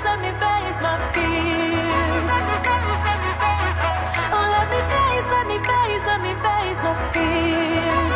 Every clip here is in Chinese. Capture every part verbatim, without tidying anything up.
let me face my fears. Oh, let me face, let me face, let me face my fears.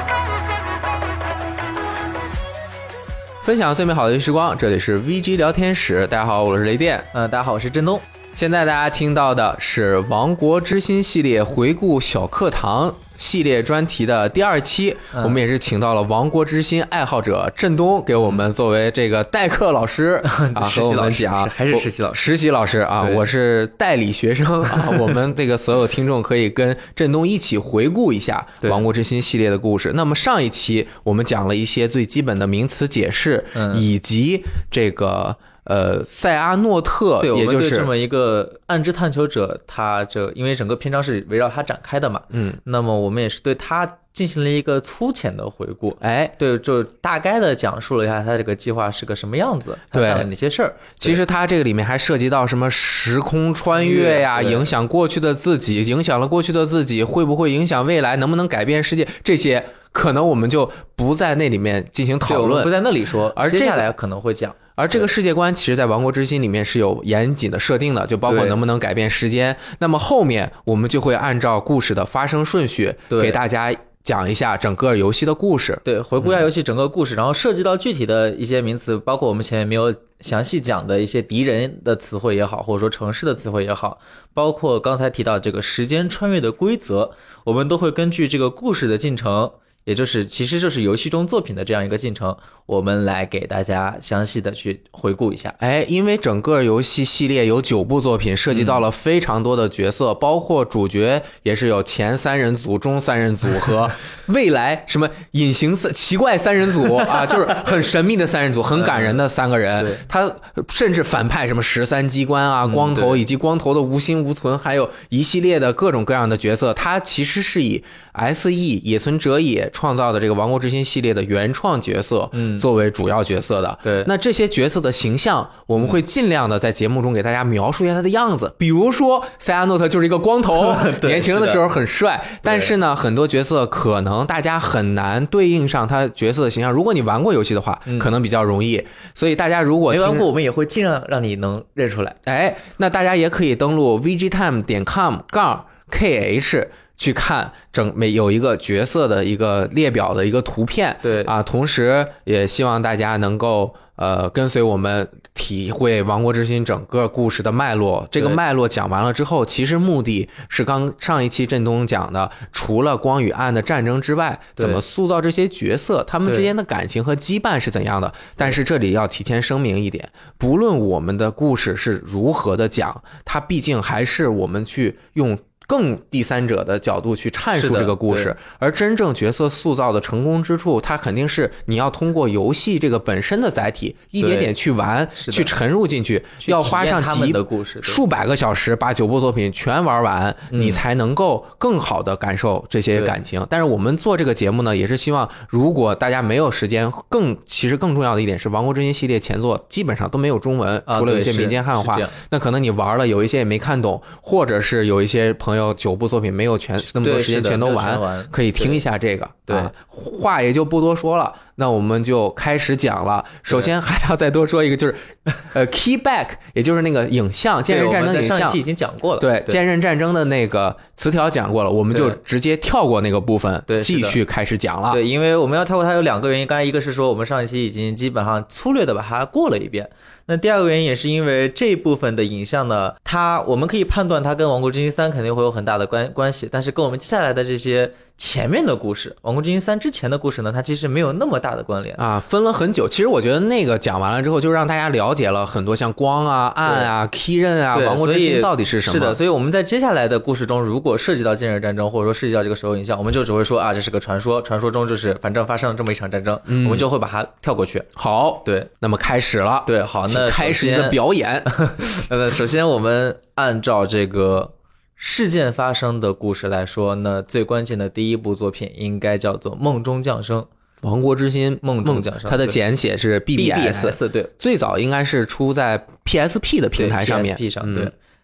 分享最美好的时光，这里是 V G 聊天室。大家好，我是雷电。 呃，大家好，我是振东。 现在大家听到的是《王国之心》系列回顾小课堂系列专题的第二期，嗯、我们也是请到了《王国之心》爱好者振东给我们作为这个代课老师啊，和我们讲， 还是实习老师， 实习老师啊，我是代理学生啊。我们这个所有听众可以跟振东一起回顾一下《王国之心》系列的故事。那么上一期我们讲了一些最基本的名词解释，嗯、以及这个。呃，塞阿诺特， 对， 也就是我们对这么一个暗之探求者，他这因为整个篇章是围绕他展开的嘛， 嗯， 那么我们也是对他进行了一个粗浅的回顾， 哎， 对，就大概的讲述了一下他这个计划是个什么样子，他干了哪些事儿。 其实他这个里面还涉及到什么时空穿越呀，影响过去的自己，影响了过去的自己，会不会影响未来，能不能改变世界，这些可能我们就不在那里面进行讨论， 不在那里说， 而、 这个、接下来可能会讲。 而这个世界观其实在王国之心里面是有严谨的设定的，就包括能不能改变时间。那么后面我们就会按照故事的发生顺序给大家讲一下整个游戏的故事， 对，回顾一下游戏整个故事，嗯、然后涉及到具体的一些名词，包括我们前面没有详细讲的一些敌人的词汇也好，或者说城市的词汇也好，包括刚才提到这个时间穿越的规则，我们都会根据这个故事的进程，也就是其实就是游戏中作品的这样一个进程，我们来给大家详细的去回顾一下。 哎，因为整个游戏系列有九部作品，涉及到了非常多的角色，嗯、包括主角也是有前三人组、中三人组和未来什么隐形奇怪三人组啊，就是很神秘的三人组，很感人的三个人。嗯、他甚至反派什么十三机关啊、光头、嗯、以及光头的无心无存，还有一系列的各种各样的角色。他其实是以 S E 野村哲也创造的这个王国之心系列的原创角色作为主要角色的。 嗯、对， 那这些角色的形象我们会尽量的在节目中给大家描述一下他的样子，比如说塞阿诺特就是一个光头年轻的时候很帅，但是呢很多角色可能大家很难对应上他角色的形象，如果你玩过游戏的话、嗯、可能比较容易，所以大家如果没玩过我们也会尽量让你能认出来。 哎，那大家也可以登录 v g time 点 com 杠 k h去看整每有一个角色的一个列表的一个图片， 对啊，同时也希望大家能够呃跟随我们体会王国之心整个故事的脉络。这个脉络讲完了之后，其实目的是刚上一期振东讲的，除了光与暗的战争之外，怎么塑造这些角色，他们之间的感情和羁绊是怎样的。但是这里要提前声明一点，不论我们的故事是如何的讲，它毕竟还是我们去用更第三者的角度去阐述这个故事，而真正角色塑造的成功之处，它肯定是你要通过游戏这个本身的载体一点点去玩，去沉入进去，要花上几数百个小时把九部作品全玩完、嗯、你才能够更好的感受这些感情。但是我们做这个节目呢，也是希望如果大家没有时间，更其实更重要的一点是王国之心系列前作基本上都没有中文、啊、除了有一些民间汉化，那可能你玩了有一些也没看懂，或者是有一些朋友九部作品没有全那么多时间全都 完, 完可以听一下这个。 对、 啊，话也就不多说了，那我们就开始讲了。首先还要再多说一个，就是呃 key back， 也就是那个影像剑刃战争影像， 上一期已经讲过了。 对，剑刃战争的那个词条讲过了，我们就直接跳过那个部分，继续开始讲了。 对，因为我们要跳过它有两个原因，刚才一个是说我们上一期已经基本上粗略的把它过了一遍。那第二个原因也是因为这部分的影像呢，它我们可以判断它跟王国之心三肯定会有很大的关关系，但是跟我们接下来的这些前面的故事，王国之心三之前的故事呢，它其实没有那么大的关联啊，分了很久。其实我觉得那个讲完了之后，就让大家了解了很多像光啊、暗啊、key 刃啊、王国之心到底是什么。 是的，所以我们在接下来的故事中，如果涉及到剑刃战争，或者说涉及到这个手游影像，我们就只会说啊，这是个传说，传说中就是反正发生了这么一场战争，嗯、我们就会把它跳过去。 好， 对， 那么开始了。 对，好，那开始你的表演。 那首先我们按照这个事件发生的故事来说，那最关键的第一部作品应该叫做《梦中降生》。 王国之心梦中降生， 它的简写是 B B S， 对， 最早应该是出在 P S P 的平台上面 ，P S P 上，对。 嗯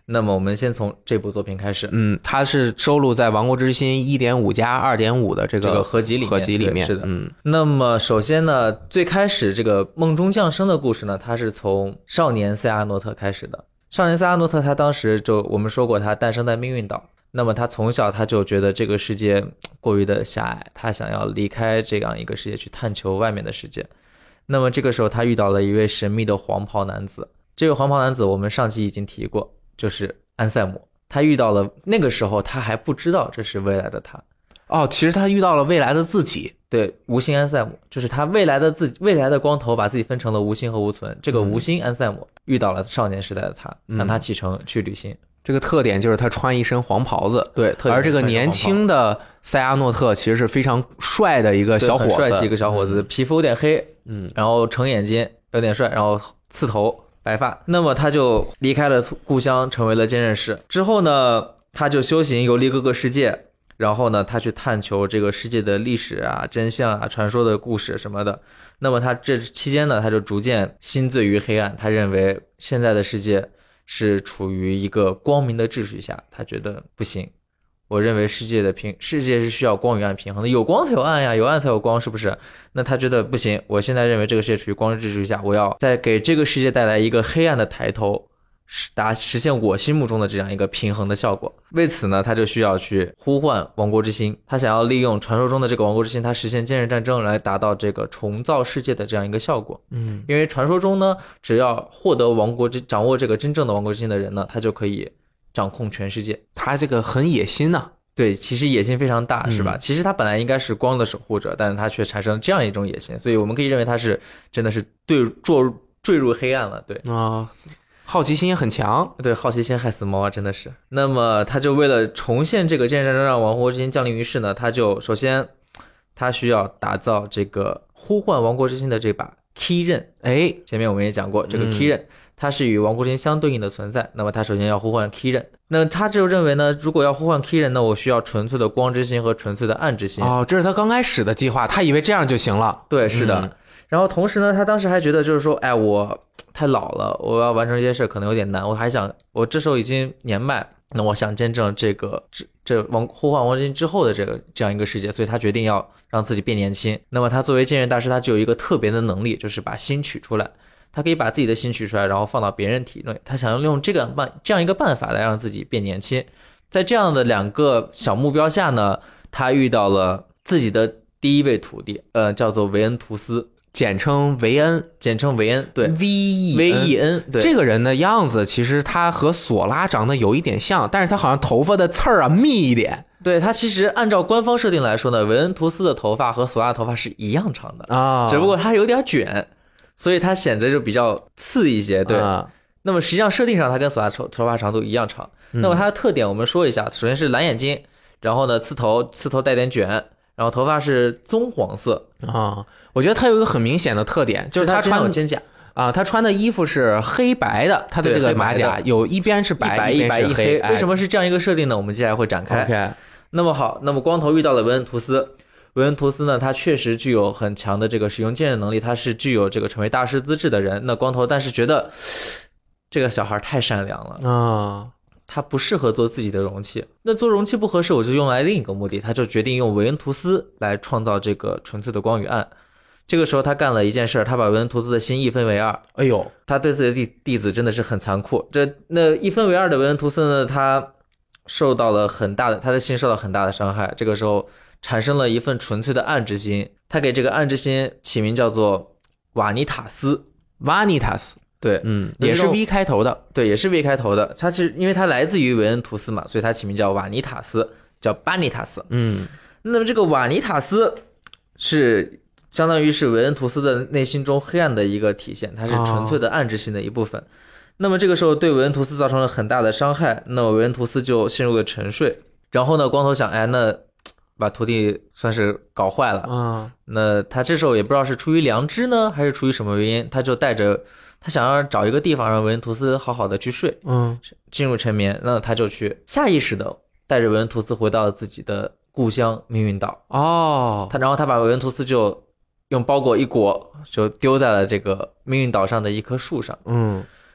那么我们先从这部作品开始。 嗯，它是收录在《王国之心》一点五 加 二点五 的这个这个合集里面， 合集里面是的。 嗯， 那么首先呢，最开始这个梦中降生的故事呢，它是从少年塞阿诺特开始的。少年塞阿诺特他当时就我们说过，他诞生在命运岛。那么他从小他就觉得这个世界过于的狭隘，他想要离开这样一个世界去探求外面的世界。那么这个时候他遇到了一位神秘的黄袍男子，这位黄袍男子我们上期已经提过，就是安塞姆。他遇到了，那个时候他还不知道这是未来的他。 哦，其实他遇到了未来的自己。 对，无心安塞姆就是他未来的自己，未来的光头把自己分成了无心和无存。这个无心安塞姆遇到了少年时代的他， 嗯、 让他启程去旅行。 这个特点就是他穿一身黄袍子， 对， 而这个年轻的塞阿诺特其实是非常帅的一个小伙子， 帅气一个小伙子， 嗯、 皮肤有点黑， 嗯， 然后橙眼睛，有点帅，然后刺头，白发。那么他就离开了故乡，成为了剑刃士。之后呢，他就修行，游历各个世界。然后呢，他去探求这个世界的历史啊、真相啊、传说的故事什么的。那么他这期间呢，他就逐渐心醉于黑暗。他认为现在的世界是处于一个光明的秩序下，他觉得不行。我认为世界的平世界是需要光与暗平衡的，有光才有暗呀，有暗才有光，是不是？那他觉得不行，我现在认为这个世界处于光之秩序下，我要再给这个世界带来一个黑暗的抬头。达实现我心目中的这样一个平衡的效果。为此呢，他就需要去呼唤王国之心，他想要利用传说中的这个王国之心，他实现坚韧战争来达到这个重造世界的这样一个效果。 嗯， 因为传说中呢，只要获得王国之掌握这个真正的王国之心的人呢，他就可以掌控全世界。 他这个很野心呐、啊。 对，其实野心非常大，是吧？ 嗯、 其实他本来应该是光的守护者，但是他却产生这样一种野心，所以我们可以认为他是真的是对坠坠入黑暗了。对啊。好奇心也很强， 对，好奇心害死猫啊，真的是。那么他就为了重现这个剑刃战争，让王国之心降临于世呢，他就首先他需要打造这个呼唤王国之心的这把 key 刃。 哎， 前面我们也讲过，这个 key 刃、嗯、它是与王国之心相对应的存在。那么他首先要呼唤 key 刃，那他就认为呢，如果要呼唤 key 刃，那我需要纯粹的光之心和纯粹的暗之心。 哦，这是他刚开始的计划，他以为这样就行了。 对，是的。嗯、然后同时呢，他当时还觉得就是说，哎，我太老了，我要完成这些事可能有点难。我还想，我这时候已经年迈，那我想见证这个这这王呼唤王之心之后的这个这样一个世界，所以他决定要让自己变年轻。那么他作为剑刃大师，他就有一个特别的能力，就是把心取出来。他可以把自己的心取出来，然后放到别人体内。他想要用这个办这样一个办法来让自己变年轻。在这样的两个小目标下呢，他遇到了自己的第一位徒弟，呃，叫做维恩图斯。 简称维恩， 简称维恩，对 ，V E V E N， 对， 这个人的样子其实他和索拉长得有一点像，但是他好像头发的刺儿啊密一点。 对，他其实按照官方设定来说呢，维恩图斯的头发和索拉的头发是一样长的啊、哦， 只不过他有点卷，所以他显得就比较刺一些。对，啊、那么实际上设定上他跟索拉头头发长度一样长。嗯、那么他的特点我们说一下，首先是蓝眼睛，然后呢刺头，刺头带点卷。然后头发是棕黄色啊、哦，我觉得他有一个很明显的特点，就是他穿有肩甲啊，他穿的衣服是黑白的，他的这个马甲有一边是白， 一白一黑。 哎、 为什么是这样一个设定呢？我们接下来会展开。 OK， 那么好，那么光头遇到了维恩图斯，维恩图斯呢，他确实具有很强的这个使用剑刃能力，他是具有这个成为大师资质的人。那光头但是觉得这个小孩太善良了啊。哦， 他不适合做自己的容器，那做容器不合适，我就用来另一个目的。他就决定用维恩图斯来创造这个纯粹的光与暗。这个时候他干了一件事，他把维恩图斯的心一分为二。 哎呦， 他对自己的弟弟子真的是很残酷。这那一分为二的维恩图斯呢，他受到了很大的，他的心受到很大的伤害。这个时候产生了一份纯粹的暗之心，他给这个暗之心起名叫做瓦尼塔斯 ，Vanitas。 对， 嗯，也是 V 开头的， 对，也是 V 开头的。它是因为它来自于维恩图斯嘛，所以它起名叫瓦尼塔斯，叫巴尼塔斯。 嗯， 那么这个瓦尼塔斯是相当于是维恩图斯的内心中黑暗的一个体现，它是纯粹的暗之心的一部分。哦、那么这个时候对维恩图斯造成了很大的伤害，那么维恩图斯就陷入了沉睡。然后呢，光头想，哎，那把徒弟算是搞坏了啊。 那他这时候也不知道是出于良知呢，还是出于什么原因，他就带着。他想要找一个地方让维恩图斯好好的去睡， 嗯， 进入沉眠。那他就去下意识的带着维恩图斯回到了自己的故乡命运岛。 哦， 他然后他把维恩图斯就用包裹一裹，就丢在了这个命运岛上的一棵树上。 嗯，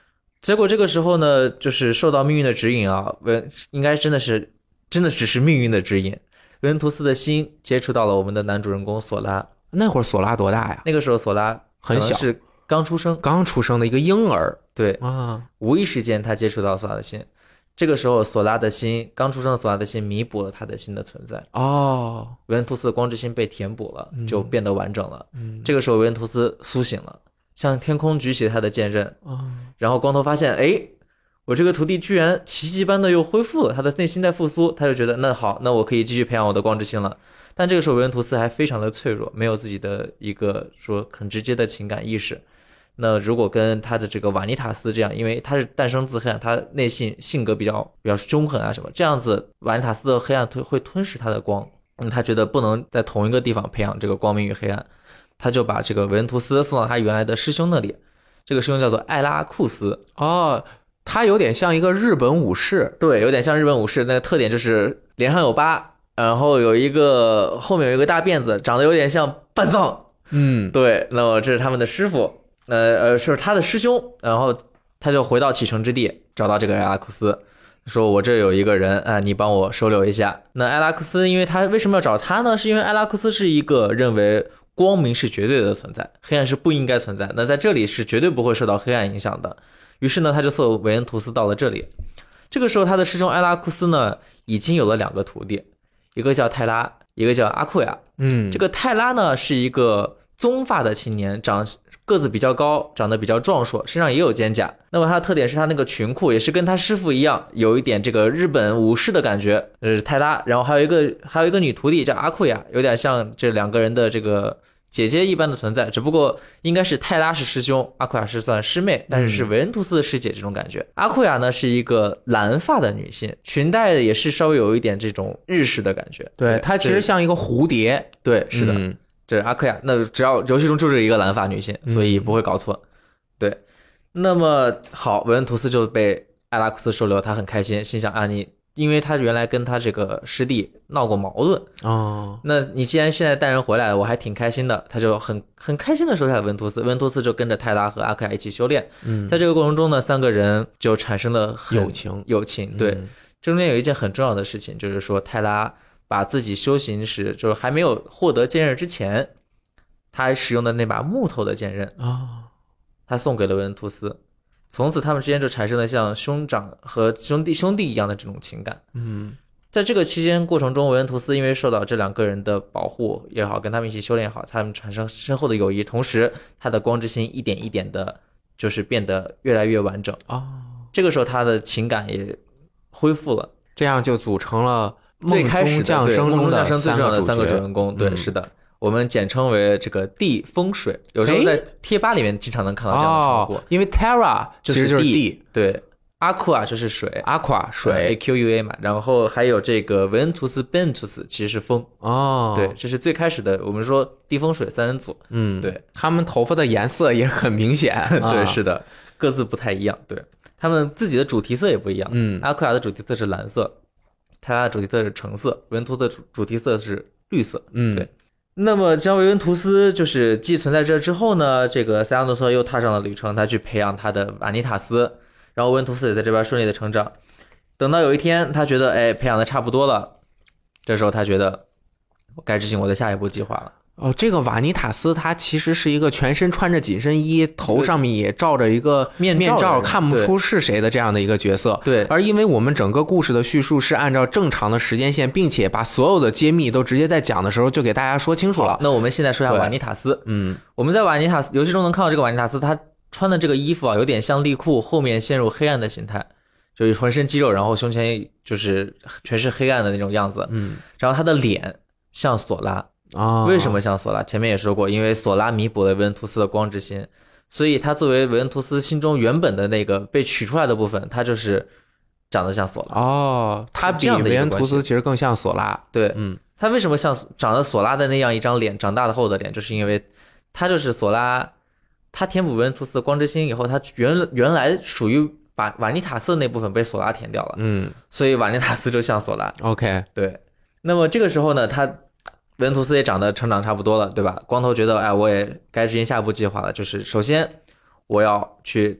结果这个时候呢，就是受到命运的指引啊，维应该真的是真的只是命运的指引。维恩图斯的心接触到了我们的男主人公索拉。 那会儿索拉多大呀？ 那个时候索拉很小， 是刚出生， 刚出生的一个婴儿。 对啊， 无意之间他接触到索拉的心。这个时候索拉的心，刚出生的索拉的心弥补了他的心的存在。 哦， 维恩图斯的光之心被填补了，就变得完整了。 嗯， 这个时候维恩图斯苏醒了，向天空举起他的剑刃。 哦， 然后光头发现，哎，我这个徒弟居然奇迹般的又恢复了，他的内心在复苏，他就觉得那好，那我可以继续培养我的光之心了。但这个时候维恩图斯还非常的脆弱，没有自己的一个说很直接的情感意识。那如果跟他的这个瓦尼塔斯这样，因为他是诞生自黑暗，他内心性格比较比较凶狠啊什么，这样子瓦尼塔斯的黑暗会吞噬他的光，嗯，他觉得不能在同一个地方培养这个光明与黑暗，他就把这个维恩图斯送到他原来的师兄那里，这个师兄叫做艾拉库斯。 哦，他有点像一个日本武士。 对，有点像日本武士，那个特点就是脸上有疤，然后有一个后面有一个大辫子，长得有点像半藏。 嗯， 对，那么这是他们的师傅。呃呃，是他的师兄，然后他就回到启程之地，找到这个艾拉库斯，说我这有一个人啊，你帮我收留一下。那艾拉库斯，因为他为什么要找他呢？是因为艾拉库斯是一个认为光明是绝对的存在，黑暗是不应该存在，那在这里是绝对不会受到黑暗影响的。于是呢，他就送维恩图斯到了这里。这个时候，他的师兄艾拉库斯呢，已经有了两个徒弟，一个叫泰拉，一个叫阿库亚。 嗯， 这个泰拉呢，是一个棕发的青年，长个子比较高，长得比较壮硕，身上也有肩甲。那么他的特点是他那个裙裤也是跟他师傅一样，有一点这个日本武士的感觉。这是泰拉，然后还有一个还有一个女徒弟叫阿库亚，有点像这两个人的这个姐姐一般的存在，只不过应该是泰拉是师兄，阿库亚是算师妹，但是是维恩图斯的师姐这种感觉。阿库亚呢是一个蓝发的女性，裙带也是稍微有一点这种日式的感觉。 对，她其实像一个蝴蝶。 对，是的。 嗯， 这是阿克亚，那只要游戏中就是一个蓝发女性，所以不会搞错。嗯、对，那么好，维恩图斯就被艾拉库斯收留，他很开心，心想啊，你因为他原来跟他这个师弟闹过矛盾哦， 那你既然现在带人回来了，我还挺开心的，他就很很开心的收下了维恩图斯，维恩图斯就跟着泰拉和阿克亚一起修炼。 嗯， 在这个过程中呢，三个人就产生了友情， 友情。对，嗯、这中间有一件很重要的事情，就是说泰拉把自己修行时，就是还没有获得剑刃之前，他使用的那把木头的剑刃啊、哦， 他送给了维恩图斯，从此他们之间就产生了像兄长和兄弟兄弟一样的这种情感。 嗯， 在这个期间过程中，维恩图斯因为受到这两个人的保护也好，跟他们一起修炼也好，他们产生深厚的友谊，同时他的光之心一点一点的，就是变得越来越完整啊、哦。 这个时候他的情感也恢复了， 这样就组成了最开始降生中的最重要的三个主人公。对， 嗯、 是的。我们简称为这个地风水，有时候在贴吧里面经常能看到这样的称呼， 哦、因为 Terra 其实就是地， 对 ，Aqua 就是水 ，Aqua 水 A Q U A 嘛，然后还有这个维恩图斯 Bentus 其实是风哦， 对，这是最开始的，我们说地风水三人组， 嗯， 对， 他们头发的颜色也很明显， 对，是的，各自不太一样，对，他们自己的主题色也不一样， 嗯， 阿库亚的主题色是蓝色，泰拉的主题色是橙色，维恩图斯的主题色是绿色， 嗯， 对。那么将维恩图斯就是寄存在这之后呢，这个塞亚诺托又踏上了旅程，他去培养他的瓦尼塔斯，然后维恩图斯也在这边顺利的成长。等到有一天他觉得哎培养的差不多了，这时候他觉得我该执行我的下一步计划了。 哦，这个瓦尼塔斯他其实是一个全身穿着紧身衣，头上面也罩着一个面罩，看不出是谁的这样的一个角色。 对， 而因为我们整个故事的叙述是按照正常的时间线，并且把所有的揭秘都直接在讲的时候就给大家说清楚了。 那我们现在说一下瓦尼塔斯。 嗯， 我们在瓦尼塔斯游戏中能看到这个瓦尼塔斯，他穿的这个衣服啊，有点像利库后面陷入黑暗的形态，就是浑身肌肉，然后胸前就是全是黑暗的那种样子。 嗯， 然后他的脸像索拉。 啊、哦， 为什么像索拉？前面也说过，因为索拉弥补了维恩图斯的光之心，所以他作为维恩图斯心中原本的那个被取出来的部分，他就是长得像索拉。 哦，他比维恩图斯其实更像索拉。 对， 嗯， 他为什么像长得索拉的那样一张脸，长大了后的脸，就是因为他就是索拉，他填补维恩图斯的光之心以后，他原原来属于把瓦尼塔斯那部分被索拉填掉了。 嗯， 所以瓦尼塔斯就像索拉。 OK， 对。那么这个时候呢，他。维恩图斯也长得成长差不多了，对吧？光头觉得，哎，我也该执行下一步计划了，就是首先我要去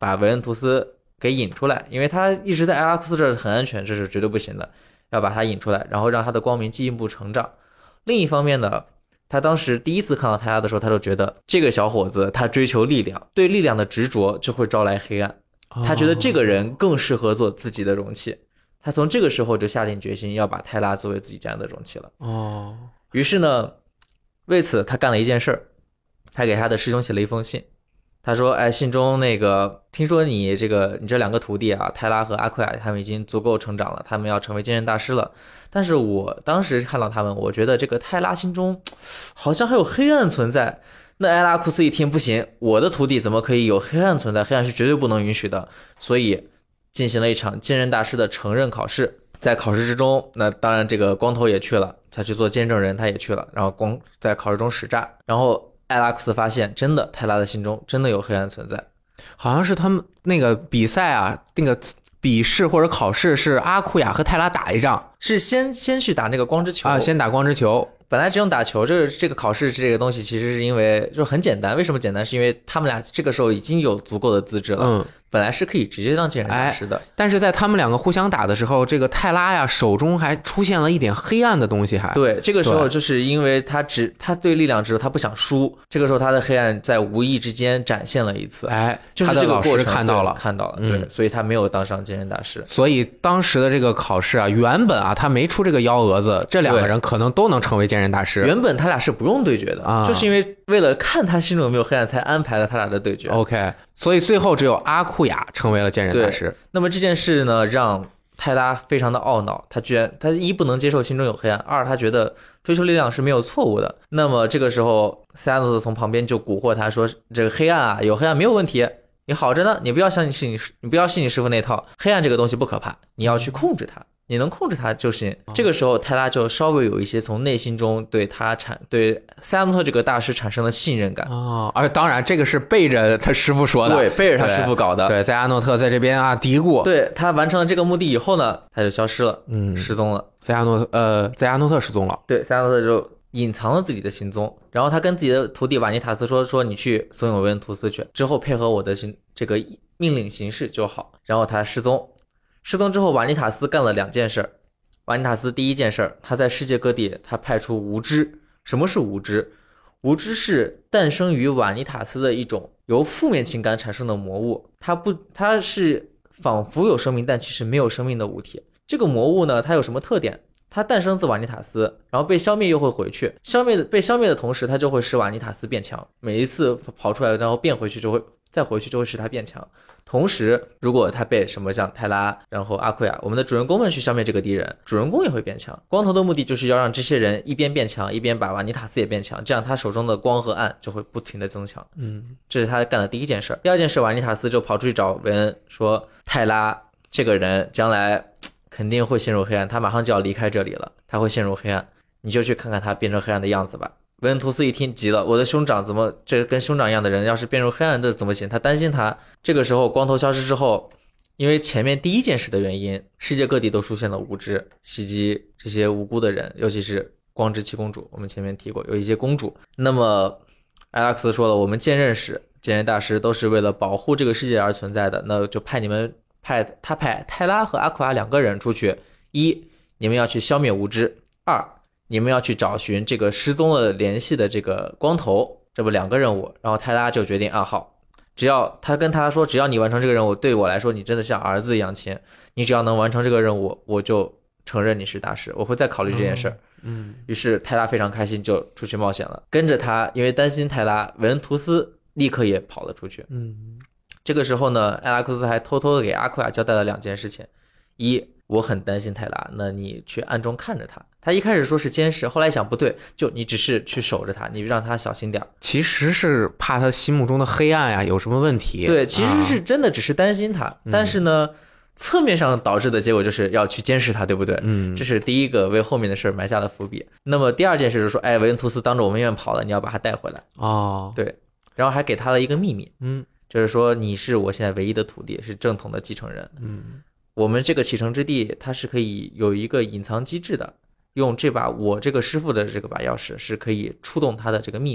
把维恩图斯给引出来，因为他一直在埃拉克斯这儿很安全，这是绝对不行的，要把他引出来，然后让他的光明进一步成长。另一方面呢，他当时第一次看到泰拉的时候，他就觉得这个小伙子他追求力量，对力量的执着就会招来黑暗，他觉得这个人更适合做自己的容器，他从这个时候就下定决心要把泰拉作为自己这样的容器了。 哦， 于是呢，为此他干了一件事儿，他给他的师兄写了一封信。他说，哎，信中那个听说你这个你这两个徒弟啊，泰拉和阿奎亚他们已经足够成长了，他们要成为剑刃大师了。但是我当时看到他们，我觉得这个泰拉心中好像还有黑暗存在。那埃拉库斯一听，不行，我的徒弟怎么可以有黑暗存在？黑暗是绝对不能允许的。所以进行了一场剑刃大师的承认考试。在考试之中，那当然这个光头也去了，他去做见证人，他也去了，然后光在考试中使诈，然后艾拉克斯发现，真的泰拉的心中真的有黑暗存在。 好像是他们那个比赛啊，那个笔试或者考试是阿库亚和泰拉打一仗， 是先先去打那个光之球啊，先打光之球。 本来只用打球，这个这个考试这个东西其实是因为就很简单，为什么简单？是因为他们俩这个时候已经有足够的资质了， 嗯， 本来是可以直接当剑刃大师的、哎， 但是在他们两个互相打的时候，这个泰拉呀手中还出现了一点黑暗的东西还，还对，这个时候就是因为他只他对力量只有他不想输，这个时候他的黑暗在无意之间展现了一次， 哎， 就是这个过程看到了， 看到了，对、嗯，所以他没有当上剑刃大师。 所以当时的这个考试啊，原本啊他没出这个幺蛾子，这两个人可能都能成为剑刃大师。 原本他俩是不用对决的，啊、就是因为为了看他心中有没有黑暗，才安排了他俩的对决。 OK， 所以最后只有阿库亚成为了剑刃大师。 那么这件事呢，让泰拉非常的懊恼，他居然他一不能接受心中有黑暗，二他觉得追求力量是没有错误的。那么这个时候，塞亚诺斯从旁边就蛊惑他说：“这个黑暗啊，有黑暗没有问题，你好着呢，你不要相信你，你不要信你师傅那套，黑暗这个东西不可怕，你要去控制它。”你能控制他就行。这个时候泰拉就稍微有一些从内心中对他产对塞亚诺特这个大师产生了信任感哦，而当然这个是背着他师傅说的， 对，背着他师傅搞的。 对，塞亚诺特在这边啊嘀咕， 对，他完成了这个目的以后呢，他就消失了，嗯，失踪了。 塞亚诺呃，塞亚诺特失踪了， 对，塞亚诺特就隐藏了自己的行踪，然后他跟自己的徒弟瓦尼塔斯说说你去怂恿维恩图斯去，之后配合我的行这个命令行事就好。然后他失踪。失踪之后，瓦尼塔斯干了两件事。瓦尼塔斯第一件事，他在世界各地他派出无知。什么是无知？无知是诞生于瓦尼塔斯的一种由负面情感产生的魔物，它不，它是仿佛有生命但其实没有生命的物体。这个魔物呢，它有什么特点？它诞生自瓦尼塔斯，然后被消灭又会回去，消灭的被消灭的同时，它就会使瓦尼塔斯变强。每一次跑出来然后变回去就会再回去就会使它变强。同时如果他被什么像泰拉然后阿奎亚我们的主人公们去消灭这个敌人，主人公也会变强。光头的目的就是要让这些人一边变强一边把瓦尼塔斯也变强，这样他手中的光和暗就会不停的增强。嗯，这是他干的第一件事。第二件事，瓦尼塔斯就跑出去找维恩说，泰拉这个人将来肯定会陷入黑暗，他马上就要离开这里了，他会陷入黑暗，你就去看看他变成黑暗的样子吧。维恩图斯一听急了，我的兄长怎么这跟兄长一样的人要是变入黑暗这怎么行？他担心他。这个时候光头消失之后，因为前面第一件事的原因，世界各地都出现了无知，袭击这些无辜的人，尤其是光之七公主，我们前面提过有一些公主。那么艾拉克斯说了，我们剑刃使剑刃大师都是为了保护这个世界而存在的，那就派你们派他派泰拉和阿库亚两个人出去，一你们要去消灭无知，二你们要去找寻这个失踪了联系的这个光头，这不两个任务。然后泰拉就决定啊，好，只要他跟他说，只要你完成这个任务，对我来说你真的像儿子一样亲，你只要能完成这个任务，我就承认你是大师，我会再考虑这件事儿。嗯，于是泰拉非常开心，就出去冒险了。跟着他，因为担心泰拉，维恩图斯立刻也跑了出去。嗯，这个时候呢，艾拉克斯还偷偷的给阿库亚交代了两件事情：一，我很担心泰拉，那你去暗中看着他。他一开始说是监视，后来想不对，就你只是去守着他，你让他小心点。 其实是怕他心目中的黑暗呀有什么问题。 对，其实是真的只是担心他，啊、但是呢、嗯，侧面上导致的结果就是要去监视他，对不对？嗯，这是第一个为后面的事埋下了伏笔。那么第二件事就是说，哎，维恩图斯当着我们面跑了，你要把他带回来。哦，对，然后还给他了一个秘密，嗯，就是说你是我现在唯一的徒弟，是正统的继承人。嗯，我们这个启程之地，它是可以有一个隐藏机制的。用这把我这个师傅的这个把钥匙是可以触动他的这个秘密，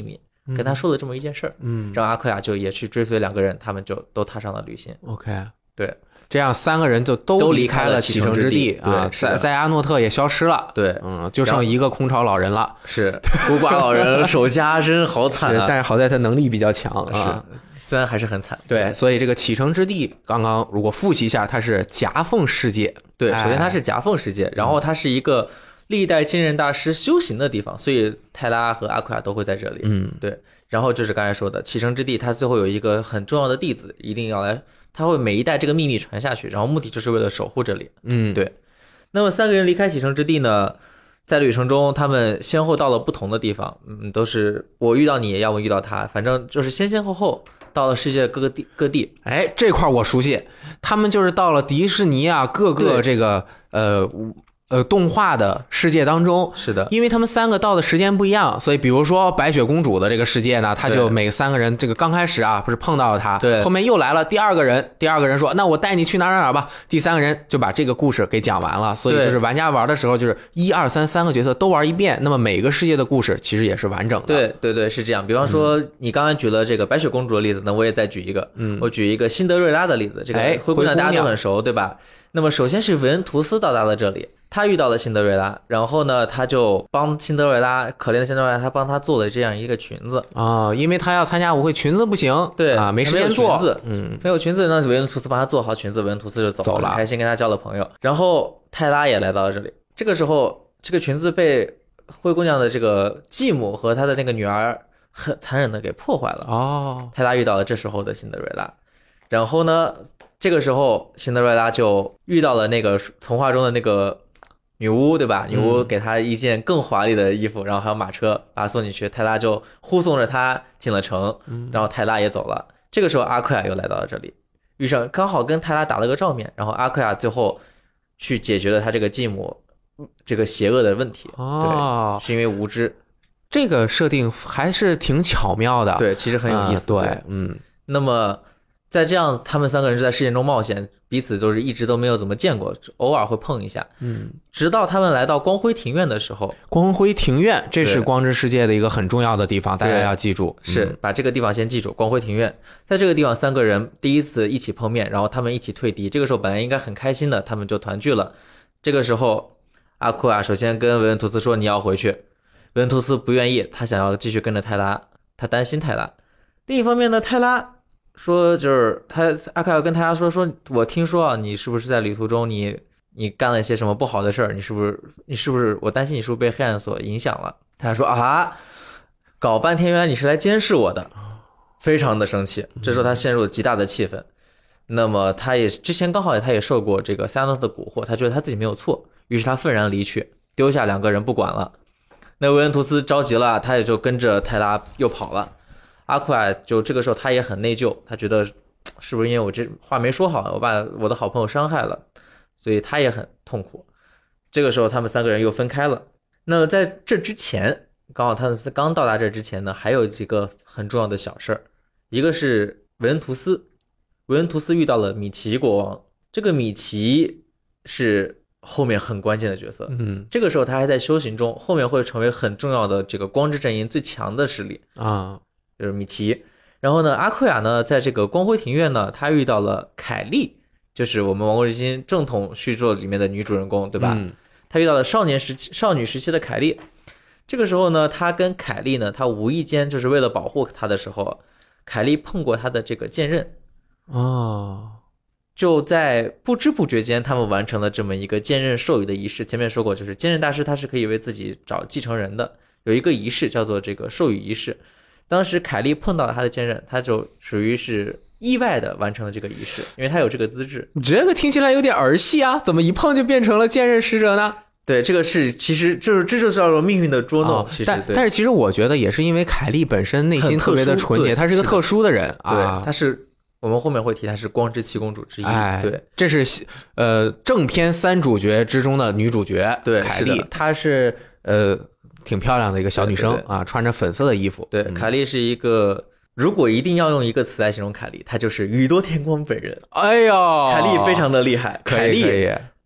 跟他说了这么一件事儿， 嗯， 让阿奎亚就也去追随两个人，他们就都踏上了旅行。 OK， 对， 这样三个人就都都离开了离开了启启程之程之地地啊，塞塞亚诺特也消失了， 对， 嗯，就剩一个空巢老人了， 是孤寡老人守家真好惨啊！ 但是好在他能力比较强啊， 是，虽然还是很惨。 对，所以这个启程之地，刚刚如果复习一下，它是夹缝世界。 对， 哎首先它是夹缝世界，然后它是一个历代剑刃大师修行的地方，所以泰拉和阿奎亚都会在这里。 嗯， 对。然后就是刚才说的启程之地，它最后有一个很重要的弟子，一定要来，他会每一代这个秘密传下去，然后目的就是为了守护这里。 嗯， 对。那么三个人离开启程之地呢，在旅程中他们先后到了不同的地方，嗯，都是我遇到你，要么遇到他，反正就是先先后后到了世界各个地各地。 哎，这块我熟悉，他们就是到了迪士尼啊，各个这个呃呃动画的世界当中。 是的， 因为他们三个到的时间不一样，所以比如说白雪公主的这个世界呢，他就对每三个人这个刚开始啊不是碰到了他， 对后面又来了第二个人，第二个人说那我带你去哪儿哪儿哪儿吧，第三个人就把这个故事给讲完了，所以就是玩家玩的时候就是一二三三个角色都玩一遍，那么每个世界的故事其实也是完整的。 对对对，是这样。比方说你刚刚举了这个白雪公主的例子，那我也再举一个， 嗯， 我举一个辛德瑞拉的例子，这个哎灰姑娘大家灰姑娘都很熟，对吧？那么首先是维恩图斯到达了这里，他遇到了辛德瑞拉，然后呢，他就帮辛德瑞拉，可怜的辛德瑞拉，他帮他做了这样一个裙子啊、哦，因为他要参加舞会，裙子不行， 对啊，没时间做裙子， 嗯， 没有裙子，那维恩图斯帮他做好裙子，维恩图斯就走了， 走了很开心跟他交了朋友。然后泰拉也来到了这里，这个时候这个裙子被灰姑娘的这个继母和她的那个女儿很残忍的给破坏了。 哦， 泰拉遇到了这时候的辛德瑞拉，然后呢，这个时候辛德瑞拉就遇到了那个童话中的那个女巫，对吧？女巫给她一件更华丽的衣服，然后还有马车把她送进去，泰拉就护送着她进了城，然后泰拉也走了。这个时候阿奎亚又来到了这里，遇上刚好跟泰拉打了个照面，然后阿奎亚最后去解决了他这个继母这个邪恶的问题。 哦， 对，是因为无知。 这个设定还是挺巧妙的， 对，其实很有意思。 嗯、对， 对， 嗯。 那么在这样他们三个人是在事件中冒险，彼此就是一直都没有怎么见过，偶尔会碰一下。 嗯， 直到他们来到光辉庭院的时候， 光辉庭院这是光之世界的一个很重要的地方，大家要记住。 是、 嗯、 把这个地方先记住，光辉庭院。在这个地方三个人第一次一起碰面，然后他们一起退敌，这个时候本来应该很开心的，他们就团聚了。这个时候阿库啊首先跟维恩图斯说你要回去，维恩图斯不愿意，他想要继续跟着泰拉，他担心泰拉。另一方面呢，泰拉说就是他阿凯要跟泰拉说说，我听说啊，你是不是在旅途中你你干了一些什么不好的事儿？你是不是你是不是我担心你是不是被黑暗所影响了？泰拉说啊，搞半天原来你是来监视我的，非常的生气。这时候他陷入了极大的气愤。那么他也之前刚好他也受过这个塞亚诺的蛊惑，他觉得他自己没有错，于是他愤然离去，丢下两个人不管了。那维恩图斯着急了，他也就跟着泰拉又跑了。阿库亚就这个时候他也很内疚，他觉得是不是因为我这话没说好，我把我的好朋友伤害了，所以他也很痛苦。这个时候他们三个人又分开了。那么在这之前，刚好他们刚到达这之前呢，还有几个很重要的小事儿。一个是维恩图斯，维恩图斯遇到了米奇国王，这个米奇是后面很关键的角色。 嗯， 这个时候他还在修行中，后面会成为很重要的这个光之阵营最强的势力啊。 就是米奇。然后呢，阿库亚呢，在这个光辉庭院呢，他遇到了凯莉，就是我们王国之心正统续作里面的女主人公，对吧？ 嗯， 他遇到了少年时期、少女时期的凯莉。这个时候呢，他跟凯莉呢，他无意间就是为了保护她的时候，凯莉碰过他的这个剑刃， 哦， 就在不知不觉间，他们完成了这么一个剑刃授予的仪式。前面说过，就是剑刃大师他是可以为自己找继承人的，有一个仪式叫做这个授予仪式。当时凯莉碰到了他的剑刃，他就属于是意外的完成了这个仪式，因为他有这个资质。 这个听起来有点儿戏啊，怎么一碰就变成了剑刃使者呢？ 对，这个是其实就是这就是叫做命运的捉弄。 哦、 其实但但是其实我觉得也是因为凯莉本身内心特别的纯洁，她是一个特殊的人对， 啊， 她是我们后面会提，她是光之七公主之一。 哎， 对， 这是呃正片三主角之中的女主角， 对， 凯莉，她是呃。挺漂亮的一个小女生， 对对对啊，穿着粉色的衣服。 对， 嗯、 凯莉是一个，如果一定要用一个词来形容凯莉，她就是宇多田光本人。 哎呦， 凯莉非常的厉害，凯莉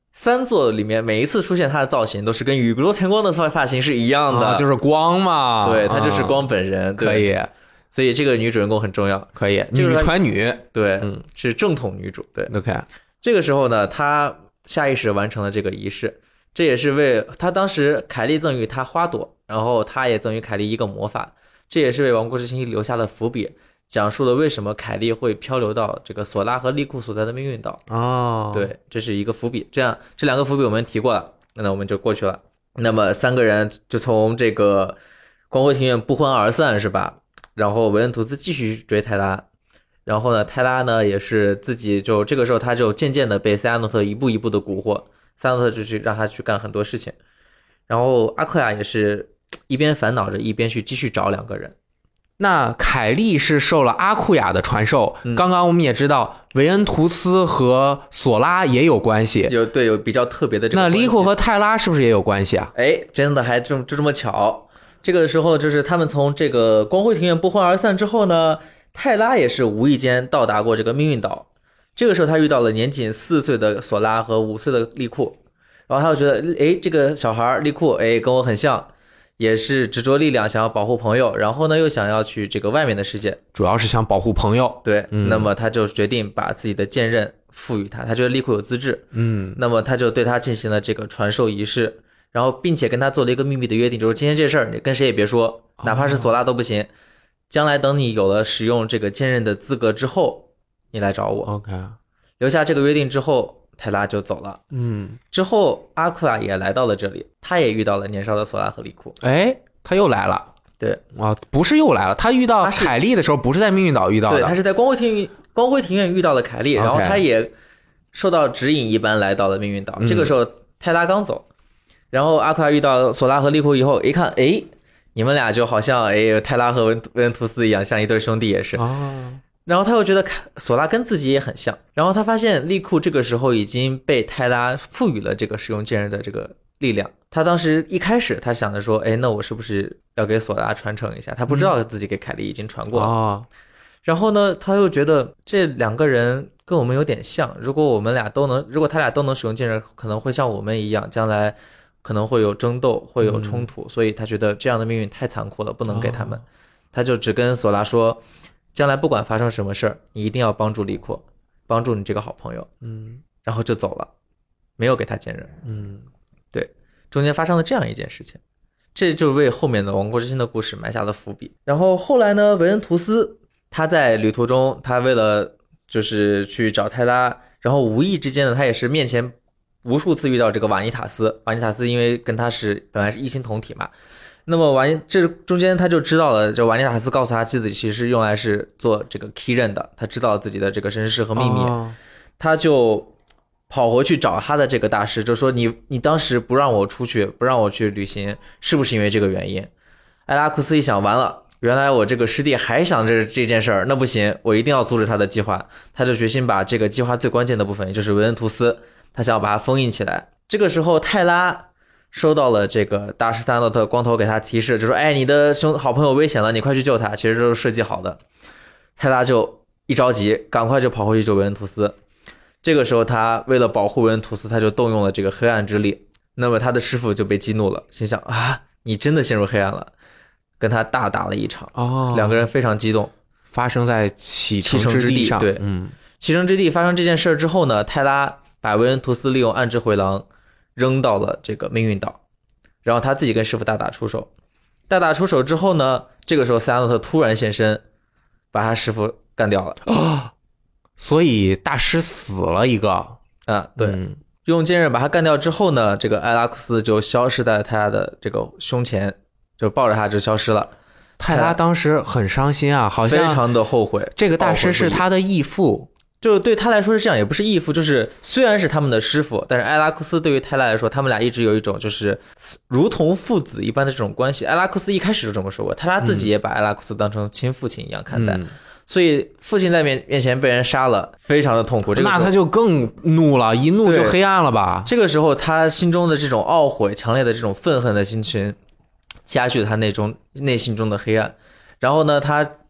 三座里面每一次出现他的造型都是跟宇多田光的发型是一样的， 啊、就是光嘛， 对，他就是光本人， 啊、可以。 所以这个女主人公很重要， 可以， 这个、 女传女， 对， 嗯， 是正统女主，对 ，OK。 这个时候呢，她下意识完成了这个仪式，这也是为她当时凯莉赠予她花朵，然后她也赠予凯莉一个魔法，这也是为王国之心留下了伏笔，讲述了为什么凯莉会漂流到这个索拉和利库所在的命运岛。 哦， 对，这是一个伏笔。这样，这两个伏笔我们提过了，那我们就过去了。那么三个人就从这个光辉庭院不欢而散，是吧？然后维恩图斯继续追泰拉，然后呢，泰拉呢也是自己就这个时候他就渐渐的被塞亚诺特一步一步的蛊惑，塞亚诺特就去让他去干很多事情，然后阿克亚也是一边烦恼着一边去继续找两个人。 那凯莉是受了阿库亚的传授， 嗯、 刚刚我们也知道维恩图斯和索拉也有关系， 有对有比较特别的这个关系。 那利库和泰拉是不是也有关系啊？ 哎，真的还这就这么巧。这个时候就是他们从这个光辉庭院不欢而散之后呢，泰拉也是无意间到达过这个命运岛。这个时候他遇到了年仅四岁的索拉和五岁的利库，然后他就觉得，哎，这个小孩利库，哎，跟我很像，也是执着力量，想要保护朋友，然后呢又想要去这个外面的世界， 主要是想保护朋友。 对， 嗯、 那么他就决定把自己的剑刃赋予他，他觉得利库有资质， 嗯， 那么他就对他进行了这个传授仪式。然后并且跟他做了一个秘密的约定，就是今天这事儿你跟谁也别说，哪怕是索拉都不行，将来等你有了使用这个剑刃的资格之后，你来找我。 OK， 留下这个约定之后，泰拉就走了。 嗯， 之后阿库亚也来到了这里，他也遇到了年少的索拉和利库。 哎，他又来了。 对啊，不是又来了，他遇到凯莉的时候不是在命运岛遇到的， 对，他是在光辉庭院光辉庭院遇到了凯莉， okay. 然后他也受到指引一般来到了命运岛、嗯、这个时候泰拉刚走，然后阿库亚遇到索拉和利库以后一看，哎，你们俩就好像哎泰拉和维恩图斯一样，像一对兄弟也是、 哦、 然后他又觉得索拉跟自己也很像，然后他发现利库这个时候已经被泰拉赋予了这个使用剑刃的这个力量。他当时一开始他想着说，哎，那我是不是要给索拉传承一下，他不知道自己给凯莉已经传过了、 嗯哦、 然后呢他又觉得这两个人跟我们有点像，如果我们俩都能如果他俩都能使用剑刃，可能会像我们一样将来可能会有争斗，会有冲突、嗯、所以他觉得这样的命运太残酷了，不能给他们、哦、他就只跟索拉说，将来不管发生什么事儿，你一定要帮助利库，帮助你这个好朋友。 嗯， 然后就走了，没有给他剑刃。 嗯， 对，中间发生了这样一件事情，这就为后面的王国之心的故事埋下了伏笔。然后后来呢，维恩图斯他在旅途中，他为了就是去找泰拉，然后无意之间呢，他也是面前无数次遇到这个瓦尼塔斯。瓦尼塔斯因为跟他是本来是异形同体嘛，那么瓦尼这中间他就知道了，这瓦尼塔斯告诉他妻子其实是用来是做这个 key 刃的，他知道自己的这个身世和秘密、哦、他就跑回去找他的这个大师，就说你你当时不让我出去，不让我去旅行，是不是因为这个原因？埃拉库斯一想，完了，原来我这个师弟还想着这件事儿，那不行，我一定要阻止他的计划。他就决心把这个计划最关键的部分，也就是维恩图斯，他想要把它封印起来。这个时候泰拉收到了这个大师萨诺特光头给他提示，就说，哎，你的兄好朋友危险了，你快去救他。其实都是设计好的。泰拉就一着急，赶快就跑回去救维恩图斯。这个时候他为了保护维恩图斯，他就动用了这个黑暗之力。那么他的师傅就被激怒了，心想啊，你真的陷入黑暗了，跟他大打了一场。 哦， 两个人非常激动。 发生在启程之地上。 对， 嗯， 启程之地发生这件事之后呢，泰拉把维恩图斯利用暗之回廊扔到了这个命运岛，然后他自己跟师傅大打出手。大打出手之后呢，这个时候塞亚诺特突然现身，把他师傅干掉了。 哦，所以大师死了一个啊，对、 嗯， 用剑刃把他干掉之后呢，这个艾拉克斯就消失在泰拉的这个胸前，就抱着他就消失了。 泰拉当时很伤心啊，好像非常的后悔。 这个大师是他的义父， 就对他来说是这样，也不是义父，就是虽然是他们的师傅，但是艾拉克斯对于泰拉来说，他们俩一直有一种就是如同父子一般的这种关系。艾拉克斯一开始就这么说过，泰拉自己也把艾拉克斯当成亲父亲一样看待。嗯，所以父亲在面面前被人杀了，非常的痛苦。这个那他就更怒了，一怒就黑暗了吧？ 这个时候他心中的这种懊悔、强烈的这种愤恨的心情，加剧了他内中内心中的黑暗。然后呢，他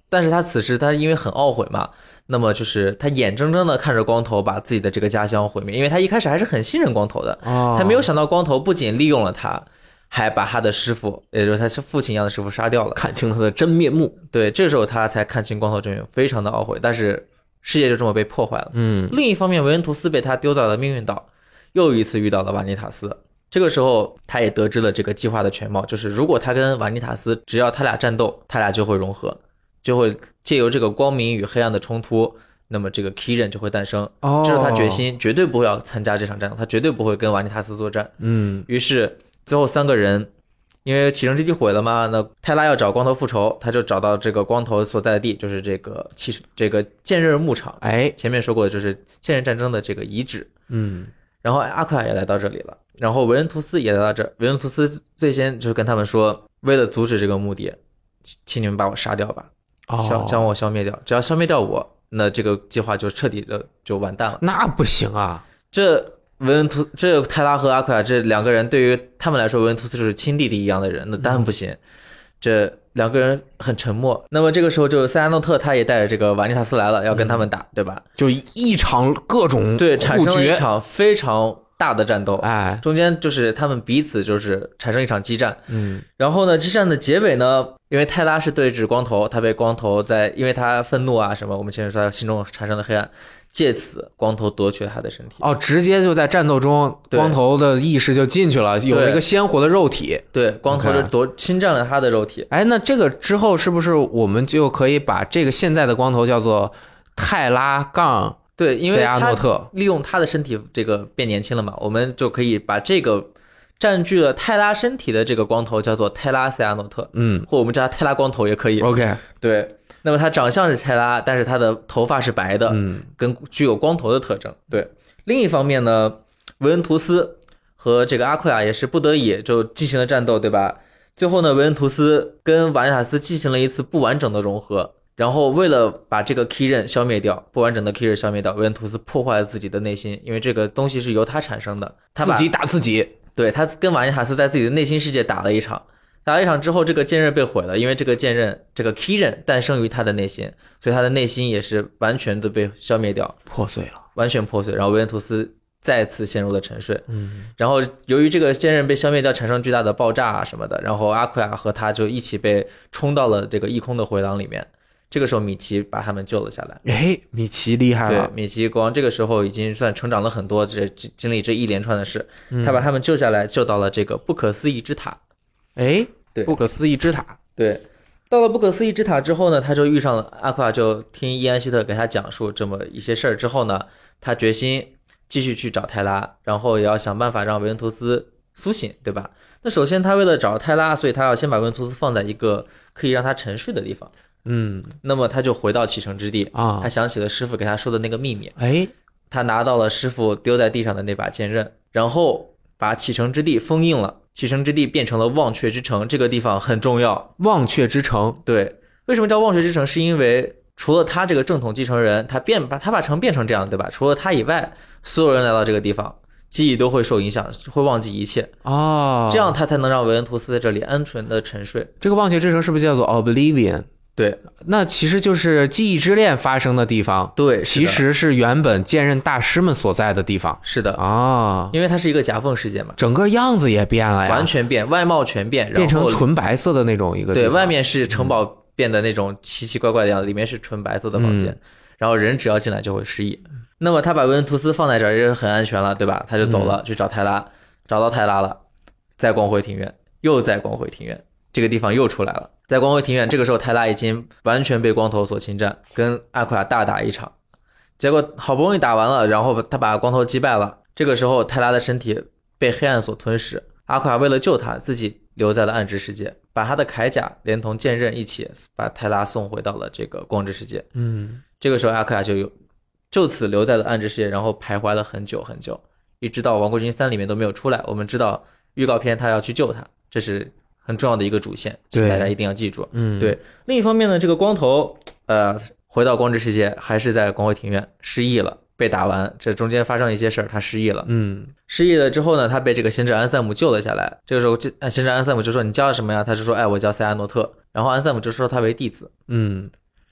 但是他此时他因为很懊悔嘛，那么就是他眼睁睁的看着光头把自己的这个家乡毁灭，因为他一开始还是很信任光头的， 哦、 他没有想到光头不仅利用了他，还把他的师傅，也就是他是父亲一样的师傅杀掉了， 看清他的真面目。 对，这时候他才看清光头真面目，非常的懊悔，但是世界就这么被破坏了。 嗯， 另一方面，维恩图斯被他丢在了命运岛，又一次遇到了瓦尼塔斯。这个时候，他也得知了这个计划的全貌，就是如果他跟瓦尼塔斯，只要他俩战斗，他俩就会融合，就会借由这个光明与黑暗的冲突，那么这个 Kirin 就会诞生。 哦， 这是他决心，绝对不会要参加这场战斗，他绝对不会跟瓦尼塔斯作战。 嗯， 于是最后三个人，因为启程之地毁了嘛，那泰拉要找光头复仇，他就找到这个光头所在的地，就是这个汽这个剑刃牧场。 哎， 前面说过，就是剑刃战争的这个遗址。 嗯， 然后阿奎亚也来到这里了，然后维恩图斯也来到这儿。维恩图斯最先就是跟他们说，为了阻止这个目的，请你们把我杀掉吧，消将我消灭掉。只要消灭掉我，那这个计划就彻底的就完蛋了。 那不行啊！ 这维恩图这泰拉和阿奎亚这两个人对于他们来说，维恩图斯就是亲弟弟一样的人，那当然不行。嗯、这两个人很沉默。那么这个时候，就塞亚诺特他也带着这个瓦尼塔斯来了，要跟他们打，嗯、对吧？ 就一场各种对产生了一场非常大的战斗， 哎， 中间就是他们彼此就是产生一场激战。 嗯， 然后呢，激战的结尾呢，因为泰拉是对峙光头，他被光头在因为他愤怒啊什么，我们前面说他心中产生了黑暗。借此光头夺取了他的身体。 哦，直接就在战斗中，光头的意识就进去了，有了一个鲜活的肉体。 对，光头就夺侵占了他的肉体。 哎，那这个之后是不是我们就可以把这个现在的光头叫做泰拉杠？ 对，因为塞亚诺特利用他的身体这个变年轻了嘛，我们就可以把这个占据了泰拉身体的这个光头叫做泰拉塞亚诺特。 嗯， 或我们叫他泰拉光头也可以。 OK， 对。那么他长相是泰拉，但是他的头发是白的， 嗯， 跟具有光头的特征。对，另一方面呢，维恩图斯和这个阿奎亚也是不得已就进行了战斗，对吧？最后呢，维恩图斯跟瓦尼塔斯进行了一次不完整的融合，然后为了把这个 Kirin 消灭掉，不完整的 Kirin 消灭掉，维恩图斯破坏了自己的内心，因为这个东西是由他产生的，他自己打自己。 对，他跟瓦尼塔斯在自己的内心世界打了一场。打了一场之后，这个剑刃被毁了，因为这个剑刃，这个 Kirin 诞生于他的内心，所以他的内心也是完全的被消灭掉， 破碎了， 完全破碎。然后维恩图斯再次陷入了沉睡。 嗯， 然后由于这个剑刃被消灭掉，产生巨大的爆炸啊什么的，然后阿奎亚和他就一起被冲到了这个异空的回廊里面。这个时候米奇把他们救了下来。 哎，米奇厉害了！ 对，米奇光这个时候已经算成长了很多，这经历这一连串的事，他把他们救下来，救到了这个不可思议之塔。 哎， 对， 不可思议之塔。 对，到了不可思议之塔之后呢，他就遇上了阿奎亚，就听伊安希特给他讲述这么一些事儿之后呢，他决心继续去找泰拉，然后也要想办法让维恩图斯苏醒，对吧？那首先他为了找泰拉，所以他要先把维恩图斯放在一个可以让他沉睡的地方。 嗯， 那么他就回到启程之地啊， 他想起了师傅给他说的那个秘密。 哎， 他拿到了师傅丢在地上的那把剑刃，然后把启程之地封印了。启程之地变成了忘却之城，这个地方很重要。 忘却之城， 对，为什么叫忘却之城？是因为除了他这个正统继承人，他变把他把城变成这样，对吧？除了他以外，所有人来到这个地方，记忆都会受影响，会忘记一切哦， 这样他才能让维恩图斯在这里安全的沉睡。 这个忘却之城是不是叫做 Oblivion？ 对， 那其实就是记忆之恋发生的地方。 对， 其实是原本剑刃大师们所在的地方。 是的啊， 因为它是一个夹缝世界嘛， 整个样子也变了呀， 完全变，外貌全变， 变成纯白色的那种一个地方。 对，外面是城堡变得那种奇奇怪怪的样子，里面是纯白色的房间， 嗯、 然后人只要进来就会失忆。那么他把维恩图斯放在这儿也是很安全了，对吧？他就走了，嗯、去找泰拉，找到泰拉了，在光辉庭院，又在光辉庭院。这个地方又出来了，在光辉庭院，这个时候泰拉已经完全被光头所侵占，跟阿奎亚大打一场，结果好不容易打完了，然后他把光头击败了。这个时候泰拉的身体被黑暗所吞噬，阿奎亚为了救他，自己留在了暗之世界，把他的铠甲连同剑刃一起把泰拉送回到了这个光之世界。 嗯， 这个时候阿奎亚就有就此留在了暗之世界，然后徘徊了很久很久，一直到王国之心三里面都没有出来。我们知道预告片他要去救他，这是很重要的一个主线，请大家一定要记住。 嗯， 对。另一方面呢，这个光头呃回到光之世界，还是在光辉庭院失忆了，被打完，这中间发生一些事儿，他失忆了。 嗯， 失忆了之后呢，他被这个贤者安塞姆救了下来。这个时候，贤者安塞姆就说：“你叫什么呀？”他就说：“哎，我叫塞亚诺特。”然后安塞姆就收他为弟子。 嗯，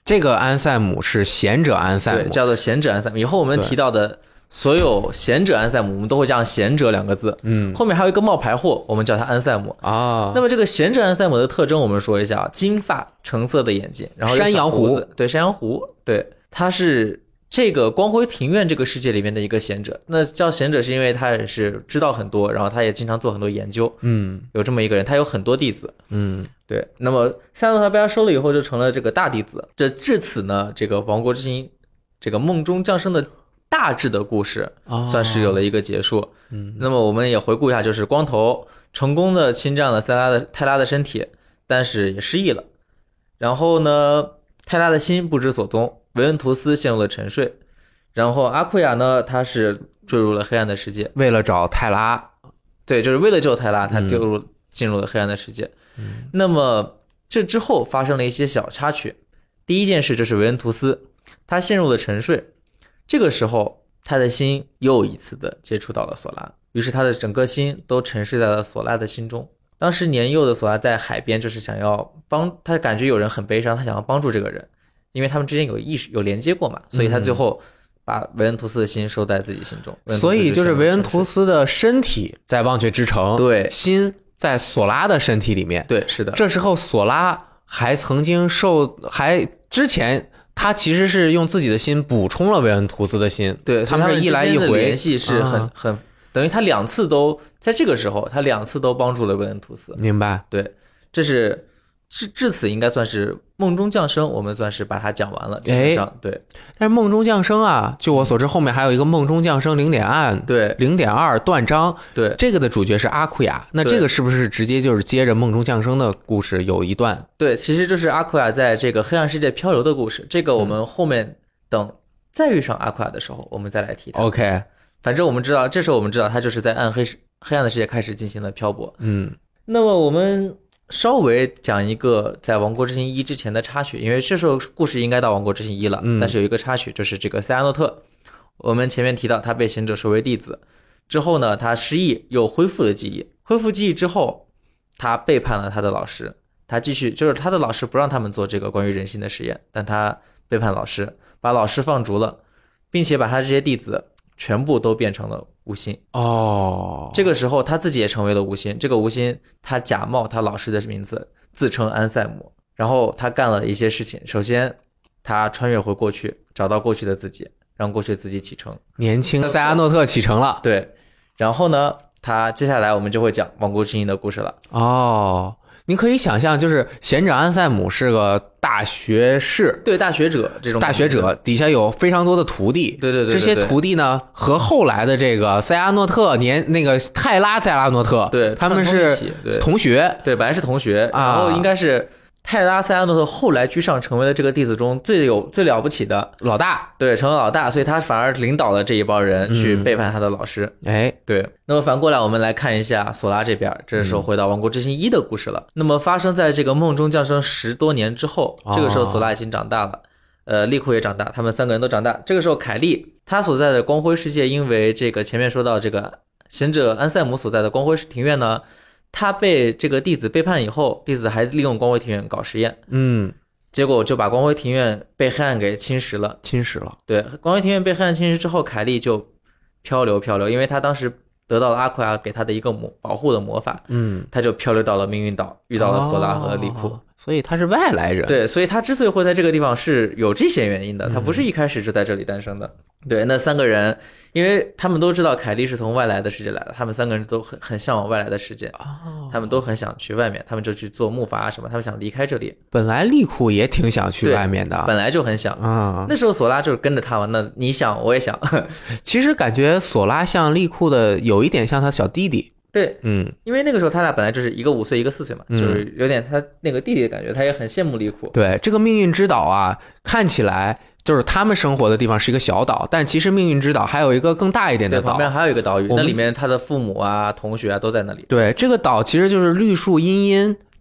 这个安塞姆是贤者安塞姆， 对，叫做贤者安塞姆。以后我们提到的所有贤者安塞姆，我们都会加上贤者两个字。 嗯， 后面还有一个冒牌货，我们叫他安塞姆啊。 那么这个贤者安塞姆的特征，我们说一下啊，金发、橙色的眼睛，然后山羊胡， 对，山羊胡，对，他是这个光辉庭院这个世界里面的一个贤者。那叫贤者是因为他也是知道很多，然后他也经常做很多研究。 嗯， 有这么一个人，他有很多弟子。 嗯， 对。那么塞亚诺特被他收了以后，就成了这个大弟子。这至此呢，这个王国之心这个梦中降生的大致的故事算是有了一个结束。哦、 嗯， 那么我们也回顾一下，就是光头成功的侵占了塞拉的泰拉的身体，但是也失忆了。然后呢，泰拉的心不知所踪，维恩图斯陷入了沉睡。然后阿库亚呢，他是坠入了黑暗的世界， 为了找泰拉， 对，就是为了救泰拉，他丢入、嗯、进入了黑暗的世界。 嗯、 那么这之后发生了一些小插曲。第一件事就是维恩图斯，他陷入了沉睡。这个时候，他的心又一次的接触到了索拉，于是他的整个心都沉睡在了索拉的心中。当时年幼的索拉在海边，就是想要帮他，感觉有人很悲伤，他想要帮助这个人，因为他们之间有意识有连接过嘛，所以他最后把维恩图斯的心收在自己心中。 嗯、所以就是维恩图斯的身体在忘却之城， 对， 心在索拉的身体里面， 对，是的。 这时候索拉还曾经受，还之前。他其实是用自己的心补充了维恩图斯的心， 对， 他们是一来一回联系是很、啊、很，等于他两次都在这个时候，他两次都帮助了维恩图斯。 明白？ 对，这是至至此应该算是梦中降生，我们算是把它讲完了，基本上对。 但是梦中降生啊，就我所知，后面还有一个梦中降生零点暗， 对， 零点二断章， 对， 这个的主角是阿库亚，那这个是不是直接就是接着梦中降生的故事有一段？ 对，其实这是阿库亚在这个黑暗世界漂流的故事，这个我们后面等再遇上阿库亚的时候，我们再来提它。 OK， 反正我们知道，这时候我们知道他就是在暗黑黑暗的世界开始进行了漂泊。 嗯， 那么我们稍微讲一个在王国之心一之前的插曲，因为这时候故事应该到王国之心一了、嗯、但是有一个插曲，就是这个塞亚诺特，我们前面提到他被贤者收为弟子之后呢，他失忆又恢复了记忆，恢复记忆之后他背叛了他的老师，他继续就是他的老师不让他们做这个关于人性的实验，但他背叛老师，把老师放逐了，并且把他这些弟子全部都变成了无心哦。 这个时候他自己也成为了无心，这个无心他假冒他老师的名字，自称安塞姆，然后他干了一些事情。首先他穿越回过去，找到过去的自己，让过去的自己启程， 年轻的塞亚诺特启程了。 对，然后呢他接下来我们就会讲王国之心的故事了。 哦，你可以想象，就是贤者安塞姆是个大学士， 对，大学者这种大学者底下有非常多的徒弟， 对对 对, 对, 对， 这些徒弟呢和后来的这个塞亚诺特年那个泰拉塞亚诺特， 对， 他们是同学， 对，本来是同学，然后应该是泰拉塞亚诺特后来居上，成为了这个弟子中最有最了不起的老大， 对，成了老大，所以他反而领导了这一帮人去背叛他的老师。 哎、嗯， 对。那么反过来，我们来看一下索拉这边，这时候回到王国之心一的故事了。嗯、那么发生在这个梦中降生十多年之后，这个时候索拉已经长大了，呃，利库也长大，他们三个人都长大。这个时候，凯利他所在的光辉世界，因为这个前面说到这个贤者安塞姆所在的光辉庭院呢。他被这个弟子背叛以后，弟子还利用光辉庭院搞实验， 嗯， 结果就把光辉庭院被黑暗给侵蚀了， 侵蚀了。 对，光辉庭院被黑暗侵蚀之后，凯莉就漂流漂流，因为他当时得到了阿库亚给他的一个魔保护的魔法， 嗯， 他就漂流到了命运岛，遇到了索拉和利库。 哦，所以他是外来人。 对，所以他之所以会在这个地方是有这些原因的，他不是一开始就在这里诞生的。嗯、对，那三个人，因为他们都知道凯莉是从外来的世界来的，他们三个人都很很向往外来的世界， 哦， 他们都很想去外面，他们就去做木筏啊什么，他们想离开这里。 本来利库也挺想去外面的， 本来就很想啊、嗯。 那时候索拉就是跟着他嘛，那你想我也想。 其实感觉索拉像利库的有一点像他小弟弟。 对， 嗯， 因为那个时候他俩本来就是一个五岁一个四岁嘛，嗯、就是有点他那个弟弟的感觉，他也很羡慕利库。 对，这个命运之岛啊，看起来就是他们生活的地方是一个小岛，但其实命运之岛还有一个更大一点的岛， 旁边还有一个岛屿，那里面他的父母啊、同学啊都在那里。 对，这个岛其实就是绿树茵茵，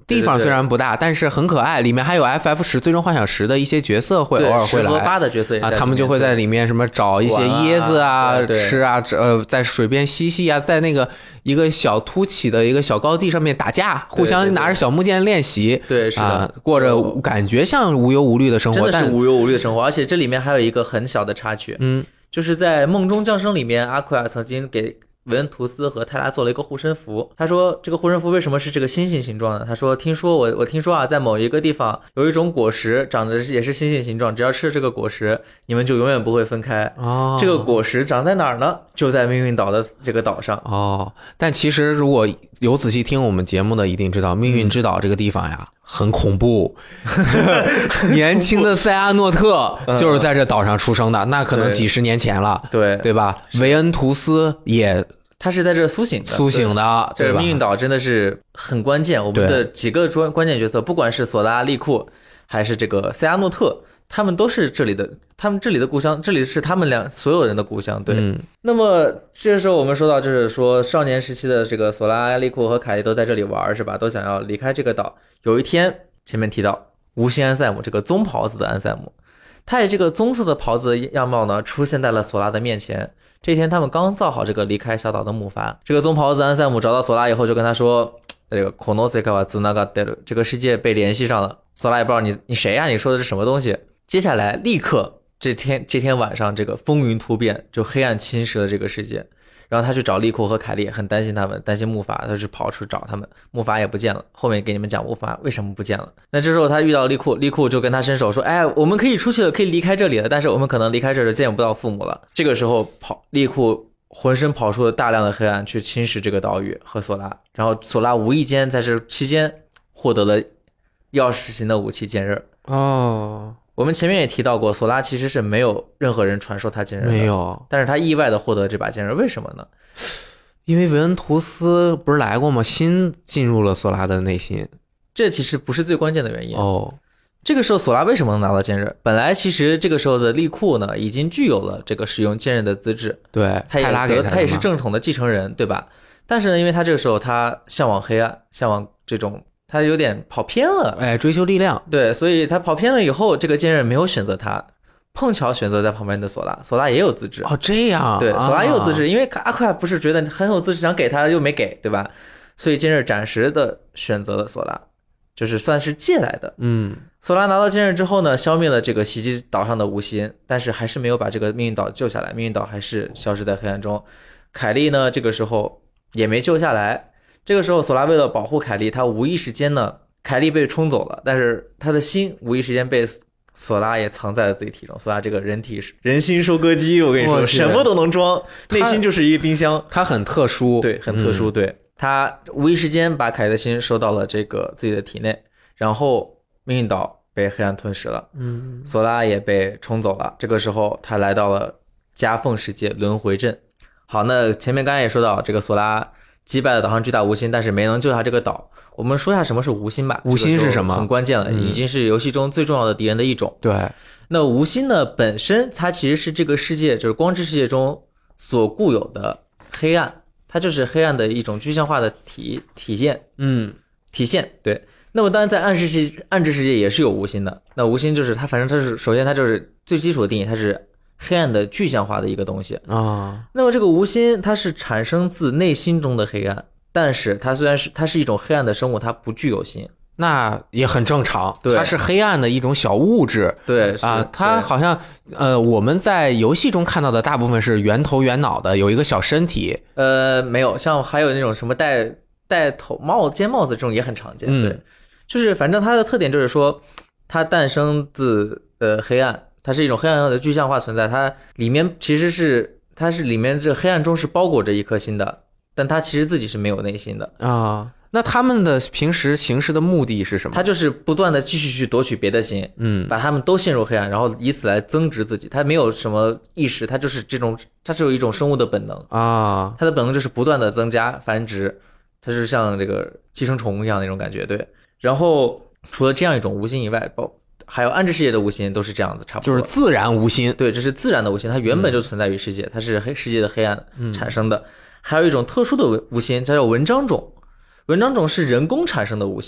地方虽然不大，但是很可爱，里面还有 F F 十最终幻想十的一些角色会偶尔会来，十和八的角色也在里面啊，他们就会在里面什么找一些椰子啊吃啊，呃，在水边嬉戏啊，在那个一个小凸起的一个小高地上面打架，互相拿着小木剑练习， 对，是的、 啊，过着感觉像无忧无虑的生活， 真的是无忧无虑的生活。而且这里面还有一个很小的插曲， 嗯， 就是在梦中降生里面，阿库亚曾经给维恩图斯和泰拉做了一个护身符。他说这个护身符为什么是这个星星形状呢？他说听说我我听说啊，在某一个地方有一种果实长得也是星星形状，只要吃了这个果实，你们就永远不会分开。 哦， 这个果实长在哪儿呢？就在命运岛的这个岛上。 哦，但其实如果有仔细听我们节目的，一定知道命运之岛这个地方呀。很恐怖，年轻的塞阿诺特就是在这岛上出生的，那可能几十年前了， 对对吧？维恩图斯也， 他是在这苏醒的， 苏醒的， 这个命运岛真的是很关键。我们的几个关关键角色，不管是索拉、利库还是这个塞阿诺特，他们都是这里的，他们这里的故乡，这里是他们俩所有人的故乡。对，嗯、那么这个时候我们说到，就是说少年时期的这个索拉、利库和凯莉都在这里玩，是吧？都想要离开这个岛。有一天，前面提到无心安塞姆这个棕袍子的安塞姆，他以这个棕色的袍子的样貌呢，出现在了索拉的面前。这一天，他们刚造好这个离开小岛的木筏。这个棕袍子安塞姆找到索拉以后，就跟他说：“这个 Konoseka wa tsunagatte， 这个世界被联系上了。”索拉也不知道你你谁呀、啊？你说的是什么东西？接下来立刻这天这天晚上，这个风云突变，就黑暗侵蚀了这个世界。然后他去找利库和凯莉，很担心他们，担心木筏，他就跑出找他们，木筏也不见了。后面给你们讲木筏为什么不见了。那这时候他遇到利库，利库就跟他伸手说：“哎，我们可以出去了，可以离开这里了，但是我们可能离开这就见不到父母了。”这个时候跑，利库浑身跑出了大量的黑暗，去侵蚀这个岛屿和索拉。然后索拉无意间在这期间获得了钥匙型的武器剑刃。 哦。 我们前面也提到过，索拉其实是没有任何人传授他剑刃的， 没有， 但是他意外的获得这把剑刃，为什么呢？ 因为维恩图斯不是来过吗？心进入了索拉的内心， 这其实不是最关键的原因哦。 这个时候索拉为什么能拿到剑刃？本来其实这个时候的利库呢，已经具有了这个使用剑刃的资质， 对， 他也得他也是正统的继承人，对吧？但是呢，因为他这个时候他向往黑暗，向往这种。他有点跑偏了， 哎，追求力量， 对，所以他跑偏了以后，这个剑刃没有选择他，碰巧选择在旁边的索拉，索拉也有资质哦，这样， 对，索拉也有资质，啊、因为阿库亚不是觉得很有资质，想给他又没给，对吧？所以剑刃暂时的选择了索拉，就是算是借来的。 嗯， 索拉拿到剑刃之后呢，消灭了这个袭击岛上的无心，但是还是没有把这个命运岛救下来，命运岛还是消失在黑暗中。凯莉呢，这个时候也没救下来。这个时候，索拉为了保护凯莉，他无意识间呢，凯莉被冲走了，但是他的心无意识间被索拉也藏在了自己体中。索拉这个人体人心收割机，我跟你说，什么都能装，内心就是一个冰箱。 他很特殊， 对，很特殊。嗯、对，他无意识间把凯莉的心收到了这个自己的体内，然后命运岛被黑暗吞噬了， 嗯， 索拉也被冲走了。这个时候，他来到了夹缝世界轮回镇。好，那前面刚才也说到，这个索拉击败了岛上巨大无心，但是没能救下这个岛。我们说一下什么是无心吧。 无心是什么？ 很关键了，嗯、已经是游戏中最重要的敌人的一种。 对， 那无心呢，本身它其实是这个世界，就是光之世界中所固有的黑暗，它就是黑暗的一种具象化的体体现。 嗯， 体现对。那么当然在暗世界暗之世界也是有无心的。那无心就是它，反正它是首先它就是最基础的定义，它是黑暗的具象化的一个东西啊、哦。 那么这个无心它是产生自内心中的黑暗，但是它虽然是它是一种黑暗的生物，它不具有心， 那也很正常。 对， 它是黑暗的一种小物质。 对啊，它好像呃我们在游戏中看到的大部分是圆头圆脑的，有一个小身体。 呃，没有，像还有那种什么戴戴头帽尖帽子这种也很常见。 嗯、 对，就是反正它的特点就是说，它诞生自呃黑暗。它是一种黑暗的具象化存在，它里面其实是它是里面这黑暗中是包裹着一颗心的，但它其实自己是没有内心的啊。那他们的平时行事的目的是什么？ 他就是不断的继续去夺取别的心， 嗯， 把他们都陷入黑暗，然后以此来增值自己。他没有什么意识，他就是这种，他只有一种生物的本能啊， 他的本能就是不断的增加繁殖，他是像这个寄生虫一样那种感觉，对。然后除了这样一种无心以外，包还有暗之世界的无心都是这样子，差不多就是自然无心。 对，这是自然的无心，它原本就存在于世界，嗯、它是黑世界的黑暗产生的。嗯、还有一种特殊的无心，它叫文章种。文章种是人工产生的无心，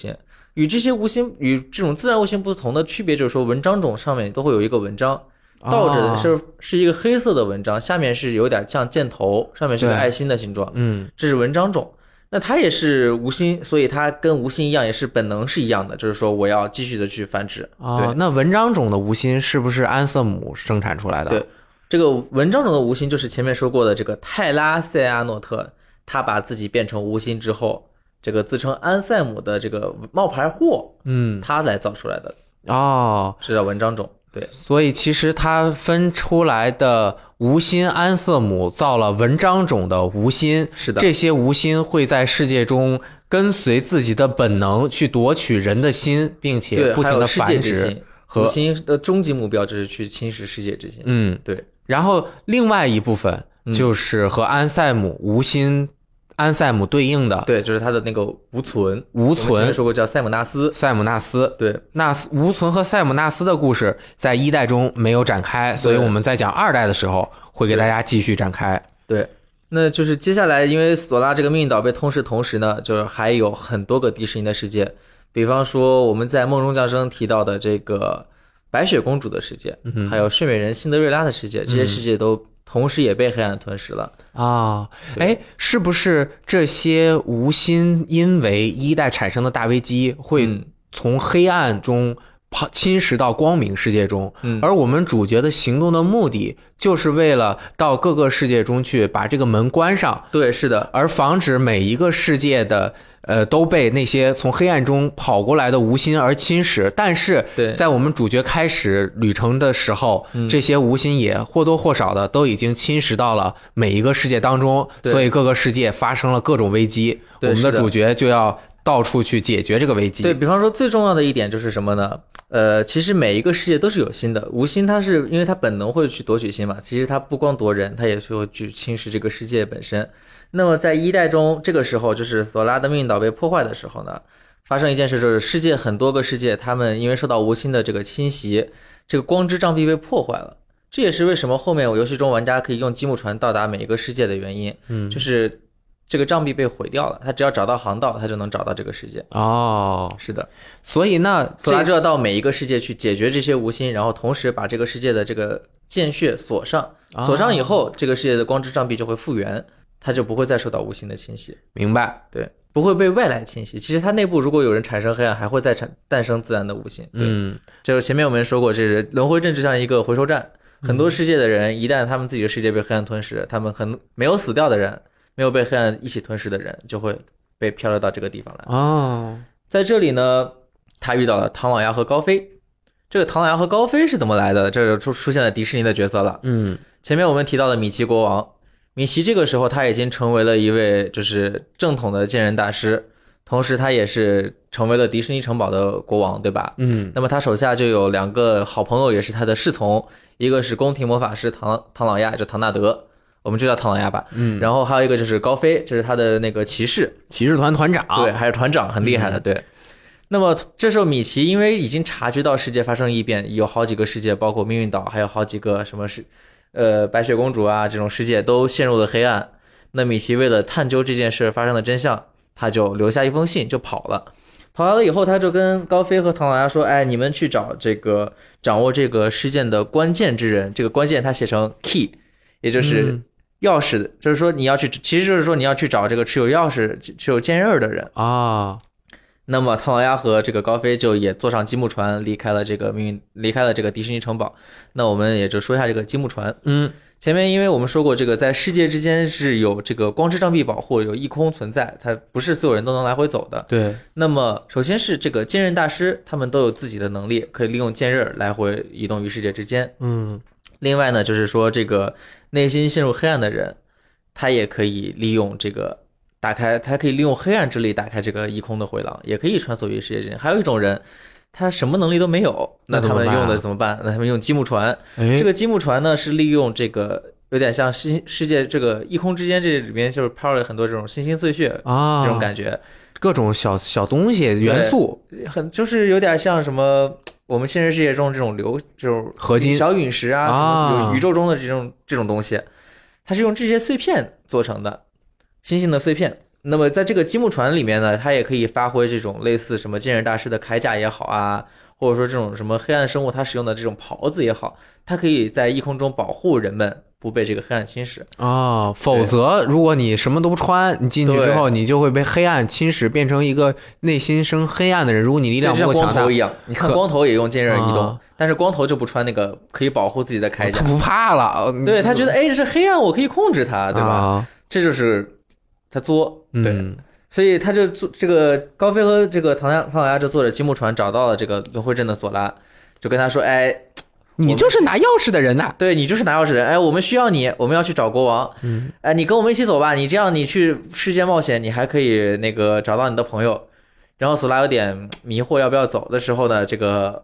与这些无心与这种自然无心不同的区别就是说，文章种上面都会有一个文章，倒着的是、哦、是一个黑色的文章，下面是有点像箭头，上面是个爱心的形状。 嗯， 这是文章种。那它也是无心，所以它跟无心一样，也是本能是一样的，就是说我要继续的去繁殖。 哦， 对， 那文章种的无心是不是安瑟姆生产出来的？ 对，这个文章种的无心就是前面说过的这个泰拉塞阿诺特，他把自己变成无心之后，这个自称安塞姆的这个冒牌货， 嗯， 他来造出来的。 哦， 这叫文章种。对， 所以其实它分出来的无心安瑟姆造了文章种的无心， 是的， 这些无心会在世界中跟随自己的本能去夺取人的心，并且不停的繁殖。 和无心的终极目标就是去侵蚀世界之心。 嗯， 对。 然后另外一部分就是和安塞姆无心。安塞姆对应的， 对，就是他的那个无存， 无存， 我们前面说过叫塞姆纳斯， 塞姆纳斯， 对， 那无存和塞姆纳斯的故事在一代中没有展开，所以我们在讲二代的时候会给大家继续展开。 对，对，那就是接下来，因为索拉这个命运岛被吞噬同时呢，就是还有很多个迪士尼的世界，比方说我们在梦中降生提到的这个白雪公主的世界， 嗯、 还有睡美人辛德瑞拉的世界，这些世界都、嗯。同时也被黑暗吞噬了啊！哎，是不是这些无心因为一代产生的大危机会从黑暗中侵蚀到光明世界中？ 嗯， 而我们主角的行动的目的就是为了到各个世界中去把这个门关上。 对，是的， 而防止每一个世界的呃都被那些从黑暗中跑过来的无心而侵蚀。但是在我们主角开始旅程的时候，这些无心也或多或少的都已经侵蚀到了每一个世界当中，所以各个世界发生了各种危机，我们的主角就要到处去解决这个危机。 对，比方说最重要的一点就是什么呢？呃，其实每一个世界都是有心的，无心它是因为它本能会去夺取心嘛，其实它不光夺人，它也会去侵蚀这个世界本身。那么在一代中，这个时候就是索拉的命运岛被破坏的时候呢，发生一件事，就是世界很多个世界，他们因为受到无心的这个侵袭，这个光之障壁被破坏了。这也是为什么后面游戏中玩家可以用积木船到达每一个世界的原因。嗯，就是这个障壁被毁掉了，他只要找到航道，他就能找到这个世界。 哦， 是的， 所以那索拉就要到每一个世界去解决这些无心，然后同时把这个世界的这个剑穴锁上，锁上以后，哦、这个世界的光之障壁就会复原，它就不会再受到无心的侵袭。 明白？ 对，不会被外来侵袭。其实它内部如果有人产生黑暗，还会再产诞生自然的无心。对， 嗯， 就是前面我们说过，这是轮回阵就像一个回收站，很多世界的人一旦他们自己的世界被黑暗吞噬，他们很没有死掉的人。没有被黑暗一起吞噬的人就会被漂流到这个地方来。 哦， 在这里呢，他遇到了唐老鸭和高飞。这个唐老鸭和高飞是怎么来的？这就出现了迪士尼的角色了。 嗯， 前面我们提到的米奇国王，米奇这个时候他已经成为了一位就是正统的剑刃大师，同时他也是成为了迪士尼城堡的国王，对吧？ 嗯， 那么他手下就有两个好朋友，也是他的侍从，一个是宫廷魔法师唐唐老鸭，就唐纳德。我们就叫唐老鸭吧， 嗯， 然后还有一个就是高飞，这是他的那个骑士， 骑士团团长， 对，还是团长，很厉害的，嗯、对。那么这时候米奇因为已经察觉到世界发生异变，有好几个世界，包括命运岛，还有好几个什么是，呃，白雪公主啊这种世界都陷入了黑暗。那米奇为了探究这件事发生的真相，他就留下一封信就跑了。跑完了以后，他就跟高飞和唐老鸭说：“哎，你们去找这个掌握这个事件的关键之人。这个关键他写成 key， 也就是。嗯”钥匙，就是说你要去，其实就是说你要去找这个持有钥匙、持有剑刃的人啊。 那么唐老鸭和这个高飞就也坐上积木船离开了这个命运，离开了这个迪士尼城堡。那我们也就说一下这个积木船。 嗯， 前面因为我们说过，这个在世界之间是有这个光之障壁保护，有异空存在，它不是所有人都能来回走的。 对。 那么首先是这个剑刃大师，他们都有自己的能力，可以利用剑刃来回移动于世界之间。 嗯。 另外呢，就是说这个内心陷入黑暗的人，他也可以利用这个打开，他可以利用黑暗之力打开这个异空的回廊，也可以穿梭于世界之间。还有一种人，他什么能力都没有，那他们用的怎么办？那他们用积木船。这个积木船呢，是利用这个有点像世世界这个异空之间，这里面就是飘了很多这种星星碎屑啊，这种感觉， 各种小小东西元素， 很就是有点像什么。我们现实世界中这种流这种合金小陨石啊，什么宇宙中的这种这种东西，它是用这些碎片做成的，星星的碎片。 那么在这个积木船里面呢，它也可以发挥这种类似什么剑刃大师的铠甲也好啊，或者说这种什么黑暗生物它使用的这种袍子也好，它可以在异空中保护人们不被这个黑暗侵蚀哦，否则如果你什么都不穿，你进去之后你就会被黑暗侵蚀，变成一个内心生黑暗的人。如果你力量不够强大， 就像光头一样，你看光头也用剑刃移动， 啊、 但是光头就不穿那个可以保护自己的铠甲， 他不怕了。 对他觉得哎，这是黑暗，我可以控制它，对吧？ 啊、 这就是他作，对。 嗯， 所以他就做这个高飞和这个唐唐老鸭就坐着积木船找到了这个轮回镇的索拉，就跟他说：“哎， 你就是拿钥匙的人呐、啊！ 对你就是拿钥匙的人，哎，我们需要你，我们要去找国王。 嗯， 哎，你跟我们一起走吧，你这样你去世界冒险，你还可以那个找到你的朋友。”然后索拉有点迷惑要不要走的时候呢，这个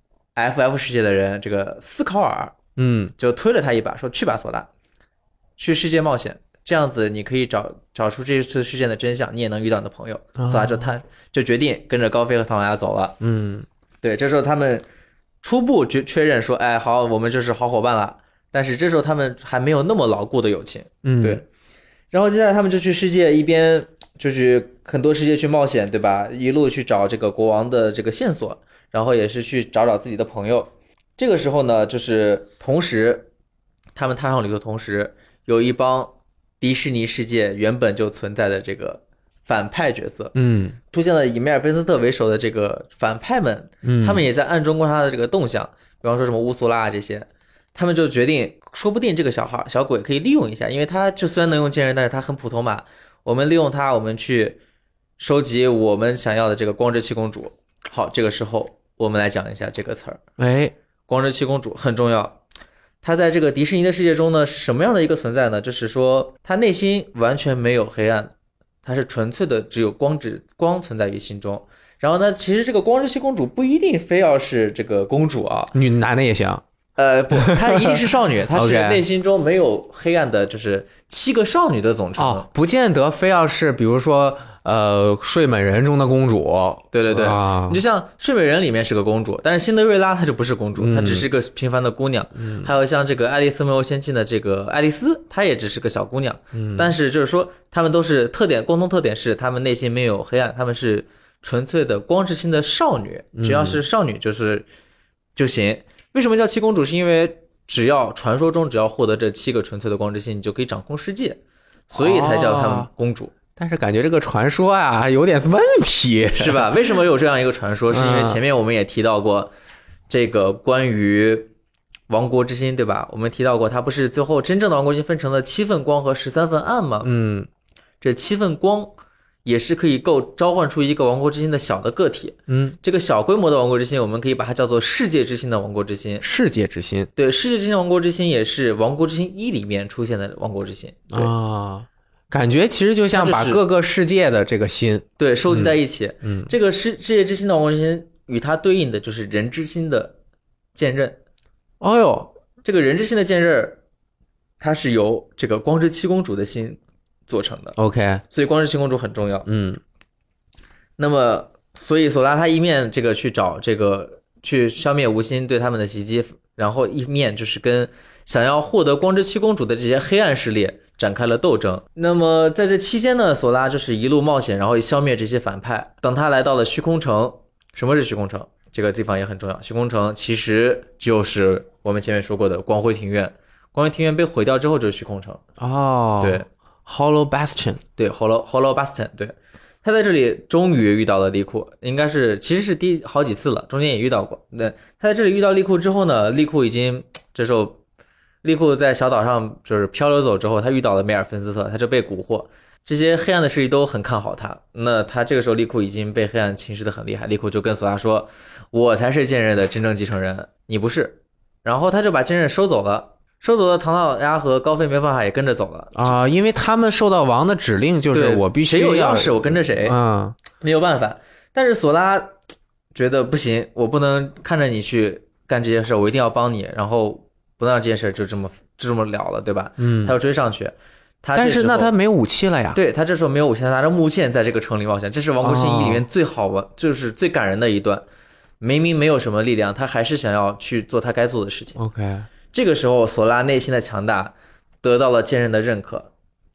F F 世界的人这个斯考尔， 嗯， 就推了他一把，说：“去吧，索拉，去世界冒险。”这样子你可以找找出这次事件的真相，你也能遇到你的朋友。 哦、 索拉就他就决定跟着高飞和唐老鸭走了。 嗯， 对，这时候他们初步确确认说，哎，好，我们就是好伙伴了。但是这时候他们还没有那么牢固的友情。 嗯， 对。然后接下来他们就去世界，一边就是很多世界去冒险，对吧？一路去找这个国王的这个线索，然后也是去找找自己的朋友。这个时候呢，就是同时他们踏上旅途的同时，有一帮迪士尼世界原本就存在的这个反派角色， 嗯， 出现了以梅尔贝斯特为首的这个反派们， 嗯， 他们也在暗中观察的这个动向，比方说什么乌苏拉这些，他们就决定，说不定这个小孩小鬼可以利用一下，因为他就虽然能用剑刃，但是他很普通嘛，我们利用他，我们去收集我们想要的这个光之七公主。好，这个时候我们来讲一下这个词儿， 哎， 光之七公主很重要。他在这个迪士尼的世界中呢，是什么样的一个存在呢？就是说，他内心完全没有黑暗，他是纯粹的只有光之光存在于心中。然后呢，其实这个光之七公主不一定非要是这个公主啊， 女男的也行。 呃，不，她一定是少女，她是内心中没有黑暗的，就是七个少女的总称。 哦，不见得非要是，比如说，呃，睡美人中的公主。 对对对， 啊、 你就像睡美人里面是个公主，但是辛德瑞拉她就不是公主，她只是个平凡的姑娘。 嗯、 还有像这个爱丽丝梦游仙境的这个爱丽丝，她也只是个小姑娘。 嗯、 但是就是说，她们都是特点，共同特点是她们内心没有黑暗，她们是纯粹的光之心的少女，只要是少女就是、嗯、就行。为什么叫七公主？是因为只要传说中只要获得这七个纯粹的光之心，你就可以掌控世界，所以才叫她们公主。哦、 但是感觉这个传说啊有点问题， 是吧？为什么有这样一个传说？是因为前面我们也提到过这个关于王国之心，对吧？我们提到过，它不是最后真正的王国之心分成了七份光和十三份暗吗？ 嗯， 这七份光也是可以够召唤出一个王国之心的小的个体。 嗯， 这个小规模的王国之心，我们可以把它叫做世界之心的王国之心。 世界之心， 对，世界之心王国之心也是王国之心一里面出现的王国之心。对啊，感觉其实就像把各个世界的这个心对收集在一起。 嗯，嗯这个世世界之心的王国之心与它对应的就是人之心的剑刃。 哦哟， 这个人之心的剑刃，它是由这个光之七公主的心做成的。 OK， 所以光之七公主很重要。 嗯， 那么所以索拉他一面这个去找这个去消灭无心对他们的袭击，然后一面就是跟想要获得光之七公主的这些黑暗势力展开了斗争。那么在这期间呢，索拉就是一路冒险，然后消灭这些反派。等他来到了虚空城，什么是虚空城？这个地方也很重要。虚空城其实就是我们前面说过的光辉庭院。光辉庭院被毁掉之后就是虚空城。 哦， 对 ，Hollow Bastion， 对 ，Hollow Hollow Bastion， 对。他在这里终于遇到了利库，应该是其实是第好几次了，中间也遇到过。对，他在这里遇到利库之后呢，利库已经这时候利库在小岛上就是漂流走之后，他遇到了梅尔芬斯特，他就被蛊惑。这些黑暗的势力都很看好他，那他这个时候利库已经被黑暗侵蚀的很厉害，利库就跟索拉说：“我才是剑刃的真正继承人，你不是。”然后他就把剑刃收走了。收走了唐老鸭和高飞没办法也跟着走了啊、呃，因为他们受到王的指令，就是我必须谁有钥匙我跟着谁， 嗯， 没有办法。但是索拉觉得不行，我不能看着你去干这些事，我一定要帮你，然后不能让这件事就这么就这么了了，对吧？ 嗯， 他要追上去，他但是那他没武器了呀？ 对，他这时候没有武器，他拿着木剑在这个城里冒险，这是王国之心一里面最好玩、哦，就是最感人的一段。明明没有什么力量，他还是想要去做他该做的事情。 OK。 这个时候索拉内心的强大得到了剑刃的认可，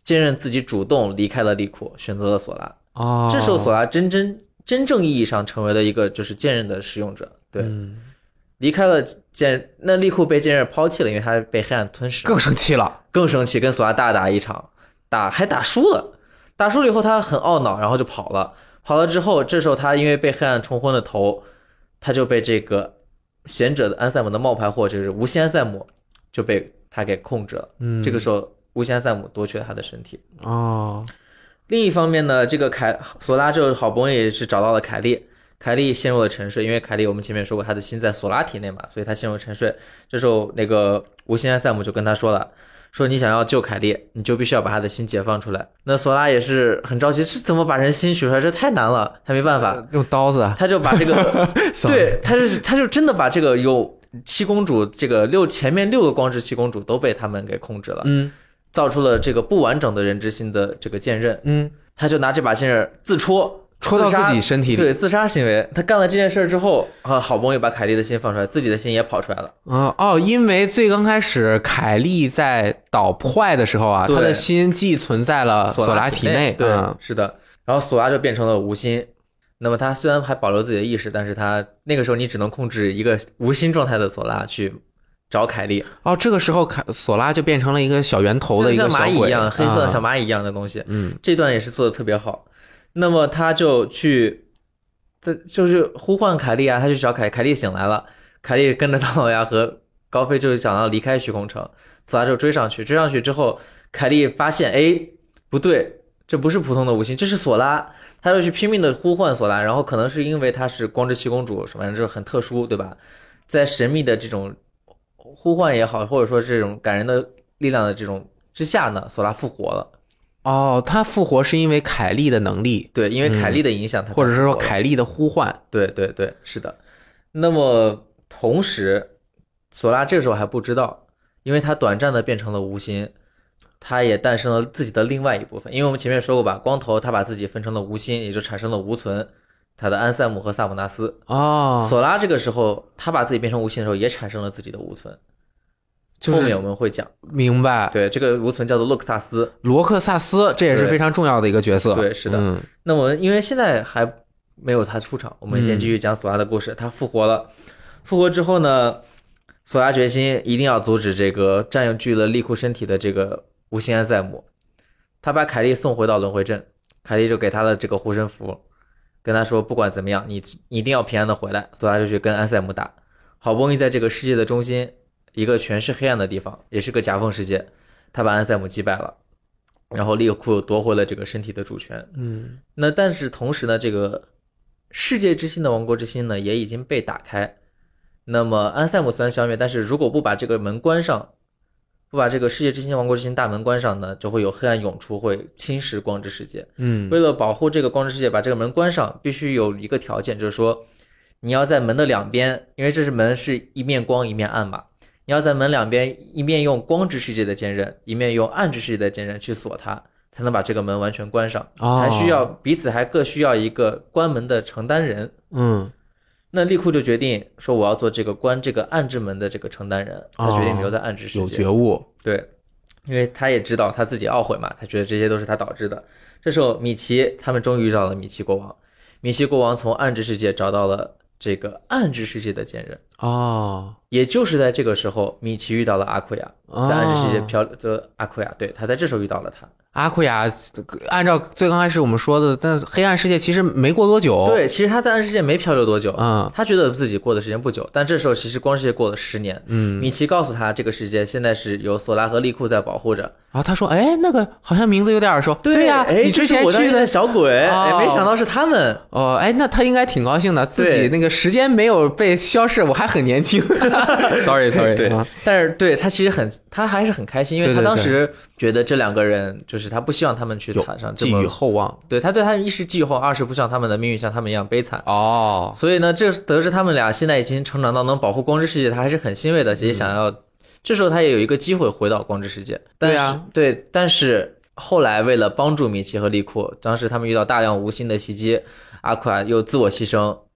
剑刃自己主动离开了利库，选择了索拉。 哦， 这时候索拉真真真正意义上成为了一个就是剑刃的使用者，对， 嗯、 离开了剑，那利库被剑刃抛弃了，因为他被黑暗吞噬， 更生气了， 更生气，跟索拉大打一场，打还打输了，打输了以后他很懊恼，然后就跑了，跑了之后，这时候他因为被黑暗冲昏了头，他就被这个贤者的安塞姆的冒牌货，就是无心安塞姆，就被他给控制了， 嗯， 这个时候无心安塞姆夺取了他的身体。 哦。 另一方面呢，这个凯索拉就好不容易是找到了凯莉，凯莉陷入了沉睡，因为凯莉我们前面说过，他的心在索拉体内嘛，所以他陷入沉睡。这时候那个无心安塞姆就跟他说了，说你想要救凯莉，你就必须要把他的心解放出来。那索拉也是很着急，是怎么把人心取出来？这太难了，他没办法， 用刀子， 他就把这个，对，他就是他就真的把这个有七公主这个六前面六个光之七公主都被他们给控制了， 嗯。 造出了这个不完整的人之心的这个剑刃， 嗯， 他就拿这把剑刃自戳， 戳到自己身体里， 对，自杀行为。他干了这件事之后，啊，好不容易把凯莉的心放出来，自己的心也跑出来了。 哦哦，因为最刚开始凯莉在捣坏的时候啊，他的心寄存在了索拉体内， 对， 嗯、 是的。然后索拉就变成了无心。那么他虽然还保留自己的意识，但是他那个时候你只能控制一个无心状态的索拉去找凯莉。 哦，这个时候凯索拉就变成了一个小圆头的一个小鬼， 像蚂蚁一样，黑色的小蚂蚁一样的东西。 嗯， 这段也是做的特别好。那么他就去，就是呼唤凯莉啊，他去找凯，凯莉醒来了，凯莉跟着唐老鸭和高飞就是想要离开虚空城，索拉就追上去，追上去之后，凯莉发现，哎，不对，这不是普通的无心，这是索拉，他就去拼命的呼唤索拉，然后可能是因为他是光之七公主，反正就是很特殊，对吧？在神秘的这种呼唤也好，或者说这种感人的力量的这种之下呢，索拉复活了。 哦，他复活是因为凯莉的能力， 对，因为凯莉的影响他、 嗯，或者是说凯莉的呼唤， 对对对，是的。那么同时，索拉这个时候还不知道，因为他短暂的变成了无心，他也诞生了自己的另外一部分。因为我们前面说过吧，光头他把自己分成了无心，也就产生了无存，他的安塞姆和萨姆纳斯。 哦， 索拉这个时候他把自己变成无心的时候，也产生了自己的无存。 就是、 后面我们会讲， 明白？ 对，这个无存叫做洛克萨斯， 罗克萨斯，这也是非常重要的一个角色。 对，是的。 嗯、 那么因为现在还没有他出场，我们先继续讲索拉的故事。嗯、他复活了，复活之后呢，索拉决心一定要阻止这个占据了利库身体的这个无心安塞姆。他把凯莉送回到轮回镇，凯莉就给他的这个护身符，跟他说不管怎么样，你你一定要平安的回来。索拉就去跟安塞姆打，好不容易在这个世界的中心。一个全是黑暗的地方，也是个夹缝世界，他把安塞姆击败了，然后利库夺回了这个身体的主权。 嗯， 那但是同时呢，这个世界之心的王国之心呢也已经被打开。那么安塞姆虽然消灭，但是如果不把这个门关上，不把这个世界之心王国之心大门关上呢，就会有黑暗涌出，会侵蚀光之世界。 嗯， 为了保护这个光之世界，把这个门关上，必须有一个条件，就是说你要在门的两边，因为这是门是一面光一面暗嘛。你要在门两边一面用光之世界的剑刃，一面用暗之世界的剑刃去锁它，才能把这个门完全关上。 哦、 还需要彼此还各需要一个关门的承担人。 嗯， 那利库就决定说我要做这个关这个暗之门的这个承担人，他决定留在暗之世界。 有觉悟， 对，因为他也知道他自己懊悔嘛，他觉得这些都是他导致的。这时候米奇他们终于遇到了米奇国王，米奇国王从暗之世界找到了这个暗之世界的剑刃。 哦， 也就是在这个时候，米奇遇到了阿奎亚，在暗之世界漂的阿奎亚，对，他在这时候遇到了他。 阿奎亚，按照最刚开始我们说的，但黑暗世界其实没过多久。 对，其实他在暗世界没漂流多久， 嗯， 他觉得自己过的时间不久，但这时候其实光世界过了十年。 嗯， 米奇告诉他，这个世界现在是由索拉和利库在保护着。 然后他说：“哎，那个好像名字有点耳熟。”对呀、啊， 哎， 你之前去的小鬼， 哦、 哎，没想到是他们。 哦，哎，那他应该挺高兴的，自己那个时间没有被消逝，我还很年轻。sorry sorry， 对，但是对他其实很，他还是很开心，因为他当时觉得这两个人就是他不希望他们去塔上寄予厚望， 对他对他一是寄予厚望，二是不希望他们的命运像他们一样悲惨。 哦， 所以呢，这得知他们俩现在已经成长到能保护光之世界，他还是很欣慰的，也想要。嗯、这时候他也有一个机会回到光之世界，但是对啊， 对，但是后来为了帮助米奇和利库，当时他们遇到大量无心的袭击，阿库亚又自我牺牲。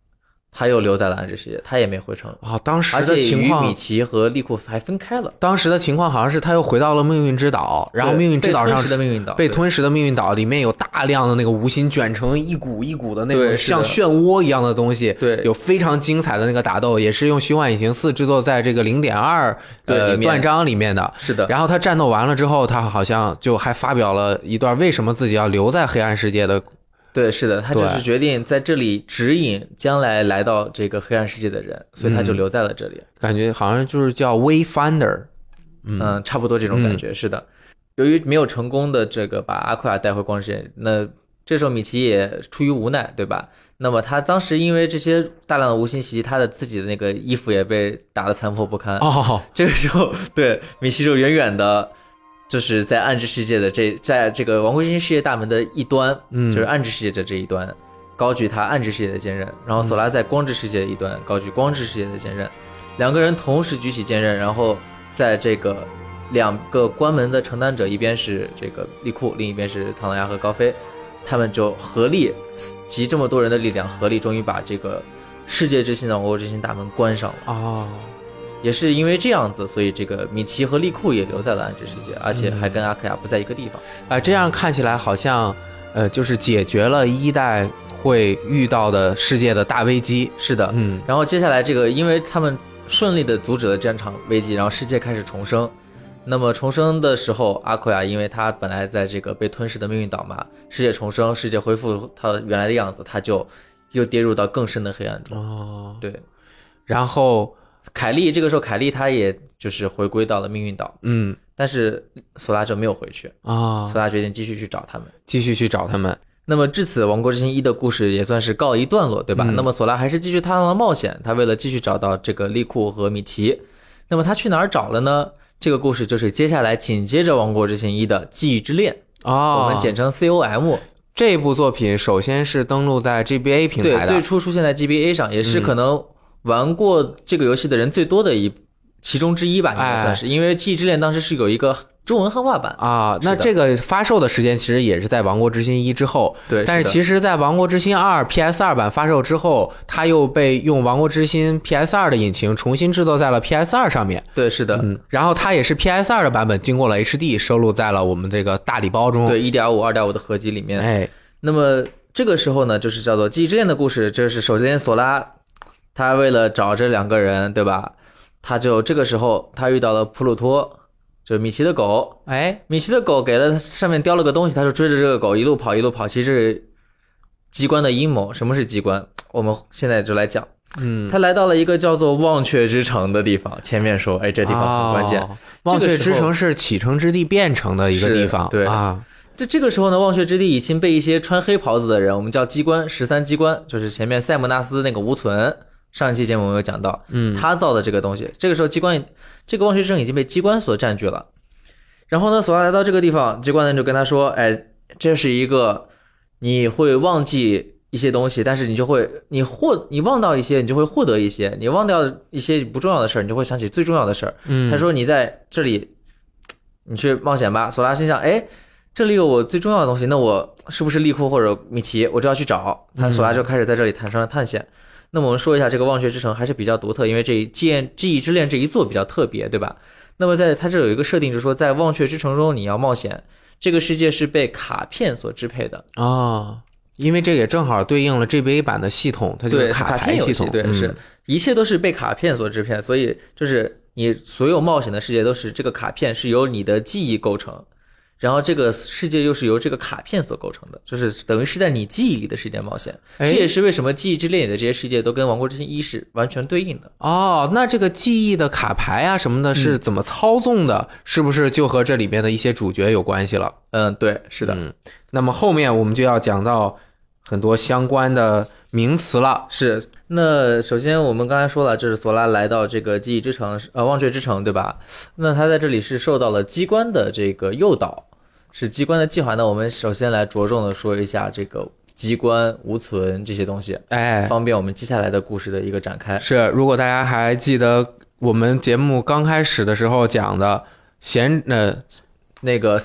他又留在了暗之世界，他也没回城。 啊、当时而且与的情况， 米奇和利库还分开了。 当时的情况好像是他又回到了命运之岛，然后对命运之岛上被吞噬的命运岛， 被对吞噬的命运岛里面有大量的那个无心卷成一股一股的那种对是的像漩涡一样的东西， 对有非常精彩的那个打斗，也是用虚幻引擎四制作在这个零点二呃对里面断章里面的。 是的。 然后他战斗完了之后，他好像就还发表了一段为什么自己要留在黑暗世界的。 对，是的，他就对是决定在这里指引将来来到这个黑暗世界的人，所以他就留在了这里。 感觉好像就是叫 Wayfinder， 嗯嗯，差不多这种感觉。是的，由于没有成功的这个把阿奎亚带回光之世界，那这时候米奇也出于无奈，对吧？那么他当时因为这些大量的无心袭击，他的自己的那个衣服也被打得残破不堪。 哦， 这个时候，对米奇就远远的。就是在暗之世界的这，在这个王国之心世界大门的一端， 嗯就是暗之世界的这一端，高举他暗之世界的剑刃，然后索拉在光之世界的一端高举光之世界的剑刃，两个人同时举起剑刃，然后在这个两个关门的承担者，一边是这个利库，另一边是唐老鸭和高飞，他们就合力集这么多人的力量，合力终于把这个世界之心的王国之心大门关上了。 哦， 也是因为这样子，所以这个米奇和利库也留在了暗之世界，而且还跟阿克亚不在一个地方。 哎、呃，这样看起来好像，呃，就是解决了一代会遇到的世界的大危机。 是的， 嗯， 然后接下来这个，因为他们顺利的阻止了这场危机，然后世界开始重生。那么重生的时候，阿奎亚因为他本来在这个被吞噬的命运岛嘛，世界重生，世界恢复他原来的样子，他就又跌入到更深的黑暗中。 哦， 对， 然后。 凯莉这个时候，凯莉她也就是回归到了命运岛， 嗯， 但是索拉就没有回去啊、哦， 索拉决定继续去找他们， 继续去找他们。 那么至此，王国之心一的故事也算是告一段落，对吧？ 嗯、 那么索拉还是继续踏上了冒险，他为了继续找到这个利库和米奇，那么他去哪儿找了呢？这个故事就是接下来紧接着王国之心一的记忆之恋， 哦， 我们简称 C O M。 这部作品首先是登录在 G B A 平台的， 对，最初出现在 G B A 上，也是可能、嗯。玩过这个游戏的人最多的一其中之一吧，应该算是，因为《记忆之恋》当时是有一个中文汉化版啊。那这个发售的时间其实也是在《王国之心一》之后， 对。 但是其实，在《王国之心二》P S 二 版发售之后，它又被用《王国之心》P S 二 的引擎重新制作在了 P S 二 上面。 对，是的。 嗯，然后它也是 P S 二 的版本，经过了 H D 收录在了我们这个大礼包中。 对 ，一点五、二点五 的合集里面。 哎， 那么这个时候呢，就是叫做《记忆之恋》的故事，这是首先索拉。他为了找这两个人，对吧？他就这个时候他遇到了普鲁托，就是米奇的狗。 哎， 米奇的狗给了上面叼了个东西，他就追着这个狗一路跑一路跑。其实是机关的阴谋。什么是机关？我们现在就来讲。 嗯， 他来到了一个叫做忘却之城的地方。前面说，哎，这地方很关键。 哦、忘却之城是启程之地变成的一个地方。 对啊。 这这个时候呢，忘却之地已经被一些穿黑袍子的人，我们叫机关十三机关，就是前面塞姆纳斯那个无存。上一期节目我们有讲到， 嗯， 他造的这个东西，这个时候机关这个忘却之城已经被机关所占据了。然后呢，索拉来到这个地方，机关呢就跟他说：“哎，这是一个你会忘记一些东西，但是你就会你获你忘到一些，你就会获得一些；你忘掉一些不重要的事儿，你就会想起最重要的事儿。” 嗯， 他说：“你在这里，你去冒险吧。”索拉心想：“哎，这里有我最重要的东西，那我是不是利库或者米奇，我就要去找。”他索拉就开始在这里产生了探险。那么我们说一下这个忘却之城还是比较独特，因为这一记忆之恋这一座比较特别，对吧？那么在它这有一个设定，就是说在忘却之城中你要冒险，这个世界是被卡片所支配的啊、哦，因为这也正好对应了 G B A 版的系统，它就是卡牌系统， 对， 嗯、 是一切都是被卡片所支配，所以就是你所有冒险的世界都是这个卡片是由你的记忆构成。然后这个世界又是由这个卡片所构成的，就是等于是在你记忆里的世界冒险。这也是为什么记忆之恋里的这些世界都跟王国之心一是完全对应的。 哦，那这个记忆的卡牌啊什么的是怎么操纵的、嗯、是不是就和这里面的一些主角有关系了？ 嗯，对，是的。 嗯，那么后面我们就要讲到很多相关的名词了。 是，那首先我们刚才说了，就是索拉来到这个记忆之城，呃，忘却之城，对吧？那他在这里是受到了机关的这个诱导。是机关的计划呢，我们首先来着重的说一下这个机关无存这些东西， 哎， 方便我们接下来的故事的一个展开。 是，如果大家还记得我们节目刚开始的时候讲的闲呃那个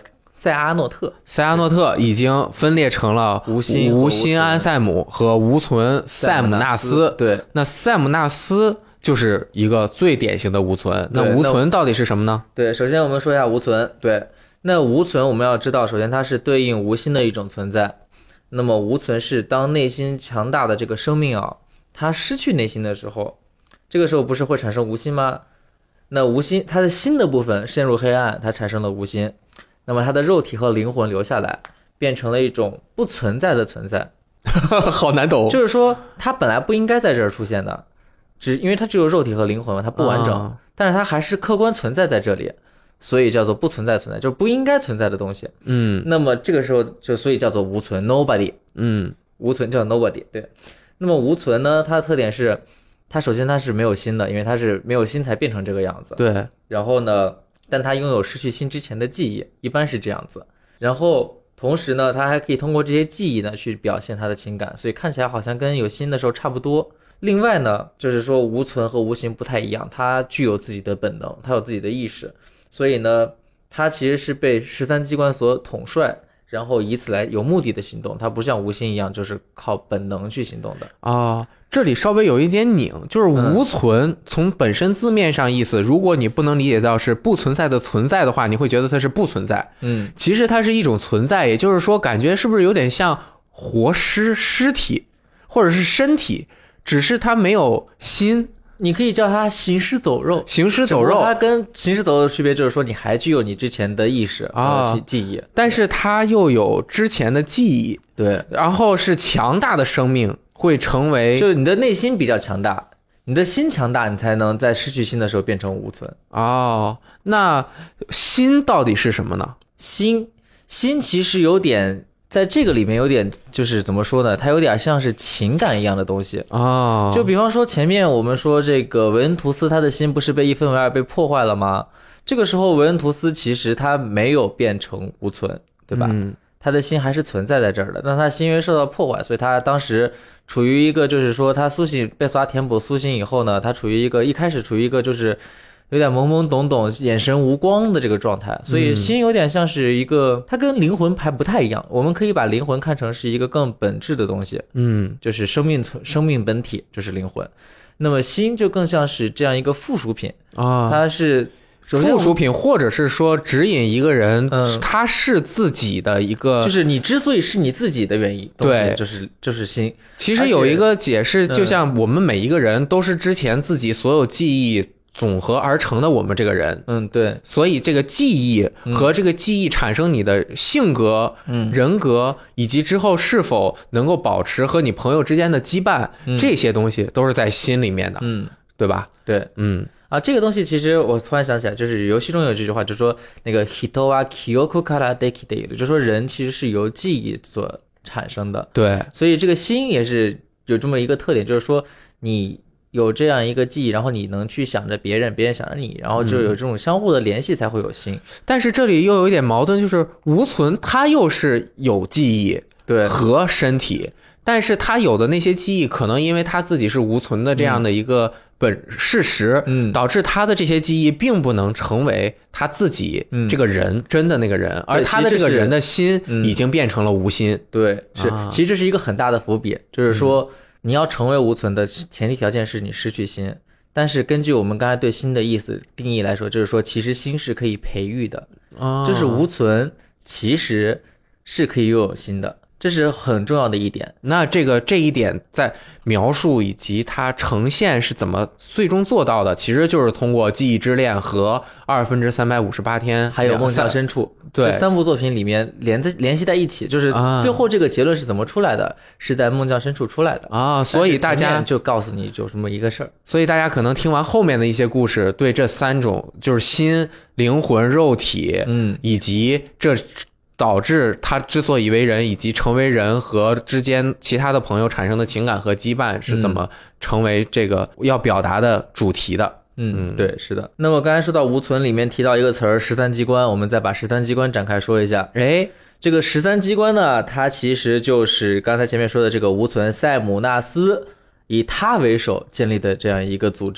塞阿诺特。 塞阿诺特已经分裂成了无心无心安塞姆和无存塞姆纳斯。 对， 那塞姆纳斯就是一个最典型的无存。那无存到底是什么呢？ 对，首先我们说一下无存。对，那无存我们要知道，首先它是对应无心的一种存在。那么无存是当内心强大的这个生命啊，它失去内心的时候，这个时候不是会产生无心吗？那无心，它的心的部分陷入黑暗，它产生了无心。那么它的肉体和灵魂留下来，变成了一种不存在的存在。 好难懂。 就是说，它本来不应该在这儿出现的，只因为它只有肉体和灵魂嘛，它不完整， 啊、 但是它还是客观存在在这里。所以叫做不存在存在，就是不应该存在的东西。 嗯， 那么这个时候就所以叫做无存 nobody。 嗯， 无存叫 nobody。对，那么无存呢，它的特点是，它首先它是没有心的，因为它是没有心才变成这个样子。 对。 然后呢，但它拥有失去心之前的记忆，一般是这样子。然后同时呢，它还可以通过这些记忆呢去表现它的情感，所以看起来好像跟有心的时候差不多。另外呢，就是说无存和无形不太一样，它具有自己的本能，它有自己的意识。所以呢，它其实是被十三机关所统帅，然后以此来有目的的行动。它不像无心一样，就是靠本能去行动的啊、哦。这里稍微有一点拧，就是无存、嗯、从本身字面上意思，如果你不能理解到是不存在的存在的话，你会觉得它是不存在。 嗯， 其实它是一种存在，也就是说，感觉是不是有点像活尸、尸体或者是身体，只是它没有心。 你可以叫它行尸走肉， 行尸走肉， 它跟行尸走肉的区别就是说，你还具有你之前的意识啊、记记忆， 但是它又有之前的记忆， 对， 然后是强大的生命会成为， 就是你的内心比较强大，你的心强大，你才能在失去心的时候变成无存。 哦，那心到底是什么呢？ 心，心其实有点。在这个里面有点就是怎么说呢，它有点像是情感一样的东西哦。 就比方说前面我们说这个维恩图斯他的心不是被一分为二被破坏了吗？这个时候维恩图斯其实他没有变成无存，对吧、嗯、他的心还是存在在这儿的，但他心因为受到破坏，所以他当时处于一个就是说他苏醒被索拉填补苏醒以后呢，他处于一个一开始处于一个就是有点懵懵懂懂眼神无光的这个状态，所以心有点像是一个、嗯、它跟灵魂还不太一样，我们可以把灵魂看成是一个更本质的东西， 嗯， 就是生命生命本体就是灵魂，那么心就更像是这样一个附属品啊， 它是附属品，或者是说指引一个人、 嗯、 他是自己的一个， 就是你之所以是你自己的原因， 对， 就是就是心。 其实有一个解释，就像我们每一个人都是之前自己所有记忆总和而成的我们这个人， 嗯，对， 所以这个记忆和这个记忆产生你的性格、 嗯、 人格，以及之后是否能够保持和你朋友之间的羁绊、嗯，这些东西都是在心里面的， 嗯， 对吧？ 对， 嗯。 啊，这个东西其实我突然想起来，就是游戏中有这句话，就是说那个 hito wa kyoku kara dekideru，就是说人其实是由记忆所产生的， 对， 所以这个心也是有这么一个特点，就是说你有这样一个记忆，然后你能去想着别人，别人想着你，然后就有这种相互的联系才会有心、嗯、 但是这里又有一点矛盾，就是无存它又是有记忆对和身体，但是他有的那些记忆可能因为他自己是无存的这样的一个本事实， 嗯， 导致他的这些记忆并不能成为他自己这个人、嗯、真的那个人，而他的这个人的心已经变成了无心。 对，是、 啊， 其实这是一个很大的伏笔，就是说、嗯、你要成为无存的前提条件是你失去心，但是根据我们刚才对心的意思定义来说，就是说其实心是可以培育的， 啊， 就是无存其实是可以拥有心的。这是很重要的一点。 那这个这一点在描述以及它呈现是怎么最终做到的，其实就是通过记忆之恋和二分之三百五十八天还有梦乡深处， 对， 这三部作品里面连在联系在一起，就是最后这个结论是怎么出来的、啊、是在梦乡深处出来的啊，所以大家就告诉你就这么一个事儿。 所以大家可能听完后面的一些故事，对这三种就是心、灵魂、肉体， 嗯， 以及这导致他之所以为人以及成为人和之间其他的朋友产生的情感和羁绊是怎么成为这个要表达的主题的。 嗯，嗯对，是的。那么刚才说到无存里面提到一个词儿十三机关，我们再把十三机关展开说一下。 诶， 这个十三机关呢，它其实就是刚才前面说的这个无存塞姆纳斯以他为首建立的这样一个组织。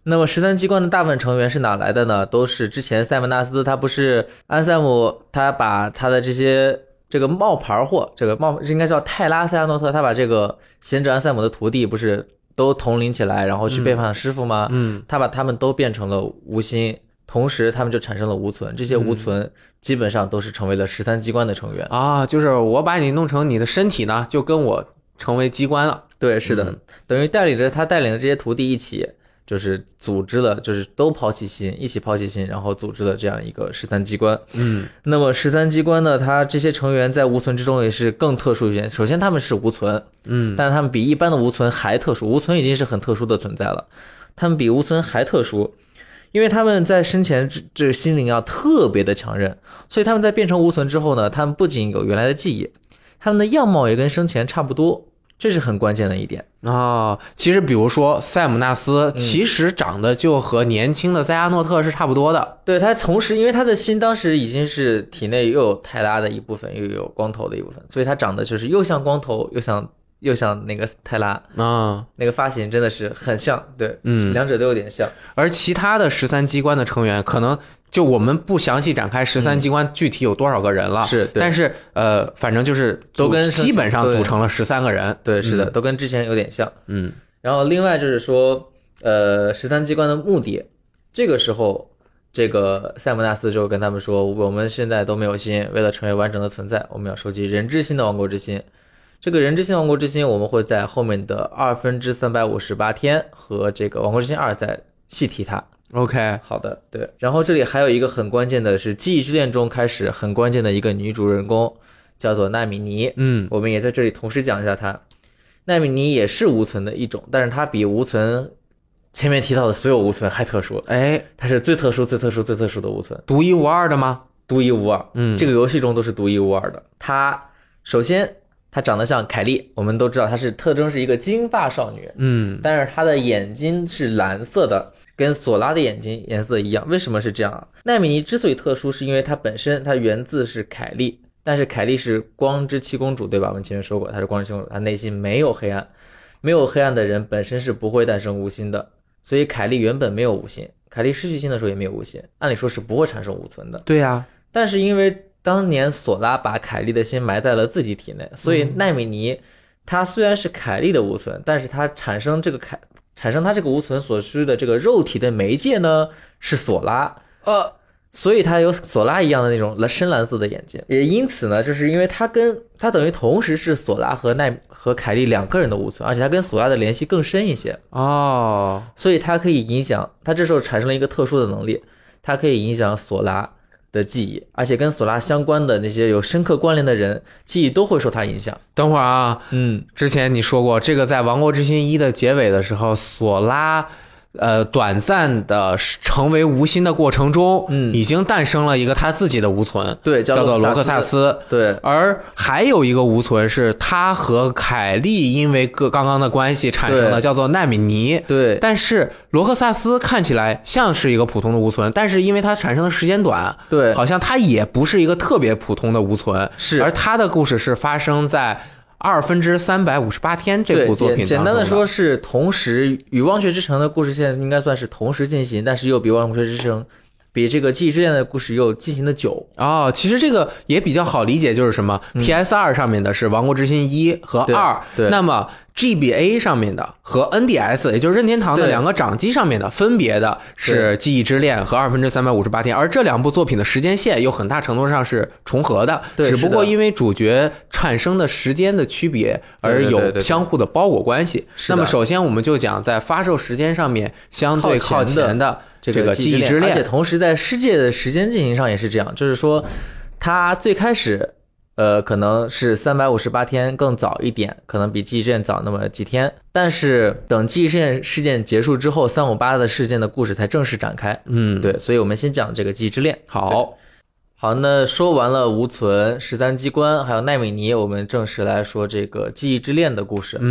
那么十三机关的大部分成员是哪来的呢？都是之前塞门纳斯他不是安塞姆他把他的这些这个冒牌货，这个冒应该叫泰拉塞亚诺特，他把这个贤者安塞姆的徒弟不是都统领起来，然后去背叛师傅吗？ 嗯， 他把他们都变成了无心，同时他们就产生了无存，这些无存基本上都是成为了十三机关的成员、 嗯、啊，就是我把你弄成你的身体呢，就跟我成为机关了。 对，是的、 嗯、 等于带领着他带领的这些徒弟一起就是组织了，就是都抛弃心，一起抛弃心，然后组织了这样一个十三机关。 嗯， 那么十三机关呢，它这些成员在无存之中也是更特殊一些。首先他们是无存， 嗯， 但是他们比一般的无存还特殊，无存已经是很特殊的存在了，他们比无存还特殊，因为他们在生前这这个心灵啊特别的强韧，所以他们在变成无存之后呢，他们不仅有原来的记忆，他们的样貌也跟生前差不多。这是很关键的一点啊、哦！其实，比如说塞姆纳斯，其实长得就和年轻的塞亚诺特是差不多的。 嗯、对他，同时因为他的心当时已经是体内又有泰拉的一部分，又有光头的一部分，所以他长得就是又像光头，又像又像那个泰拉啊、 嗯， 那个发型真的是很像，对， 嗯， 两者都有点像。 而其他的十三机关的成员可能。就我们不详细展开十三机关具体有多少个人了， 嗯、是， 但是呃，反正就是都跟基本上组成了十三个人， 对，是的、 嗯， 都跟之前有点像， 嗯。 然后另外就是说，呃，十三机关的目的，这个时候，这个塞姆纳斯就跟他们说，我们现在都没有心，为了成为完整的存在，我们要收集人之心的王国之心。这个人之心王国之心，我们会在后面的二分之三百五十八天和这个王国之心二再细提它。 OK， 好的，对。然后这里还有一个很关键的是，记忆之恋中开始很关键的一个女主人公，叫做奈米尼。 嗯， 我们也在这里同时讲一下她。奈米尼也是无存的一种，但是她比无存前面提到的所有无存还特殊。 哎， 她是最特殊、最特殊、最特殊的无存， 独一无二的吗？ 独一无二。 嗯， 这个游戏中都是独一无二的。她首先她长得像凯莉，我们都知道她是特征是一个金发少女。 嗯， 但是她的眼睛是蓝色的。跟索拉的眼睛颜色一样，为什么是这样啊？奈米尼之所以特殊，是因为它本身它源自是凯莉，但是凯莉是光之七公主，对吧？我们前面说过，她是光之七公主，她内心没有黑暗，没有黑暗的人本身是不会诞生无心的，所以凯莉原本没有无心，凯莉失去心的时候也没有无心，按理说是不会产生无存的。 对呀、啊， 但是因为当年索拉把凯莉的心埋在了自己体内，所以奈米尼她虽然是凯莉的无存，但是她产生这个凯。产生它这个无存所需的这个肉体的媒介呢是索拉，呃，所以它有索拉一样的那种深蓝色的眼睛，也因此呢，就是因为它跟它等于同时是索拉和奈和凯莉两个人的无存，而且它跟索拉的联系更深一些哦， 所以它可以影响，它这时候产生了一个特殊的能力，它可以影响索拉的记忆，而且跟索拉相关的那些有深刻关联的人记忆都会受它影响。 等会儿啊， 嗯， 之前你说过这个在《王国之心一》的结尾的时候，索拉呃短暂的成为无心的过程中， 嗯， 已经诞生了一个他自己的无存， 对， 叫做罗克萨斯。 对， 而还有一个无存是他和凯莉因为个刚刚的关系产生的，叫做奈米尼。 对， 但是罗克萨斯看起来像是一个普通的无存，但是因为它产生的时间短， 对， 好像它也不是一个特别普通的无存。 是， 而他的故事是发生在二分之三百五十八天这部作品当中的。 简单的说是同时与忘却之城的故事线应该算是同时进行，但是又比忘却之城比这个记忆之恋的故事又进行的久。 哦，其实这个也比较好理解，就是什么、嗯、P S 二 上面的是王国之心一和二，那么 G B A 上面的和 N D S 也就是任天堂的两个掌机上面的分别的是记忆之恋和二分之三百五十八天，而这两部作品的时间线有很大程度上是重合的，只不过因为主角产生的时间的区别而有相互的包裹关系。那么首先我们就讲在发售时间上面相对靠前的这个记忆之恋， 而且同时在世界的时间进行上也是这样，就是说它最开始呃，可能是三百五十八天更早一点，可能比记忆之恋早那么几天，但是等记忆之恋事件结束之后，三五八的事件的故事才正式展开。 嗯， 对，所以我们先讲这个记忆之恋。 好， 好，那说完了无存、十三机关还有奈米尼，我们正式来说这个记忆之恋的故事。 嗯，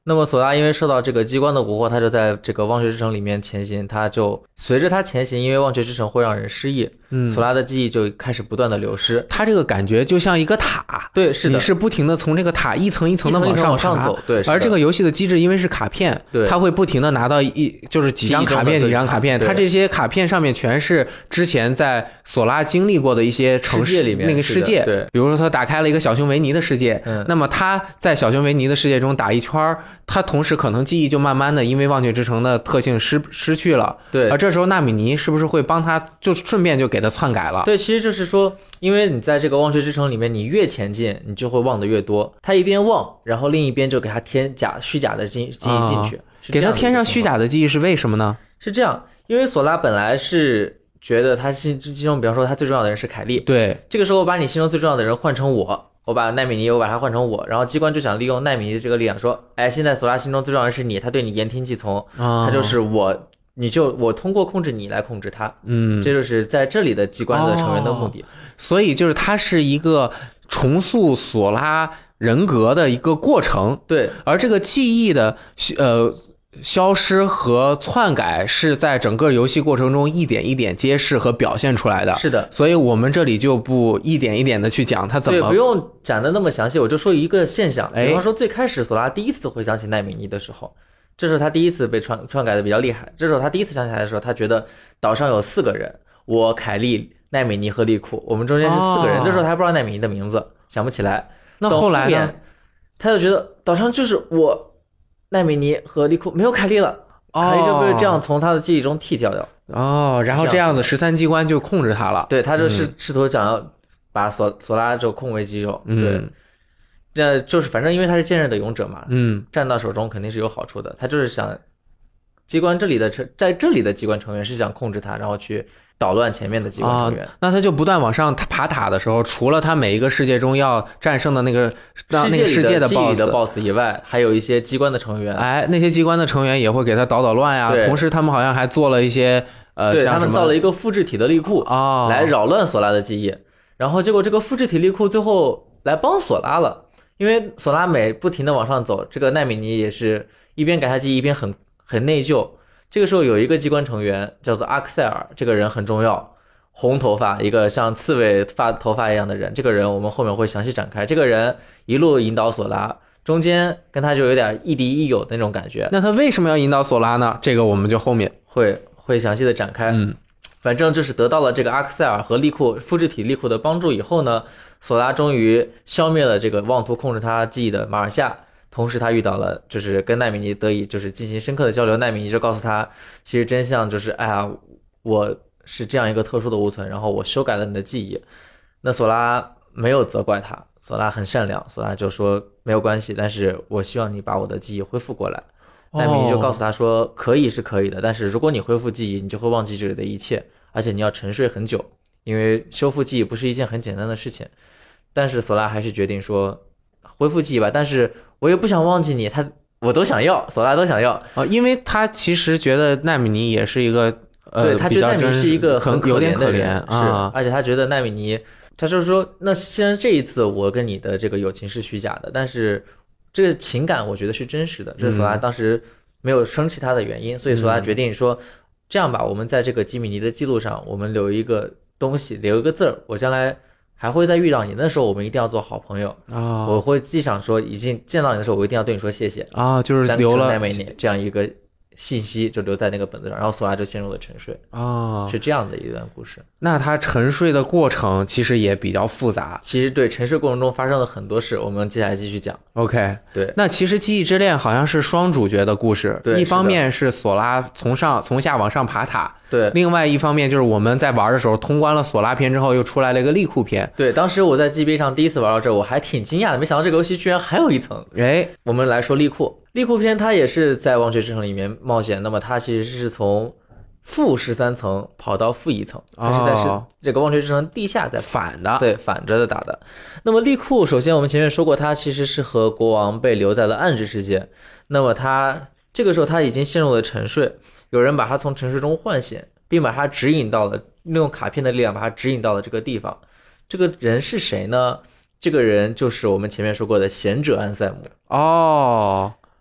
那么索拉因为受到这个机关的蛊惑，他就在这个忘却之城里面前行，他就随着他前行，因为忘却之城会让人失忆， 嗯， 索拉的记忆就开始不断的流失。 他这个感觉就像一个塔， 对，是的， 你是不停的从这个塔一层一层的往上往上走，对。 而这个游戏的机制因为是卡片， 对， 他会不停的拿到一就是几张卡片几张卡片，他这些卡片上面全是之前在索拉经历过的一些城市里面那个世界， 对， 比如说他打开了一个小熊维尼的世界， 嗯， 那么他在小熊维尼的世界中打一圈，他同时可能记忆就慢慢的因为忘却之城的特性失失去了， 对。 而这时候纳米尼是不是会帮他就顺便就给他篡改了？ 对，其实就是说，因为你在这个忘却之城里面，你越前进，你就会忘得越多。他一边忘，然后另一边就给他添假虚假的记记忆进去， 啊，给他添上虚假的记忆是为什么呢？ 是这样，因为索拉本来是觉得他心之中，比方说他最重要的人是凯莉， 对， 这个时候我把你心中最重要的人换成我。我把奈米尼我把他换成我，然后机关就想利用奈米尼的这个力量说，哎，现在索拉心中最重要的是你，他对你言听计从， 啊， 他就是我，你就我通过控制你来控制他， 嗯， 这就是在这里的机关的成员的目的。 哦，所以就是它是一个重塑索拉人格的一个过程， 对， 而这个记忆的呃消失和篡改是在整个游戏过程中一点一点揭示和表现出来的。 是的， 所以我们这里就不一点一点的去讲它怎么， 对，不用讲的那么详细，我就说一个现象。 哎， 比方说最开始索拉第一次回想起奈米尼的时候，这时候他第一次被篡篡改的比较厉害。这时候他第一次想起来的时候，他觉得岛上有四个人，我、凯莉、奈米尼和利库，我们中间是四个人。哦，这时候他还不知道奈米尼的名字，想不起来。 那后来呢？ 他就觉得岛上就是我、奈米尼和利库，没有凯莉了。凯莉就被这样从他的记忆中剔掉掉。 哦，然后这样子十三机关就控制他了。 对，他就试、嗯、试图想要把索索拉就控为肌肉。对， 嗯， 这就是反正因为他是坚韧的勇者嘛， 嗯， 占到手中肯定是有好处的。他就是想机关这里的成在这里的机关成员是想控制他，然后去捣乱前面的机关成员。 啊，那他就不断往上爬塔的时候，除了他每一个世界中要战胜的那个那个世界的 boss, 的 boss 以外，还有一些机关的成员。 哎，那些机关的成员也会给他捣捣乱呀。同时，他们好像还做了一些呃， 对，他们造了一个复制体的力库啊， 哦，来扰乱索拉的记忆。然后结果这个复制体力库最后来帮索拉了，因为索拉每不停的往上走，这个奈米尼也是一边改他记忆一边很很内疚。这个时候有一个机关成员叫做阿克塞尔，这个人很重要，红头发，一个像刺猬发头发一样的人。这个人我们后面会详细展开。这个人一路引导索拉，中间跟他就有点亦敌亦友的那种感觉。 那他为什么要引导索拉呢？这个我们就后面会会详细的展开。 嗯， 反正就是得到了这个阿克塞尔和利库复制体利库的帮助以后呢，索拉终于消灭了这个妄图控制他记忆的马尔夏。同时他遇到了就是跟奈米尼得以就是进行深刻的交流，奈米尼就告诉他其实真相就是哎呀，我是这样一个特殊的物存，然后我修改了你的记忆。那索拉没有责怪他，索拉很善良，索拉就说没有关系，但是我希望你把我的记忆恢复过来。奈米尼就告诉他说可以是可以的，但是如果你恢复记忆，你就会忘记这里的一切，而且你要沉睡很久，因为修复记忆不是一件很简单的事情。但是索拉还是决定说恢复记忆吧，但是我也不想忘记你，他我都想要，索拉都想要啊，因为他其实觉得奈米尼也是一个呃， 对，他觉得奈米尼是一个很有点可怜啊，而且他觉得奈米尼，他就是说，那虽然这一次我跟你的这个友情是虚假的，但是这个情感我觉得是真实的，这是索拉当时没有生气他的原因，嗯，所以索拉决定说，这样吧，我们在这个基米尼的记录上，我们留一个东西，留一个字儿，我将来还会再遇到你，那时候我们一定要做好朋友啊！我会记上说，已经见到你的时候，我一定要对你说谢谢啊！就是留了这样一个信息，就留在那个本子上，然后索拉就陷入了沉睡啊， 是这样的一段故事。 那他沉睡的过程其实也比较复杂， 其实对沉睡过程中发生了很多事，我们接下来继续讲。 OK， 对， 那其实《记忆之恋》好像是双主角的故事， 对， 一方面是索拉从上从下往上爬塔。 对， 另外一方面就是我们在玩的时候通关了索拉篇之后，又出来了一个利库篇。 对，当时我在 G B 上第一次玩到这，我还挺惊讶的，没想到这个游戏居然还有一层。 哎， 我们来说利库，利库篇它也是在忘却之城里面冒险，那么它其实是从负十三层跑到负一层，它是在是这个忘却之城地下在反的， 对，反着的打的。那么利库，首先我们前面说过，它其实是和国王被留在了暗之世界，那么它这个时候他已经陷入了沉睡。有人把他从沉睡中唤醒，并把他指引到了，利用卡片的力量把他指引到了这个地方。这个人是谁呢？这个人就是我们前面说过的贤者安塞姆。 哦，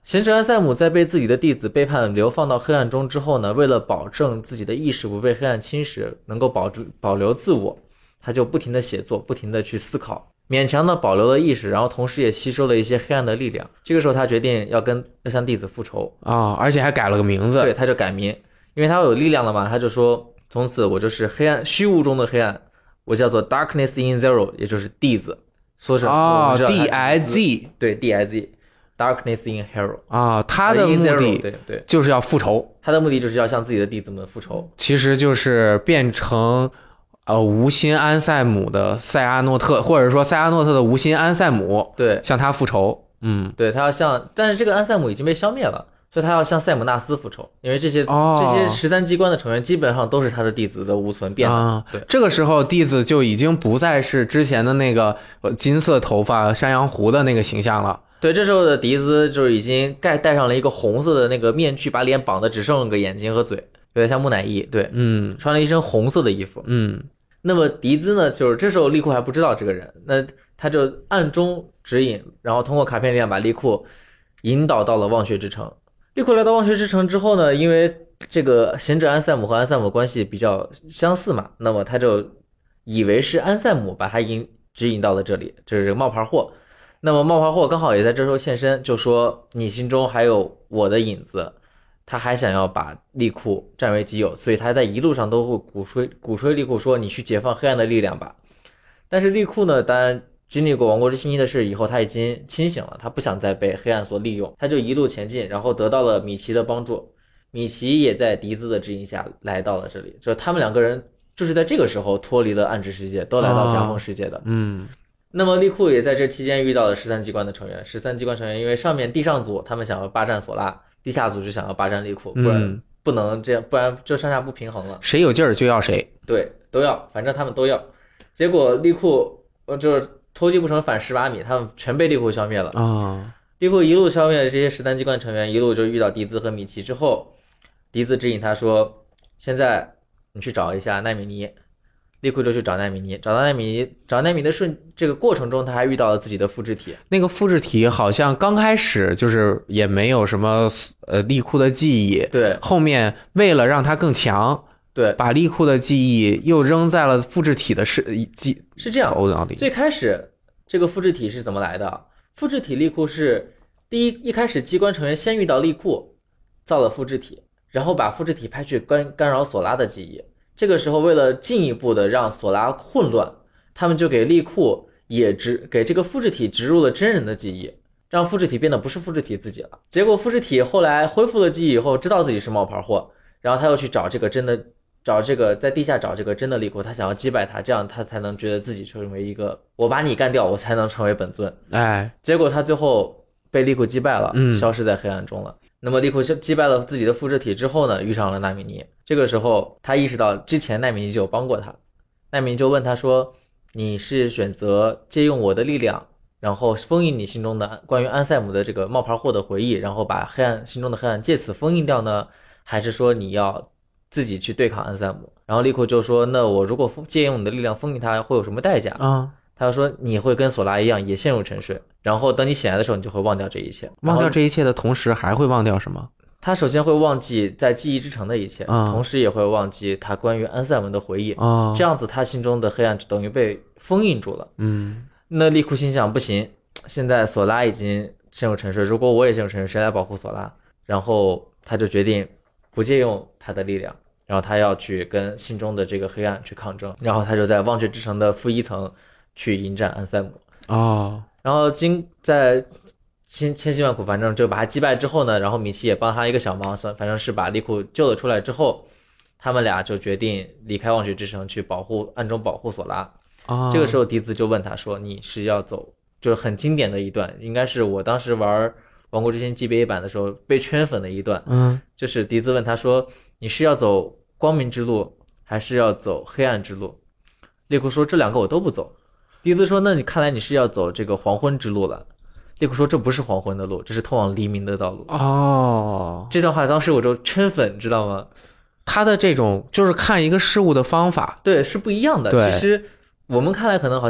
贤者安塞姆在被自己的弟子背叛流放到黑暗中之后呢，为了保证自己的意识不被黑暗侵蚀，能够保住保留自我，他就不停的写作，不停的去思考，勉强的保留了意识，然后同时也吸收了一些黑暗的力量。这个时候他决定要跟要向弟子复仇啊、哦，而且还改了个名字。 对，他就改名，因为他有力量了嘛，他就说从此我就是黑暗虚无中的黑暗，我叫做 Darkness in Zero， 也就是弟子，说成哦 ，D I Z， 对 ，D I Z。Darkness in Hero 啊，他的目的对对就是要复仇， 他的目的就是要向自己的弟子们复仇， 其实就是变成呃无心安塞姆的塞阿诺特，或者说塞阿诺特的无心安塞姆， 对， 向他复仇。嗯， 对他要向，但是这个安塞姆已经被消灭了，所以他要向塞姆纳斯复仇，因为这些、哦、这些十三机关的成员基本上都是他的弟子的无存变的、啊。对， 这个时候弟子就已经不再是之前的那个金色头发山羊胡的那个形象了。 对，这时候的迪兹就是已经盖戴上了一个红色的那个面具，把脸绑的只剩了个眼睛和嘴，有点像木乃伊。对， 嗯， 穿了一身红色的衣服。 嗯， 那么迪兹呢，就是这时候利库还不知道这个人，那他就暗中指引，然后通过卡片力量把利库引导到了忘却之城。利库来到忘却之城之后呢，因为这个贤者安塞姆和安塞姆关系比较相似嘛，那么他就以为是安塞姆把他引指引到了这里，就是这个冒牌货。那么冒牌货刚好也在这时候现身，就说你心中还有我的影子，他还想要把利库占为己有，所以他在一路上都会鼓吹鼓吹利库说你去解放黑暗的力量吧。但是利库呢，当然经历过王国之心意的事以后，他已经清醒了，他不想再被黑暗所利用，他就一路前进，然后得到了米奇的帮助。米奇也在迪兹的指引下来到了这里，就他们两个人就是在这个时候脱离了暗之世界，都来到夹缝世界的。 哦、嗯。 那么利库也在这期间遇到了十三机关的成员，十三机关成员因为上面地上组他们想要霸占索拉，地下组就想要霸占利库，不然不能这样，不然就上下不平衡了。 谁有劲儿就要谁， 对，都要，反正他们都要。结果利库就是偷鸡不成反蚀把米，他们全被利库消灭了啊、哦！ 利库一路消灭了这些十三机关成员，一路就遇到迪兹和米奇之后，迪兹指引他说：“现在你去找一下奈米尼。”利库就去找奈米尼，找到奈米尼，找奈米的顺这个过程中，他还遇到了自己的复制体。 那个复制体好像刚开始就是也没有什么呃利库的记忆， 对， 后面为了让他更强， 对， 把利库的记忆又扔在了复制体的是记是这样。 头脑里。 最开始这个复制体是怎么来的？复制体利库是第一一开始机关成员先遇到利库，造了复制体，然后把复制体派去干干扰索拉的记忆。这个时候为了进一步的让索拉混乱，他们就给利库也植给这个复制体植入了真人的记忆，让复制体变得不是复制体自己了。结果复制体后来恢复了记忆以后，知道自己是冒牌货，然后他又去找这个真的找这个在地下找这个真的利库，他想要击败他，这样他才能觉得自己成为一个我把你干掉我才能成为本尊。 哎， 结果他最后被利库击败了， 嗯， 消失在黑暗中了。那么利库击败了自己的复制体之后呢，遇上了奈米尼。这个时候他意识到之前奈米尼就有帮过他，奈米尼就问他说，你是选择借用我的力量，然后封印你心中的关于安塞姆的这个冒牌货的回忆，然后把黑暗心中的黑暗借此封印掉呢，还是说你要自己去对抗安塞姆？然后利库就说，那我如果借用你的力量封印他会有什么代价？ 啊、嗯， 他说你会跟索拉一样也陷入沉睡，然后等你醒来的时候你就会忘掉这一切。 忘掉这一切的同时还会忘掉什么？ 他首先会忘记在记忆之城的一切、 嗯、 同时也会忘记他关于安塞文的回忆、 哦、 这样子他心中的黑暗等于被封印住了。 嗯， 那利库心想不行，现在索拉已经陷入沉睡，如果我也陷入沉睡，谁来保护索拉？然后他就决定不借用他的力量，然后他要去跟心中的这个黑暗去抗争，然后他就在忘却之城的负一层去迎战安塞姆。 哦， 然后经在千千辛万苦，反正就把他击败之后呢，然后米奇也帮他一个小忙，反正是把利库救了出来之后，他们俩就决定离开忘却之城去保护暗中保护索拉。 哦， 这个时候迪兹就问他说，你是要走，就是很经典的一段，应该是我当时玩王国之心 G B A 版的时候被圈粉的一段。 嗯， 就是迪兹问他说，你是要走光明之路还是要走黑暗之路？利库说这两个我都不走。迪兹说那你看来你是要走这个黄昏之路了。利库说这不是黄昏的路，这是通往黎明的道路。 哦， 这段话当时我就圈粉，知道吗？ 他的这种就是看一个事物的方法， 对，是不一样的。其实我们看来可能好像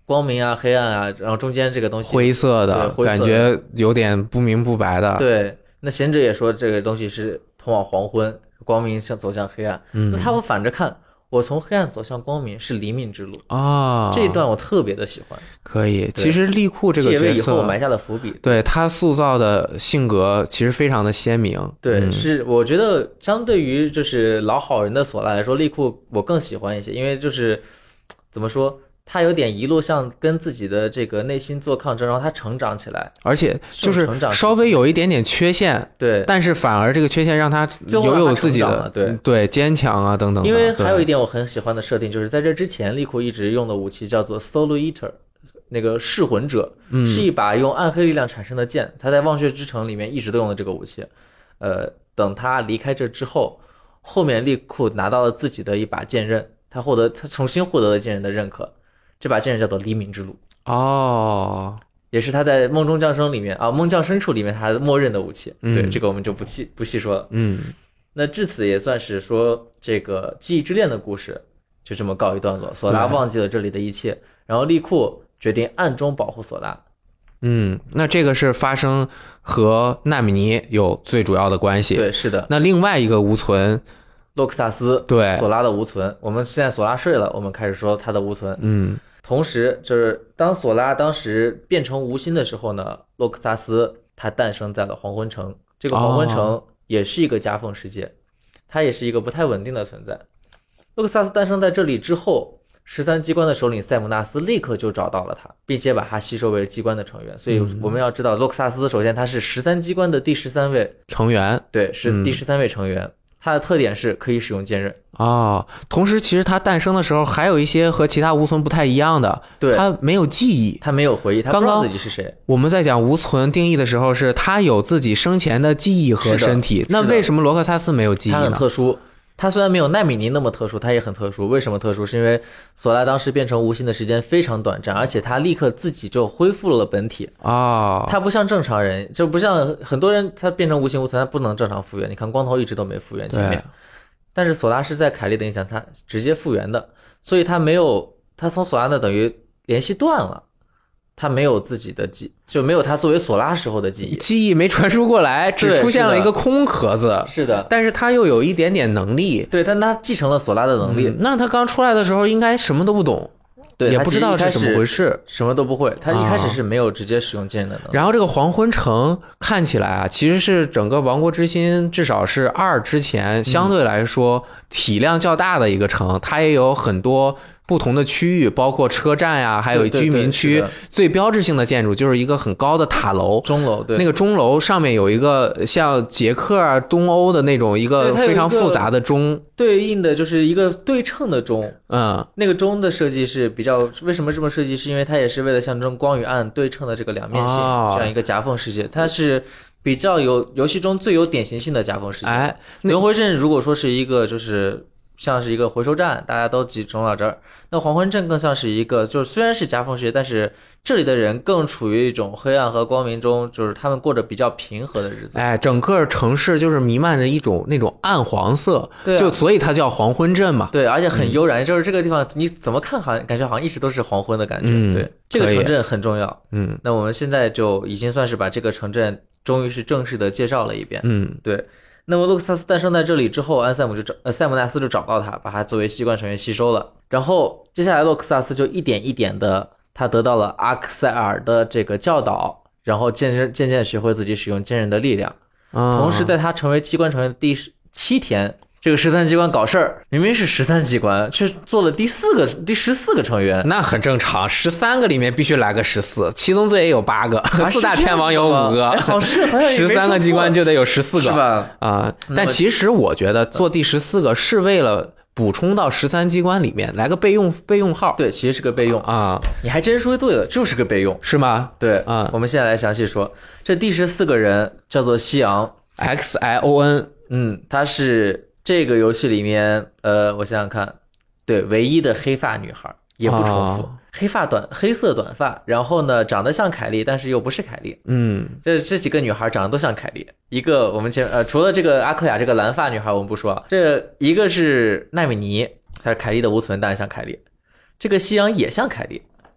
光明啊、黑暗啊，然后中间这个东西灰色的灰色的感觉，有点不明不白的。 对，那贤者也说这个东西是通往黄昏，光明向走向黑暗。 嗯， 那他们反着看，我从黑暗走向光明是黎明之路啊、哦， 这一段我特别的喜欢。 可以，其实利库这个角色， 这也为以后我埋下了伏笔。 对他塑造的性格其实非常的鲜明。 对， 嗯、 是我觉得相对于就是老好人的索拉来说，利库我更喜欢一些，因为就是怎么说，他有点一路向跟自己的这个内心做抗争，然后他成长起来， 而且就是稍微有一点点缺陷， 对， 但是反而这个缺陷让他拥有自己的对对坚强啊等等。 因为还有一点我很喜欢的设定，就是在这之前，利库一直用的武器叫做 Soul Eater， 那个噬魂者， 嗯， 是一把用暗黑力量产生的剑，他在忘却之城里面一直都用的这个武器。呃，等他离开这之后，后面利库拿到了自己的一把剑刃，他获得他重新获得了剑人的认可。这把剑刃叫做黎明之路哦， 也是他在梦中降生里面啊，梦降深处里面他默认的武器。 嗯、 对，这个我们就不细不细说了。 嗯， 那至此也算是说这个记忆之恋的故事就这么告一段落。索拉忘记了这里的一切，然后利库决定暗中保护索拉。 嗯，那这个是发生和纳米尼有最主要的关系。 对，是的。 那另外一个无存。 洛克萨斯对索拉的无存，我们现在索拉睡了，我们开始说他的无存。 嗯， 同时就是当索拉当时变成无心的时候呢，洛克萨斯他诞生在了黄昏城。这个黄昏城也是一个夹缝世界，它也是一个不太稳定的存在。洛克萨斯诞生在这里之后，十三机关的首领塞姆纳斯立刻就找到了他，并且把他吸收为机关的成员。所以我们要知道，洛克萨斯首先他是十三机关的第十三位成员， 对，是第十三位成员。嗯，它的特点是可以使用剑刃哦，同时其实它诞生的时候还有一些和其他无存不太一样的， 对， 它没有记忆， 它没有回忆，它不知道自己是谁。 我们在讲无存定义的时候，是它有自己生前的记忆和身体，那为什么罗克萨斯没有记忆呢？ 它很特殊。它虽然没有奈米尼那么特殊，它也很特殊。为什么特殊？是因为索拉当时变成无心的时间非常短暂，而且他立刻自己就恢复了本体哦。 他不像正常人，就不像很多人，他变成无形无存，他不能正常复原。你看光头一直都没复原前面，但是索拉是在凯莉的影响，他直接复原的，所以他没有，他从索拉那等于联系断了。他没有自己的记，就没有他作为索拉时候的记忆， 记忆没传输过来，只出现了一个空壳子。 是的， 但是他又有一点点能力， 对，但他继承了索拉的能力。 嗯、那他刚出来的时候应该什么都不懂， 对， 也不知道是怎么回事， 什么都不会。他一开始是没有直接使用剑的能力。 啊、然后这个黄昏城看起来啊，其实是整个王国之心至少是二之前相对来说体量较大的一个城，嗯、它也有很多。不同的区域，包括车站呀、啊，还有居民区。最标志性的建筑就是一个很高的塔楼， 钟楼。对， 那个钟楼上面有一个像捷克啊、东欧的那种一个非常复杂的钟， 对应的就是一个对称的钟。 嗯， 那个钟的设计是比较，为什么这么设计？是因为它也是为了象征光与暗对称的这个两面性， 哦、 这样一个夹缝世界。它是比较有游戏中最有典型性的夹缝世界。 哎， 轮回镇如果说是一个就是像是一个回收站，大家都集中到这儿。那黄昏镇更像是一个，就是虽然是夹缝世界，但是这里的人更处于一种黑暗和光明中，就是他们过着比较平和的日子。 哎，整个城市就是弥漫着一种那种暗黄色， 对、啊， 就所以它叫黄昏镇嘛。 对，而且很悠然，嗯、就是这个地方你怎么看，好像感觉好像一直都是黄昏的感觉。 嗯、 对，这个城镇很重要。 嗯， 那我们现在就已经算是把这个城镇终于是正式的介绍了一遍。 嗯， 对。那么洛克萨斯诞生在这里之后，安塞姆就找呃塞姆纳斯就找到他，把他作为习惯成员吸收了。然后接下来洛克萨斯就一点一点的，他得到了阿克塞尔的这个教导，然后渐渐渐渐学会自己使用坚韧的力量。 嗯、 同时在他成为机关成员的第七天，这个十三机关搞事儿，明明是十三机关，却做了第四个、第十四个成员， 那很正常。十三个里面必须来个十四，七宗罪也有八个， 啊、 四大天王有五个， 哎、好是好像十三个机关就得有十四个， 是吧？ 啊，但其实我觉得做第十四个是为了补充到十三机关里面来个备用备用号。 对，其实是个备用啊， 你还真说对了，就是个备用， 是吗？ 对啊， 我们现在来详细说，这第十四个人叫做西昂 ，X I O N， 嗯，他是这个游戏里面，呃，我想想看，对，唯一的黑发女孩，也不重复， 哦、 黑发短，黑色短发，然后呢，长得像凯莉，但是又不是凯莉， 嗯， 这这几个女孩长得都像凯莉，一个我们前呃，除了这个阿克雅这个蓝发女孩我们不说，这一个是奈米尼，她是凯莉的无存，当然像凯莉，这个西洋也像凯莉，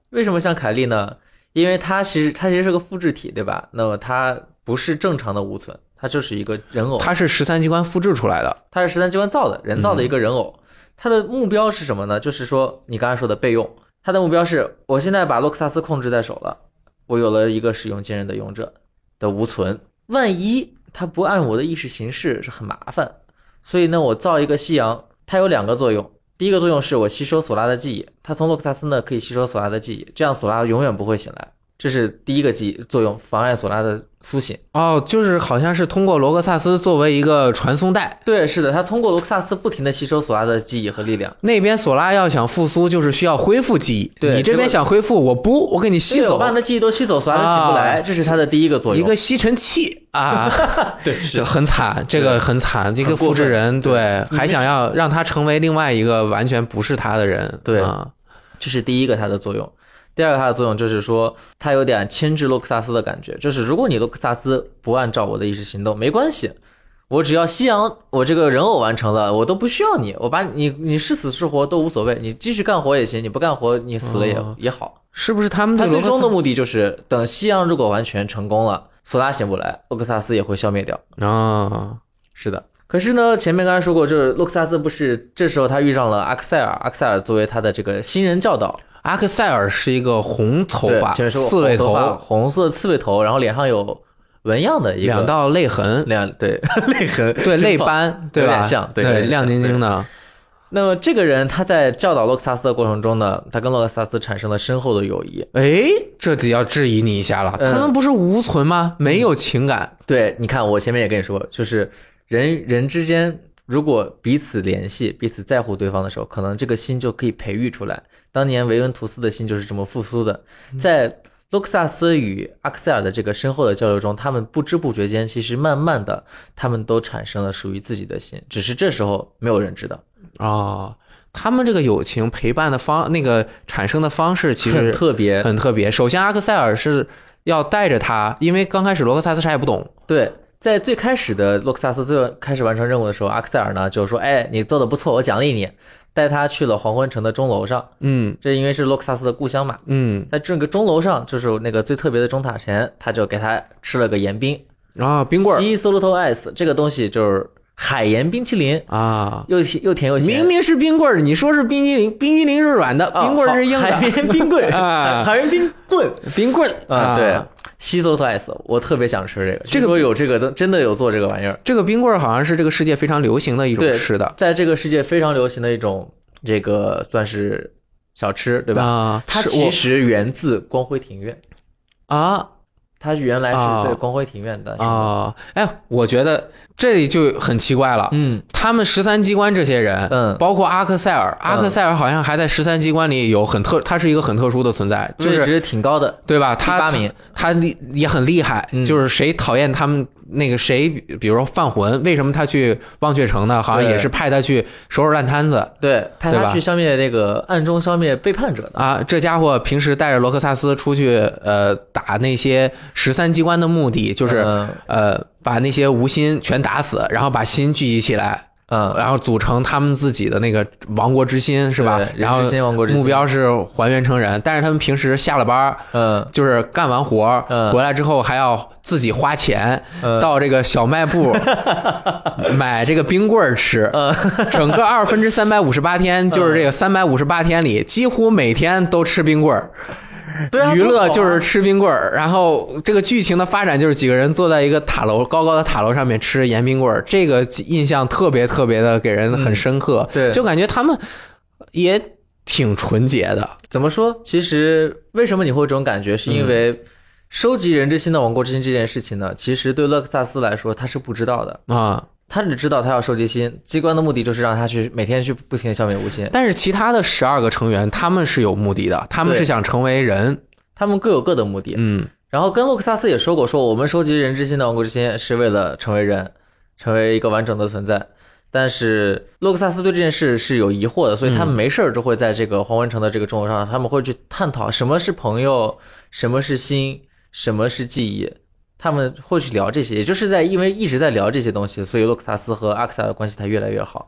为什么像凯莉呢？因为它其实它其实是个复制体，对吧？那么它不是正常的无存，它就是一个人偶， 它是十三机关复制出来的， 它是十三机关造的人造的一个人偶。它的目标是什么呢？就是说你刚才说的备用，它的目标是我现在把洛克萨斯控制在手了，我有了一个使用坚韧的勇者的无存，万一它不按我的意识行事是很麻烦，所以呢我造一个西洋，它有两个作用。第一个作用是我吸收索拉的记忆，它从洛克萨斯呢可以吸收索拉的记忆，这样索拉永远不会醒来，这是第一个记忆作用，妨碍索拉的苏醒。 哦，就是好像是通过罗克萨斯作为一个传送带。 对，是的，它通过罗克萨斯不停的吸收索拉的记忆和力量。 那边索拉要想复苏，就是需要恢复记忆。 对， 你这边想恢复，我不，我给你吸走， 我把你的记忆都吸走，索拉就起不来，啊、这是它的第一个作用， 一个吸尘器啊。 对，是很惨，这个很惨，这个复制人对，对还想要让他成为另外一个完全不是他的人。 对， 啊、 这是第一个它的作用。第二个它的作用就是说，它有点牵制洛克萨斯的感觉，就是如果你洛克萨斯不按照我的意识行动，没关系，我只要西洋我这个人偶完成了，我都不需要你，我把你你是死是活都无所谓，你继续干活也行，你不干活你死了也、哦、也好， 是不是他们他最终的目的就是等西洋如果完全成功了，索拉醒不来，洛克萨斯也会消灭掉啊、哦， 是的。可是呢，前面刚才说过，就是洛克萨斯不是这时候他遇上了阿克塞尔，阿克塞尔作为他的这个新人教导。 阿克塞尔是一个红头发、 刺猬头、 红色刺猬头，然后脸上有纹样的一个两道泪痕， 两对泪痕， 对泪斑，对吧？ 有点像，对， 对亮晶晶的。 那么这个人他在教导洛克萨斯的过程中呢，他跟洛克萨斯产生了深厚的友谊。 哎，这得要质疑你一下了，嗯、他们不是无存吗？没有情感。 对，你看我前面也跟你说，就是人人之间如果彼此联系、彼此在乎对方的时候，可能这个心就可以培育出来。当年维恩图斯的心就是这么复苏的。在洛克萨斯与阿克塞尔的这个深厚的交流中，他们不知不觉间，其实慢慢的，他们都产生了属于自己的心，只是这时候没有人知道。 哦，他们这个友情陪伴的方，那个产生的方式其实很特别， 很特别。首先，阿克塞尔是要带着他，因为刚开始罗克萨斯啥也不懂。 对。在最开始的洛克萨斯最开始完成任务的时候，阿克塞尔呢就说：“哎，你做的不错，我奖励你。”带他去了黄昏城的钟楼上。嗯，这因为是洛克萨斯的故乡嘛。嗯，在这个钟楼上，就是那个最特别的钟塔前，他就给他吃了个盐冰啊，冰棍儿。 西索鲁托 ice 这个东西就是海盐冰淇淋啊， 又又甜又咸。 明明是冰棍儿，你说是冰淇淋，冰淇淋是软的，冰棍儿是硬的。 海盐冰棍啊，海盐冰棍， 冰棍啊，对。西索托 ice 我特别想吃这个，这个有这个的，真的有做这个玩意儿。 这个冰棍儿好像是这个世界非常流行的一种吃的， 在这个世界非常流行的一种这个算是小吃，对吧？ 啊， 它其实源自光辉庭院啊， 它原来是在光辉庭院的啊。哎，我觉得这里就很奇怪了。嗯，他们十三机关这些人，嗯，包括阿克塞尔，阿克塞尔好像还在十三机关里有很特，他是一个很特殊的存在，就是值挺高的， 对吧？他八名， 他也很厉害，嗯、就是谁讨厌他们那个谁，比如说犯浑，为什么他去忘却城呢？好像也是派他去收拾烂摊子， 对，派他去消灭那个暗中消灭背叛者的啊。这家伙平时带着罗克萨斯出去，呃，打那些十三机关的目的就是、嗯、呃。把那些无心全打死，然后把心聚集起来，嗯，然后组成他们自己的那个王国之心，是吧？然后目标是还原成人，但是他们平时下了班，嗯，就是干完活、嗯、回来之后还要自己花钱、嗯、到这个小卖部买这个冰棍吃，嗯、整个二分之三百五十八天，就是这个三百五十八天里，几乎每天都吃冰棍。 对啊， 娱乐就是吃冰棍儿、啊，然后这个剧情的发展就是几个人坐在一个塔楼高高的塔楼上面吃盐冰棍儿，这个印象特别特别的给人很深刻、嗯，对，就感觉他们也挺纯洁的。 怎么说？其实为什么你会有这种感觉？是因为收集人之心的王国之心这件事情呢，其实对勒克萨斯来说他是不知道的啊。他只知道他要收集心，机关的目的就是让他去每天去不停的消灭无心。 但是其他的十二个成员他们是有目的的，他们是想成为人， 他们各有各的目的。嗯，然后跟洛克萨斯也说过，说我们收集人之心的王国之心是为了成为人，成为一个完整的存在。但是洛克萨斯对这件事是有疑惑的，所以他们没事就会在这个黄文城的这个钟楼上，他们会去探讨什么是朋友，什么是心，什么是记忆。他们会去聊这些，也就是在因为一直在聊这些东西，所以洛克萨斯和阿克塞尔的关系才越来越好。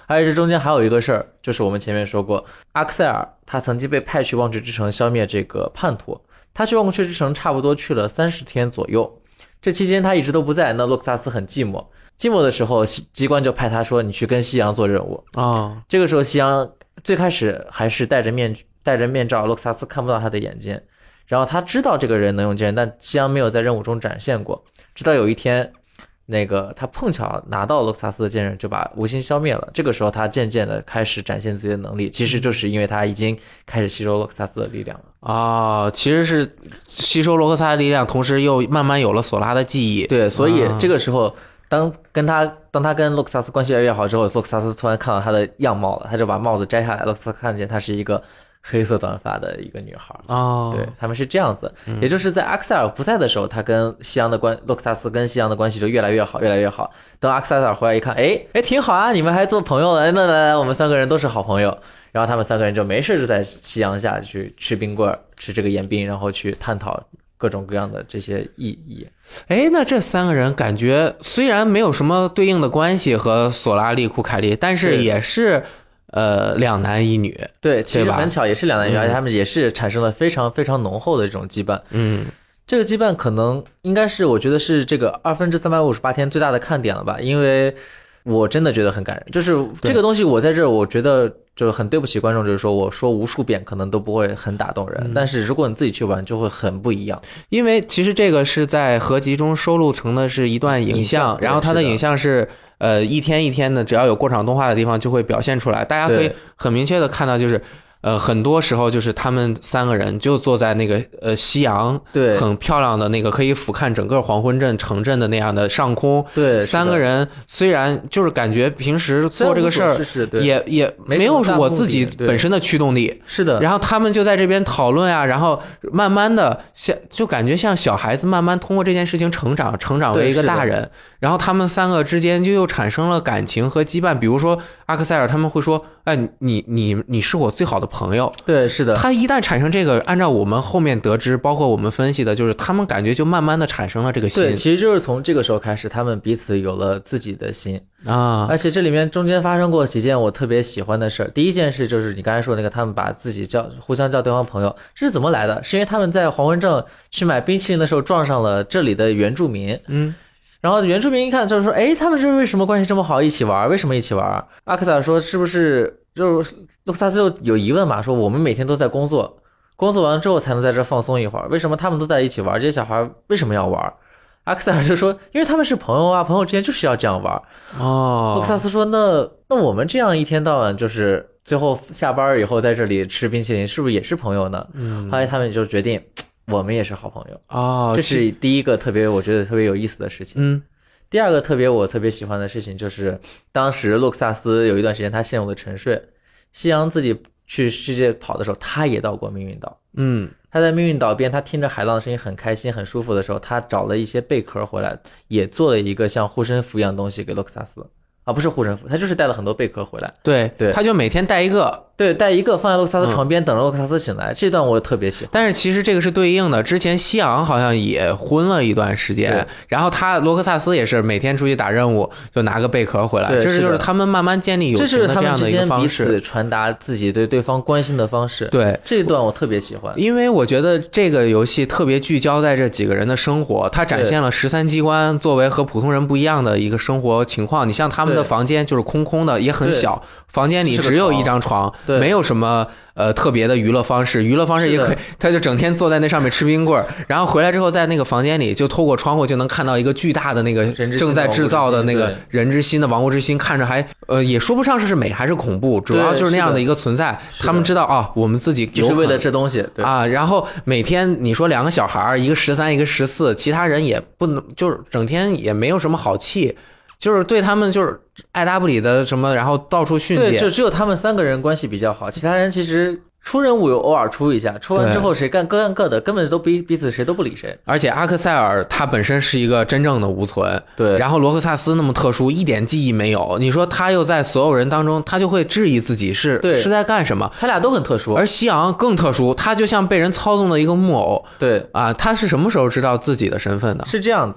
而且这中间还有一个事儿，就是我们前面说过，阿克塞尔他曾经被派去忘却之城消灭这个叛徒，他去忘却之城差不多去了三十天左右，这期间他一直都不在，那洛克萨斯很寂寞，寂寞的时候机关就派他说你去跟西洋做任务啊、哦。 这个时候西洋最开始还是戴着面戴着面罩，洛克萨斯看不到他的眼睛，然后他知道这个人能用剑，但西洋没有在任务中展现过，直到有一天那个他碰巧拿到洛克萨斯的剑刃，就把无心消灭了。这个时候他渐渐的开始展现自己的能力，其实就是因为他已经开始吸收洛克萨斯的力量了啊、哦，其实是吸收洛克萨斯的力量，同时又慢慢有了索拉的记忆。 对，所以这个时候当跟他当他跟洛克萨斯关系越来越好之后，洛克萨斯突然看到他的样貌了，他就把帽子摘下来，洛克萨斯看见他是一个黑色短发的一个女孩哦， 对，他们是这样子，嗯、也就是在阿克塞尔不在的时候，他跟西洋的关洛克萨斯跟西洋的关系就越来越好，越来越好。等阿克塞尔回来一看，哎哎，挺好啊，你们还做朋友了，那来来，我们三个人都是好朋友。然后他们三个人就没事就在夕阳下去吃冰棍，吃这个盐冰，然后去探讨各种各样的这些意义。 哎，那这三个人感觉虽然没有什么对应的关系和索拉利库凯利，但是也是呃两男一女。 对，其实很巧也是两男一女，而且他们也是产生了非常非常浓厚的这种羁绊。 嗯， 这个羁绊可能应该是我觉得是这个二分之三百五十八天最大的看点了吧，因为我真的觉得很感人，就是这个东西我在这儿我觉得就很对不起观众，就是说我说无数遍可能都不会很打动人、嗯、但是如果你自己去玩就会很不一样。 因为其实这个是在合集中收录成的是一段影像，然后它的影像是呃一天一天的，只要有过场动画的地方就会表现出来，大家可以很明确的看到就是呃，很多时候就是他们三个人就坐在那个呃夕阳， 对， 很漂亮的那个可以俯瞰整个黄昏镇城镇的那样的上空。 对， 三个人虽然就是感觉平时做这个事儿也也没有我自己本身的驱动力， 是的。 然后他们就在这边讨论啊，然后慢慢的像就感觉像小孩子慢慢通过这件事情成长，成长为一个大人。然后他们三个之间就又产生了感情和羁绊，比如说阿克塞尔他们会说，哎，你你你是我最好的朋友。 对，是的。 他一旦产生这个，按照我们后面得知，包括我们分析的，就是他们感觉就慢慢的产生了这个心。 对，其实就是从这个时候开始，他们彼此有了自己的心啊。 而且这里面中间发生过几件我特别喜欢的事儿。第一件事就是你刚才说那个，他们把自己叫互相叫对方朋友，这是怎么来的？是因为他们在黄昏镇去买冰淇淋的时候撞上了这里的原住民， 嗯。 然后原住民一看就是说，哎，他们这为什么关系这么好，一起玩？为什么一起玩？阿克塞尔说，是不是就是洛克萨斯就有疑问嘛？说我们每天都在工作，工作完了之后才能在这放松一会儿，为什么他们都在一起玩？这些小孩为什么要玩？阿克塞尔就说，因为他们是朋友啊，朋友之间就是要这样玩。 哦， 洛克萨斯说，那那我们这样一天到晚就是最后下班以后在这里吃冰淇淋，是不是也是朋友呢？ 嗯， 后来他们就决定。我们也是好朋友哦， 这是第一个特别我觉得特别有意思的事情。 嗯， 第二个特别我特别喜欢的事情就是当时洛克萨斯有一段时间他陷入了沉睡，夕阳自己去世界跑的时候他也到过命运岛。 嗯， 他在命运岛边他听着海浪的声音很开心很舒服的时候，他找了一些贝壳回来，也做了一个像护身符一样的东西给洛克萨斯。啊，不是护身符，他就是带了很多贝壳回来。 对对， 他就每天带一个， 对，带一个放在洛克萨斯床边，嗯、等着洛克萨斯醒来。这段我特别喜欢。 但是其实这个是对应的，之前西昂好像也昏了一段时间，然后他罗克萨斯也是每天出去打任务就拿个贝壳回来，这是就是他们慢慢建立友情的这样的一个方式， 这是他们之间彼此传达自己对对方关心的方式。 对， 这一段我特别喜欢， 因为我觉得这个游戏特别聚焦在这几个人的生活，它展现了十三机关作为和普通人不一样的一个生活情况。你像他们的房间就是空空的，也很小，房间里只有一张床，没有什么呃特别的娱乐方式，娱乐方式也可以，他就整天坐在那上面吃冰棍，然后回来之后在那个房间里就透过窗户就能看到一个巨大的那个正在制造的那个人之心的王国之心，看着还呃也说不上是美还是恐怖，主要就是那样的一个存在。他们知道啊，我们自己就是为了这东西，对啊，然后每天你说两个小孩，一个十三一个十四，其他人也不能就是整天也没有什么好气。就是对他们就是爱答不理的什么，然后到处训诫。 对，就只有他们三个人关系比较好，其他人其实出任务有偶尔出一下，出完之后谁干各干各的，根本都彼彼此谁都不理谁。 而且阿克塞尔他本身是一个真正的无存， 对。 然后罗克萨斯那么特殊，一点记忆没有，你说他又在所有人当中，他就会质疑自己是是在干什么。 他俩都很特殊， 而西昂更特殊，他就像被人操纵的一个木偶。 对啊，他是什么时候知道自己的身份的？ 是这样子。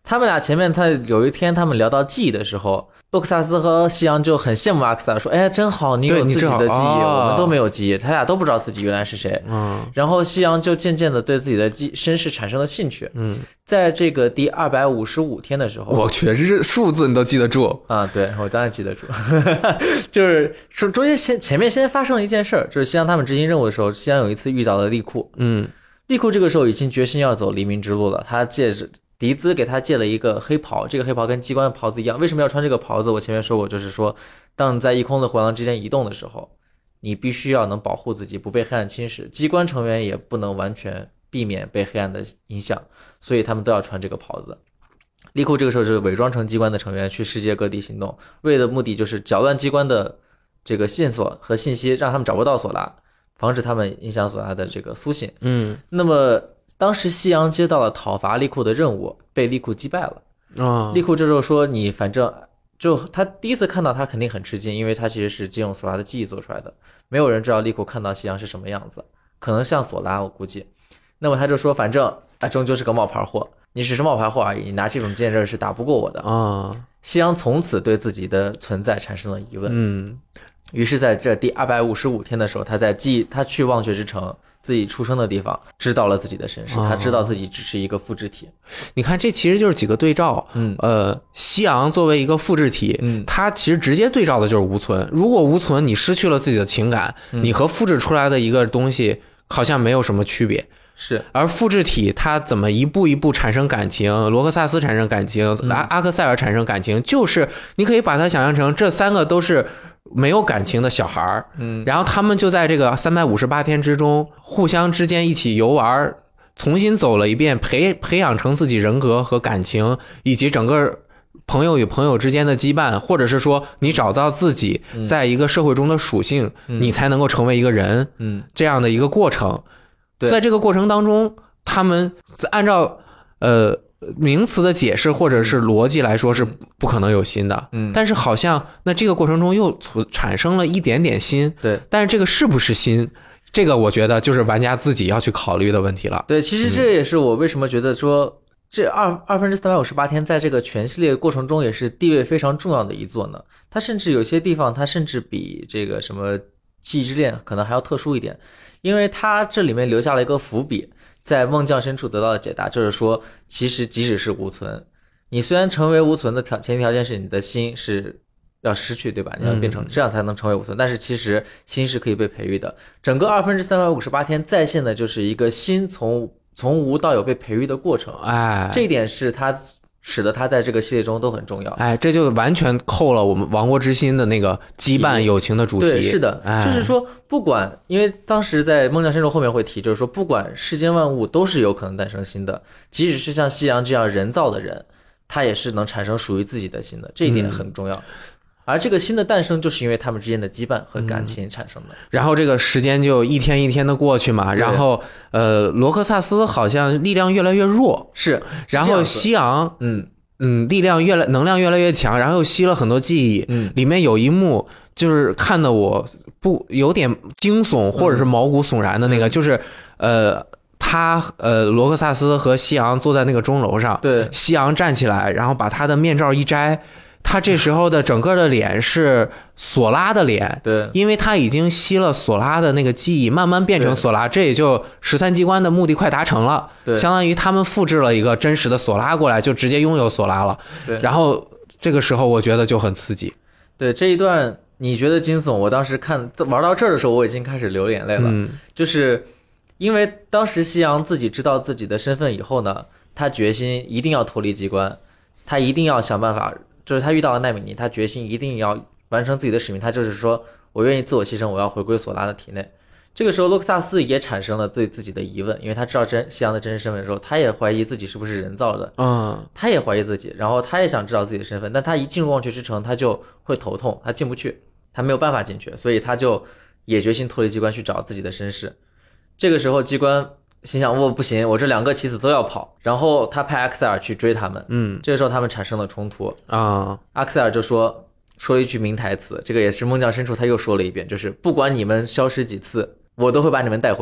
他们俩前面他有一天他们聊到记忆的时候，洛克萨斯和西洋就很羡慕阿克塞尔，说：“哎，真好，你有自己的记忆， 哦、 我们都没有记忆。”他俩都不知道自己原来是谁。 嗯， 然后西洋就渐渐的对自己的记身世产生了兴趣。 嗯， 在这个第二百五十五天的时候， 我去，这数字你都记得住啊？对，我当然记得住。就是说中间先前面先发生了一件事儿，就是西洋他们执行任务的时候，西洋有一次遇到了利库。 嗯， 利库这个时候已经决心要走黎明之路了，他借着。迪兹给他借了一个黑袍，这个黑袍跟机关的袍子一样。为什么要穿这个袍子？我前面说过，就是说，当你在异空的回廊之间移动的时候，你必须要能保护自己不被黑暗侵蚀，机关成员也不能完全避免被黑暗的影响，所以他们都要穿这个袍子。利库这个时候是伪装成机关的成员去世界各地行动，为的目的就是搅乱机关的这个线索和信息，让他们找不到索拉，防止他们影响索拉的这个苏醒。 嗯， 那么当时西洋接到了讨伐利库的任务，被利库击败了。 啊， 利库这时候说：“你反正就他第一次看到他肯定很吃惊，因为他其实是借用索拉的记忆做出来的，没有人知道利库看到西洋是什么样子，可能像索拉，我估计。那么他就说，反正啊，终究是个冒牌货，你只是冒牌货而已，你拿这种剑刃是打不过我的啊。” 西洋从此对自己的存在产生了疑问。 嗯， 于是在这第二百五十五天的时候，他在记他去忘却之城。自己出生的地方，知道了自己的身世，他知道自己只是一个复制体。 你看，这其实就是几个对照。 嗯， 呃，西昂作为一个复制体， 嗯， 他其实直接对照的就是无存。如果无存，你失去了自己的情感， 嗯、 你和复制出来的一个东西好像没有什么区别。 是， 而复制体它怎么一步一步产生感情，罗克萨斯产生感情，阿阿克塞尔产生感情，就是你可以把它想象成这三个都是没有感情的小孩儿， 嗯， 然后他们就在这个三百五十八天之中，互相之间一起游玩，重新走了一遍，培培养成自己人格和感情，以及整个朋友与朋友之间的羁绊，或者是说你找到自己在一个社会中的属性， 嗯、 你才能够成为一个人， 嗯， 这样的一个过程。 对， 在这个过程当中，他们按照呃。名词的解释或者是逻辑来说是不可能有心的， 嗯， 但是好像那这个过程中又产生了一点点心， 对， 但是这个是不是心，这个我觉得就是玩家自己要去考虑的问题了。 对，其实这也是我为什么觉得说这二二分之三百五十八天在这个全系列过程中也是地位非常重要的一座呢。它甚至有些地方它甚至比这个什么记忆之恋可能还要特殊一点，因为它这里面留下了一个伏笔。在梦降深处得到的解答就是说，其实即使是无存，你虽然成为无存的条前提条件是你的心是要失去，对吧？你要变成这样才能成为无存，但是其实心是可以被培育的。整个二分之三百五十八天再现的就是一个心从从无到有被培育的过程， 哎， 这一点是它使得它在这个系列中都很重要。 哎，这就完全扣了我们亡国之心的那个羁绊友情的主题。 对，是的， 哎、 就是说不管，因为当时在梦降深处后面会提，就是说不管世间万物都是有可能诞生心的，即使是像西洋这样人造的人，他也是能产生属于自己的心的，这一点很重要。嗯，而这个心的诞生就是因为他们之间的羁绊和感情产生的。 嗯、然后这个时间就一天一天的过去嘛，然后呃，罗克萨斯好像力量越来越弱， 是， 然后西昂嗯嗯力量越来能量越来越强，然后又吸了很多记忆， 嗯， 里面有一幕就是看得我不有点惊悚或者是毛骨悚然的那个，嗯、就是呃。他呃，罗克萨斯和西昂坐在那个钟楼上， 对， 西昂站起来，然后把他的面罩一摘，他这时候的整个的脸是索拉的脸， 对， 因为他已经吸了索拉的那个记忆，慢慢变成索拉，这也就十三机关的目的快达成了， 对， 相当于他们复制了一个真实的索拉过来，就直接拥有索拉了， 对， 然后这个时候我觉得就很刺激， 对，这一段你觉得惊悚，我当时看玩到这儿的时候，我已经开始流眼泪了， 嗯， 就是。因为当时西洋自己知道自己的身份以后呢，他决心一定要脱离机关，他一定要想办法，就是他遇到了奈米尼，他决心一定要完成自己的使命，他就是说我愿意自我牺牲，我要回归索拉的体内。这个时候洛克萨斯也产生了对自己的疑问，因为他知道真西洋的真实身份的时候，他也怀疑自己是不是人造的， 嗯， 他也怀疑自己，然后他也想知道自己的身份，但他一进入忘却之城，他就会头痛，他进不去，他没有办法进去，所以他就也决心脱离机关去找自己的身世。这个时候机关心想，我不行，我这两个棋子都要跑，然后他派阿克塞尔去追他们， 嗯， 这个时候他们产生了冲突啊， 阿克塞尔就说说了一句名台词，这个也是梦降深处他又说了一遍，就是不管你们消失几次，我都会把你们带回来。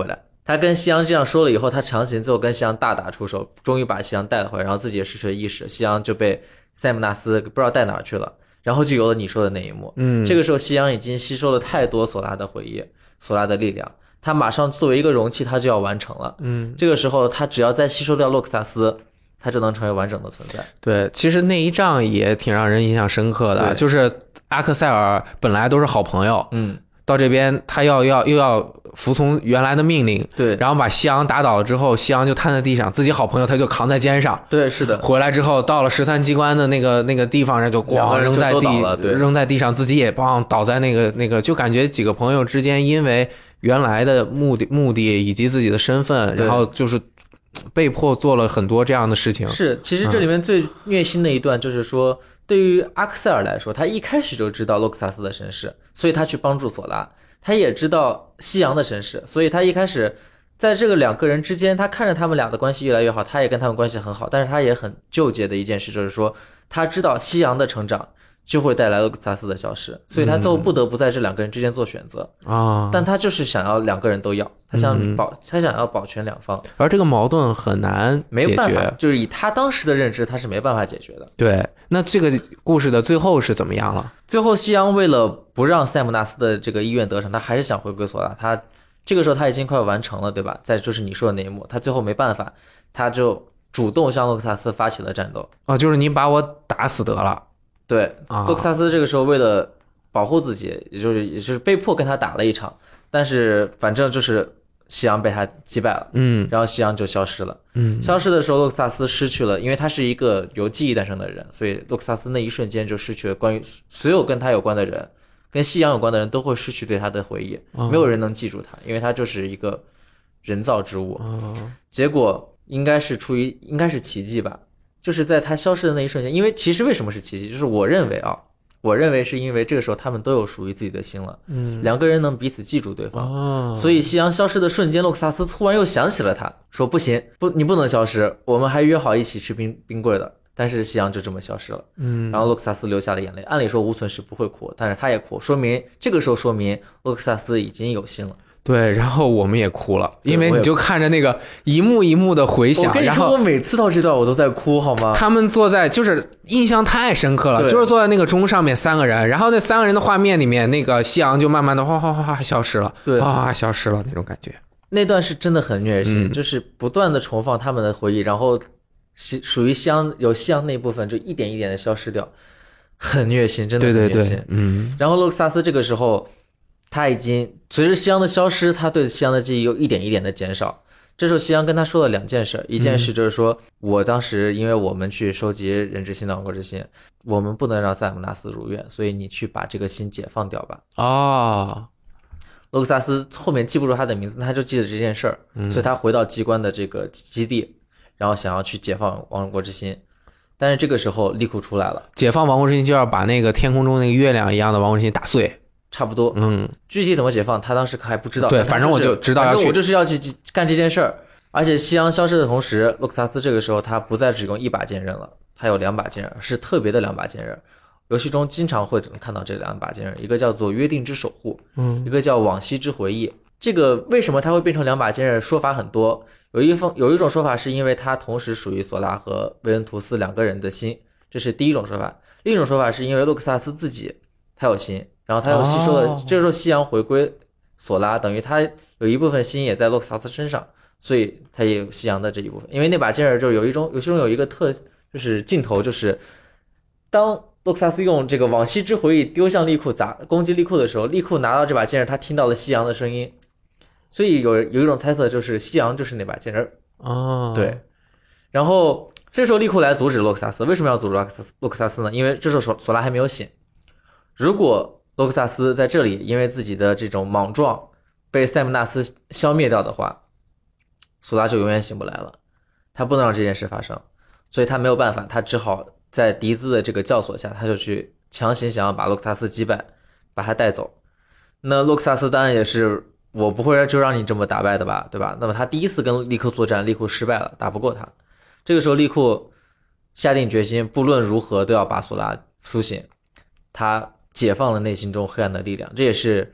他跟西洋这样说了以后，他强行最后跟西洋大打出手，终于把西洋带了回来，然后自己也失去了意识，西洋就被塞姆纳斯不知道带哪儿去了，然后就有了你说的那一幕。 嗯， 这个时候西洋已经吸收了太多索拉的回忆，索拉的力量，他马上作为一个容器，他就要完成了。 嗯， 这个时候他只要再吸收掉洛克萨斯，他就能成为完整的存在。 对，其实那一仗也挺让人印象深刻的，就是阿克塞尔本来都是好朋友， 嗯， 到这边他要要又要服从原来的命令， 对， 然后把西洋打倒了之后，西洋就瘫在地上，自己好朋友他就扛在肩上， 对，是的。 回来之后到了十三机关的那个那个地方上，就咣扔在地，扔在地上，自己也帮倒在那个那个，就感觉几个朋友之间因为原来的目的目的以及自己的身份，然后就是被迫做了很多这样的事情。 是，其实这里面最虐心的一段就是说，嗯、对于阿克塞尔来说，他一开始就知道洛克萨斯的身世，所以他去帮助索拉。他也知道西洋的身世，所以他一开始在这个两个人之间，他看着他们俩的关系越来越好，他也跟他们关系很好，但是他也很纠结的一件事就是说，他知道西洋的成长就会带来洛克萨斯的消失，所以他最后不得不在这两个人之间做选择啊、嗯。 但他就是想要两个人都要，他想保，嗯、他想要保全两方， 而这个矛盾很难解决， 没有办法，就是以他当时的认知，他是没办法解决的。 对，那这个故事的最后是怎么样了？ 最后西洋为了不让塞姆纳斯的这个意愿得逞，他还是想回归索拉。他这个时候他已经快完成了，对吧？在就是你说的那一幕，他最后没办法，他就主动向洛克萨斯发起了战斗。 哦，就是你把我打死得了。 对， 啊， 洛克萨斯这个时候为了保护自己，也就是也就是被迫跟他打了一场，但是反正就是西洋被他击败了， 嗯， 然后西洋就消失了， 嗯， 消失的时候洛克萨斯失去了，因为他是一个由记忆诞生的人，所以洛克萨斯那一瞬间就失去了关于所有跟他有关的人，跟西洋有关的人都会失去对他的回忆， 哦、 没有人能记住他，因为他就是一个人造之物， 哦、 结果应该是出于应该是奇迹吧。就是在他消失的那一瞬间，因为其实为什么是奇迹，就是我认为啊，我认为是因为这个时候他们都有属于自己的心了， 嗯， 两个人能彼此记住对方， 哦， 所以西洋消失的瞬间，洛克萨斯突然又想起了他，说不行，不，你不能消失，我们还约好一起吃冰冰棍的，但是西洋就这么消失了， 嗯， 然后洛克萨斯流下了眼泪，按理说无损是不会哭，但是他也哭，说明这个时候说明洛克萨斯已经有心了。 对，然后我们也哭了，因为你就看着那个一幕一幕的回想， 我跟你说，我每次到这段我都在哭，好吗？ 他们坐在，就是印象太深刻了，就是坐在那个钟上面三个人，然后那三个人的画面里面，那个夕阳就慢慢的哗哗哗哗消失了， 对， 哗哗消失了那种感觉。 那段是真的很虐心， 嗯、 就是不断的重放他们的回忆，然后属于夕阳有夕阳那部分就一点一点的消失掉，很虐心，真的很虐心。 对对对，嗯。 然后洛克萨斯这个时候。他已经随着西洋的消失，他对西洋的记忆又一点一点的减少。这时候西洋跟他说了两件事，一件事就是说、嗯、我当时因为我们去收集人之心的王国之心，我们不能让塞姆纳斯如愿，所以你去把这个心解放掉吧。 哦， 洛克萨斯后面记不住他的名字，他就记得这件事儿、嗯，所以他回到机关的这个基地，然后想要去解放王国之心。但是这个时候利库出来了， 解放王国之心就要把那个天空中那个月亮一样的王国之心打碎。 差不多， 嗯， 具体怎么解放，他当时还不知道。 对，反正我就知道要去， 反正我就是要去干这件事儿。而且西洋消失的同时，洛克萨斯这个时候他不再只用一把剑刃了，他有两把剑刃，是特别的两把剑刃。游戏中经常会看到这两把剑刃，一个叫做约定之守护， 嗯， 一个叫往昔之回忆。这个为什么它会变成两把剑刃？说法很多，有一方有一种说法是因为它同时属于索拉和维恩图斯两个人的心，这是第一种说法。另一种说法是因为洛克萨斯自己他有心。然后他又吸收了，哦、这个时候西洋回归索拉，等于他有一部分心也在洛克萨斯身上，所以他也有西洋的这一部分。因为那把剑刃就是有一种，有其中有一个特，就是镜头，就是当洛克萨斯用这个往昔之回忆丢向利库砸攻击利库的时候，利库拿到这把剑刃，他听到了西洋的声音，所以有有一种猜测就是西洋就是那把剑刃。 哦， 对。然后这时候利库来阻止洛克萨斯，为什么要阻止洛克萨斯呢？因为这时候索索拉还没有醒，如果洛克萨斯在这里因为自己的这种莽撞被塞姆纳斯消灭掉的话，索拉就永远醒不来了，他不能让这件事发生，所以他没有办法，他只好在迪兹的这个教唆下，他就去强行想要把洛克萨斯击败，把他带走。那洛克萨斯当然也是，我不会就让你这么打败的吧，对吧？那么他第一次跟利库作战，利库失败了，打不过他。这个时候利库下定决心，不论如何都要把索拉苏醒，他解放了内心中黑暗的力量，这也是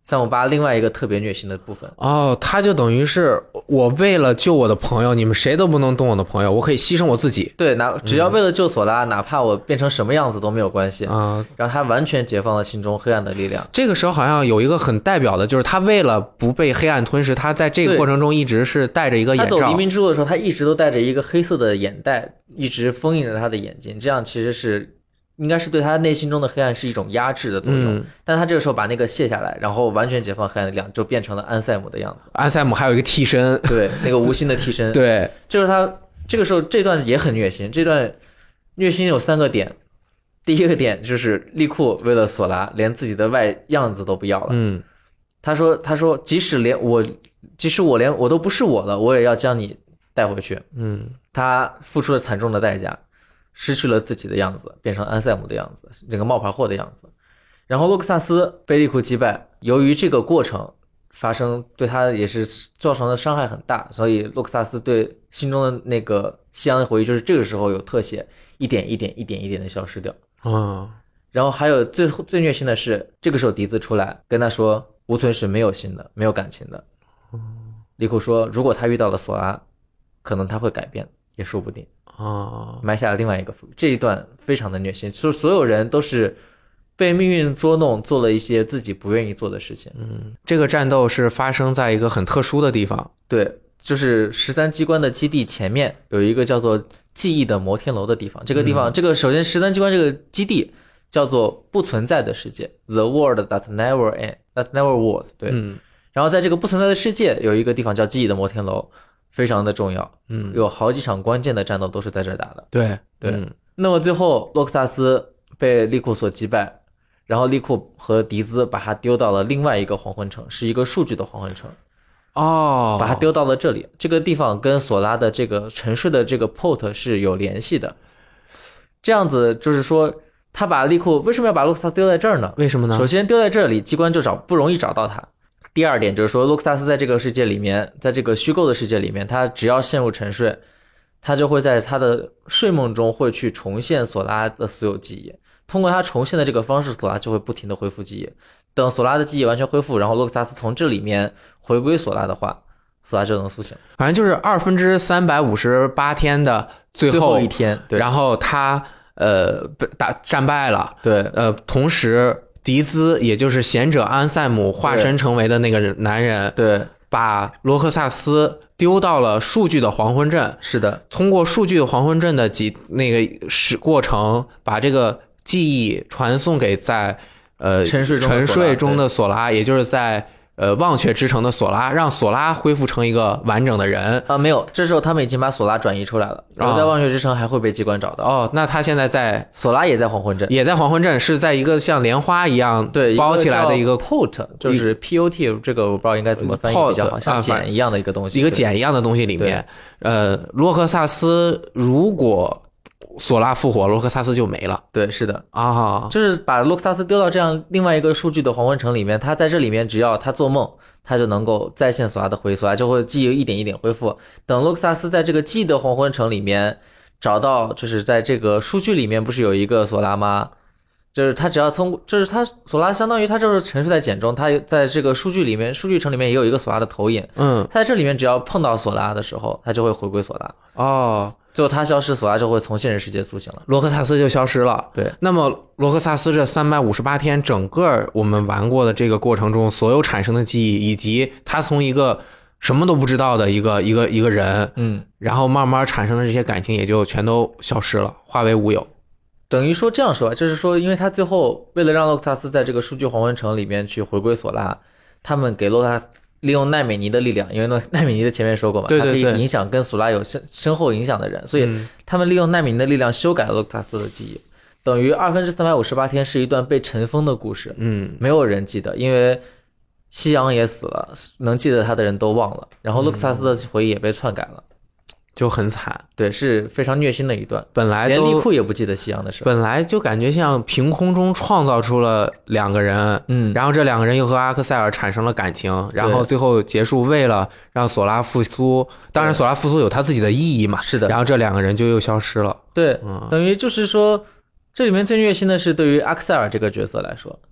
三五八另外一个特别虐心的部分。 哦，他就等于是我为了救我的朋友，你们谁都不能动我的朋友，我可以牺牲我自己。 对，哪只要为了救索拉，嗯、哪怕我变成什么样子都没有关系啊。 然后他完全解放了心中黑暗的力量。 这个时候好像有一个很代表的，就是他为了不被黑暗吞噬，他在这个过程中一直是戴着一个眼罩。 他走黎明之路的时候，他一直都戴着一个黑色的眼袋，一直封印着他的眼睛，这样其实是。应该是对他内心中的黑暗是一种压制的作用，嗯、但他这个时候把那个卸下来，然后完全解放黑暗的力量，就变成了安塞姆的样子。 安塞姆还有一个替身， 对，那个无心的替身。 对， 就是他这个时候这段也很虐心，这段虐心有三个点。第一个点就是利库为了索拉，连自己的外样子都不要了。 嗯， 他说：“他说，即使连我，即使我连我都不是我了，我也要将你带回去。” 嗯， 他付出了惨重的代价。失去了自己的样子，变成安塞姆的样子，这个冒牌货的样子。然后洛克萨斯被利库击败，由于这个过程发生，对他也是造成的伤害很大，所以洛克萨斯对心中的那个夕阳的回忆，就是这个时候有特写，一点一点一点一点的消失掉。 嗯， 然后还有最最虐心的是，这个时候笛子出来跟他说，无存是没有心的，没有感情的。利库说，如果他遇到了索拉，可能他会改变，也说不定。 哦， 埋下了另外一个伏笔，这一段非常的虐心，就是所有人都是被命运捉弄，做了一些自己不愿意做的事情。 嗯，这个战斗是发生在一个很特殊的地方， 对，就是十三机关的基地前面有一个叫做记忆的摩天楼的地方。这个地方，嗯、这个首先十三机关这个基地叫做不存在的世界 ，The World That Never End That Never Was。对， 嗯， 然后在这个不存在的世界有一个地方叫记忆的摩天楼。非常的重要， 嗯， 有好几场关键的战斗都是在这儿打的。 对对、 嗯， 那么最后洛克萨斯被利库所击败，然后利库和迪兹把他丢到了另外一个黄昏城，是一个数据的黄昏城。 哦， 把他丢到了这里，这个地方跟索拉的这个沉睡的这个 port 是有联系的。这样子就是说，他把利库为什么要把洛克萨斯丢在这儿呢？ 为什么呢？ 首先丢在这里，机关就找不容易找到他。第二点就是说，洛克萨斯在这个世界里面，在这个虚构的世界里面，他只要陷入沉睡，他就会在他的睡梦中会去重现索拉的所有记忆。通过他重现的这个方式，索拉就会不停的恢复记忆。等索拉的记忆完全恢复，然后洛克萨斯从这里面回归索拉的话，索拉就能苏醒。 反正就是二分之三百五十八天的最后, 最后一天，对， 然后他呃打战败了， 对， 呃，同时。迪兹，也就是贤者安塞姆化身成为的那个男人， 对， 把罗克萨斯丢到了数据的黄昏镇。 是的， 通过数据的黄昏镇的几那个是过程，把这个记忆传送给在呃沉睡中沉睡中的索拉，也就是在呃忘却之城的索拉，让索拉恢复成一个完整的人。 啊，没有，这时候他们已经把索拉转移出来了，然后在忘却之城还会被机关找到。 哦，那他现在在索拉也在黄昏镇， 也在黄昏镇，是在一个像莲花一样对包起来的一个 pot， 就是 P O T， 这个我不知道应该怎么翻译比较好，像茧一样的一个东西， 一个茧一样的东西里面，呃，洛克萨斯如果索拉复活，洛克萨斯就没了。 对，是的啊， 就是把洛克萨斯丢到这样另外一个数据的黄昏城里面，他在这里面只要他做梦，他就能够再现索拉的回忆，索拉就会记忆一点一点恢复。等洛克萨斯在这个记忆的黄昏城里面找到，就是在这个数据里面不是有一个索拉吗？就是他只要通，就是他索拉相当于他就是沉睡在茧中，他在这个数据里面，数据城里面也有一个索拉的投影。 嗯， 他在这里面只要碰到索拉的时候，他就会回归索拉。 哦。 最后他消失，索拉就会从现实世界苏醒了， 罗克萨斯就消失了。 对， 那么罗克萨斯这三百五十八天整个我们玩过的这个过程中，所有产生的记忆，以及他从一个什么都不知道的一个一个一个人， 嗯， 然后慢慢产生的这些感情也就全都消失了，化为乌有。 等于说这样说，就是说，因为他最后为了让洛克萨斯在这个数据黄昏城里面去回归索拉，他们给洛克萨斯利用奈美尼的力量，因为奈美尼的前面说过嘛， 对对对， 它可以影响跟索拉有深深厚影响的人，所以他们利用奈美尼的力量修改了洛克萨斯的记忆，等于二分之三百五十八天是一段被尘封的故事， 嗯， 没有人记得，因为西洋也死了，能记得他的人都忘了，然后洛克萨斯的回忆也被篡改了。 就很惨， 对，是非常虐心的一段。 本来连利库也不记得西洋的事， 本来就感觉像凭空中创造出了两个人， 嗯， 然后这两个人又和阿克塞尔产生了感情，然后最后结束，为了让索拉复苏，当然索拉复苏有他自己的意义嘛， 是的， 然后这两个人就又消失了。 对， 嗯， 等于就是说，这里面最虐心的是对于阿克塞尔这个角色来说，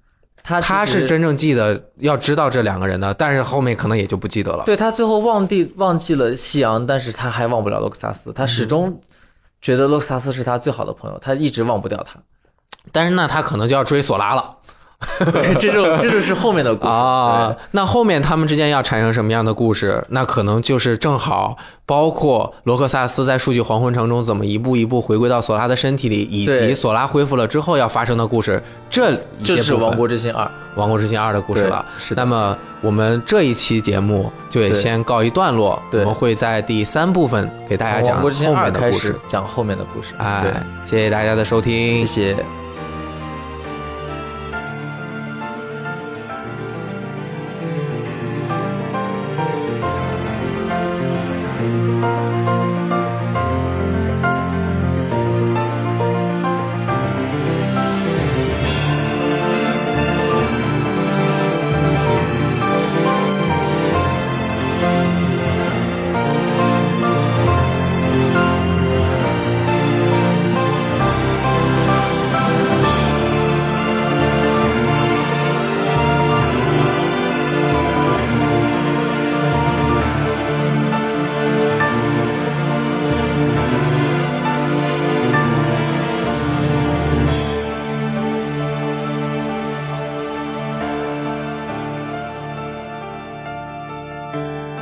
他他是真正记得要知道这两个人的，但是后面可能也就不记得了。 对，他最后忘记忘记了夕阳，但是他还忘不了洛克萨斯，他始终觉得洛克萨斯是他最好的朋友，他一直忘不掉他。 但是那他可能就要追索拉了。 对，这就这就是后面的故事啊。那后面他们之间要产生什么样的故事？那可能就是正好包括罗克萨斯在数据黄昏城中怎么一步一步回归到索拉的身体里，以及索拉恢复了之后要发生的故事。这一些就是《王国之心二》《 王国之心二》的故事了。 是的。 那么我们这一期节目就也先告一段落，我们会在第三部分给大家讲后面的故事， 讲后面的故事。 哎，谢谢大家的收听， 谢谢。 拜。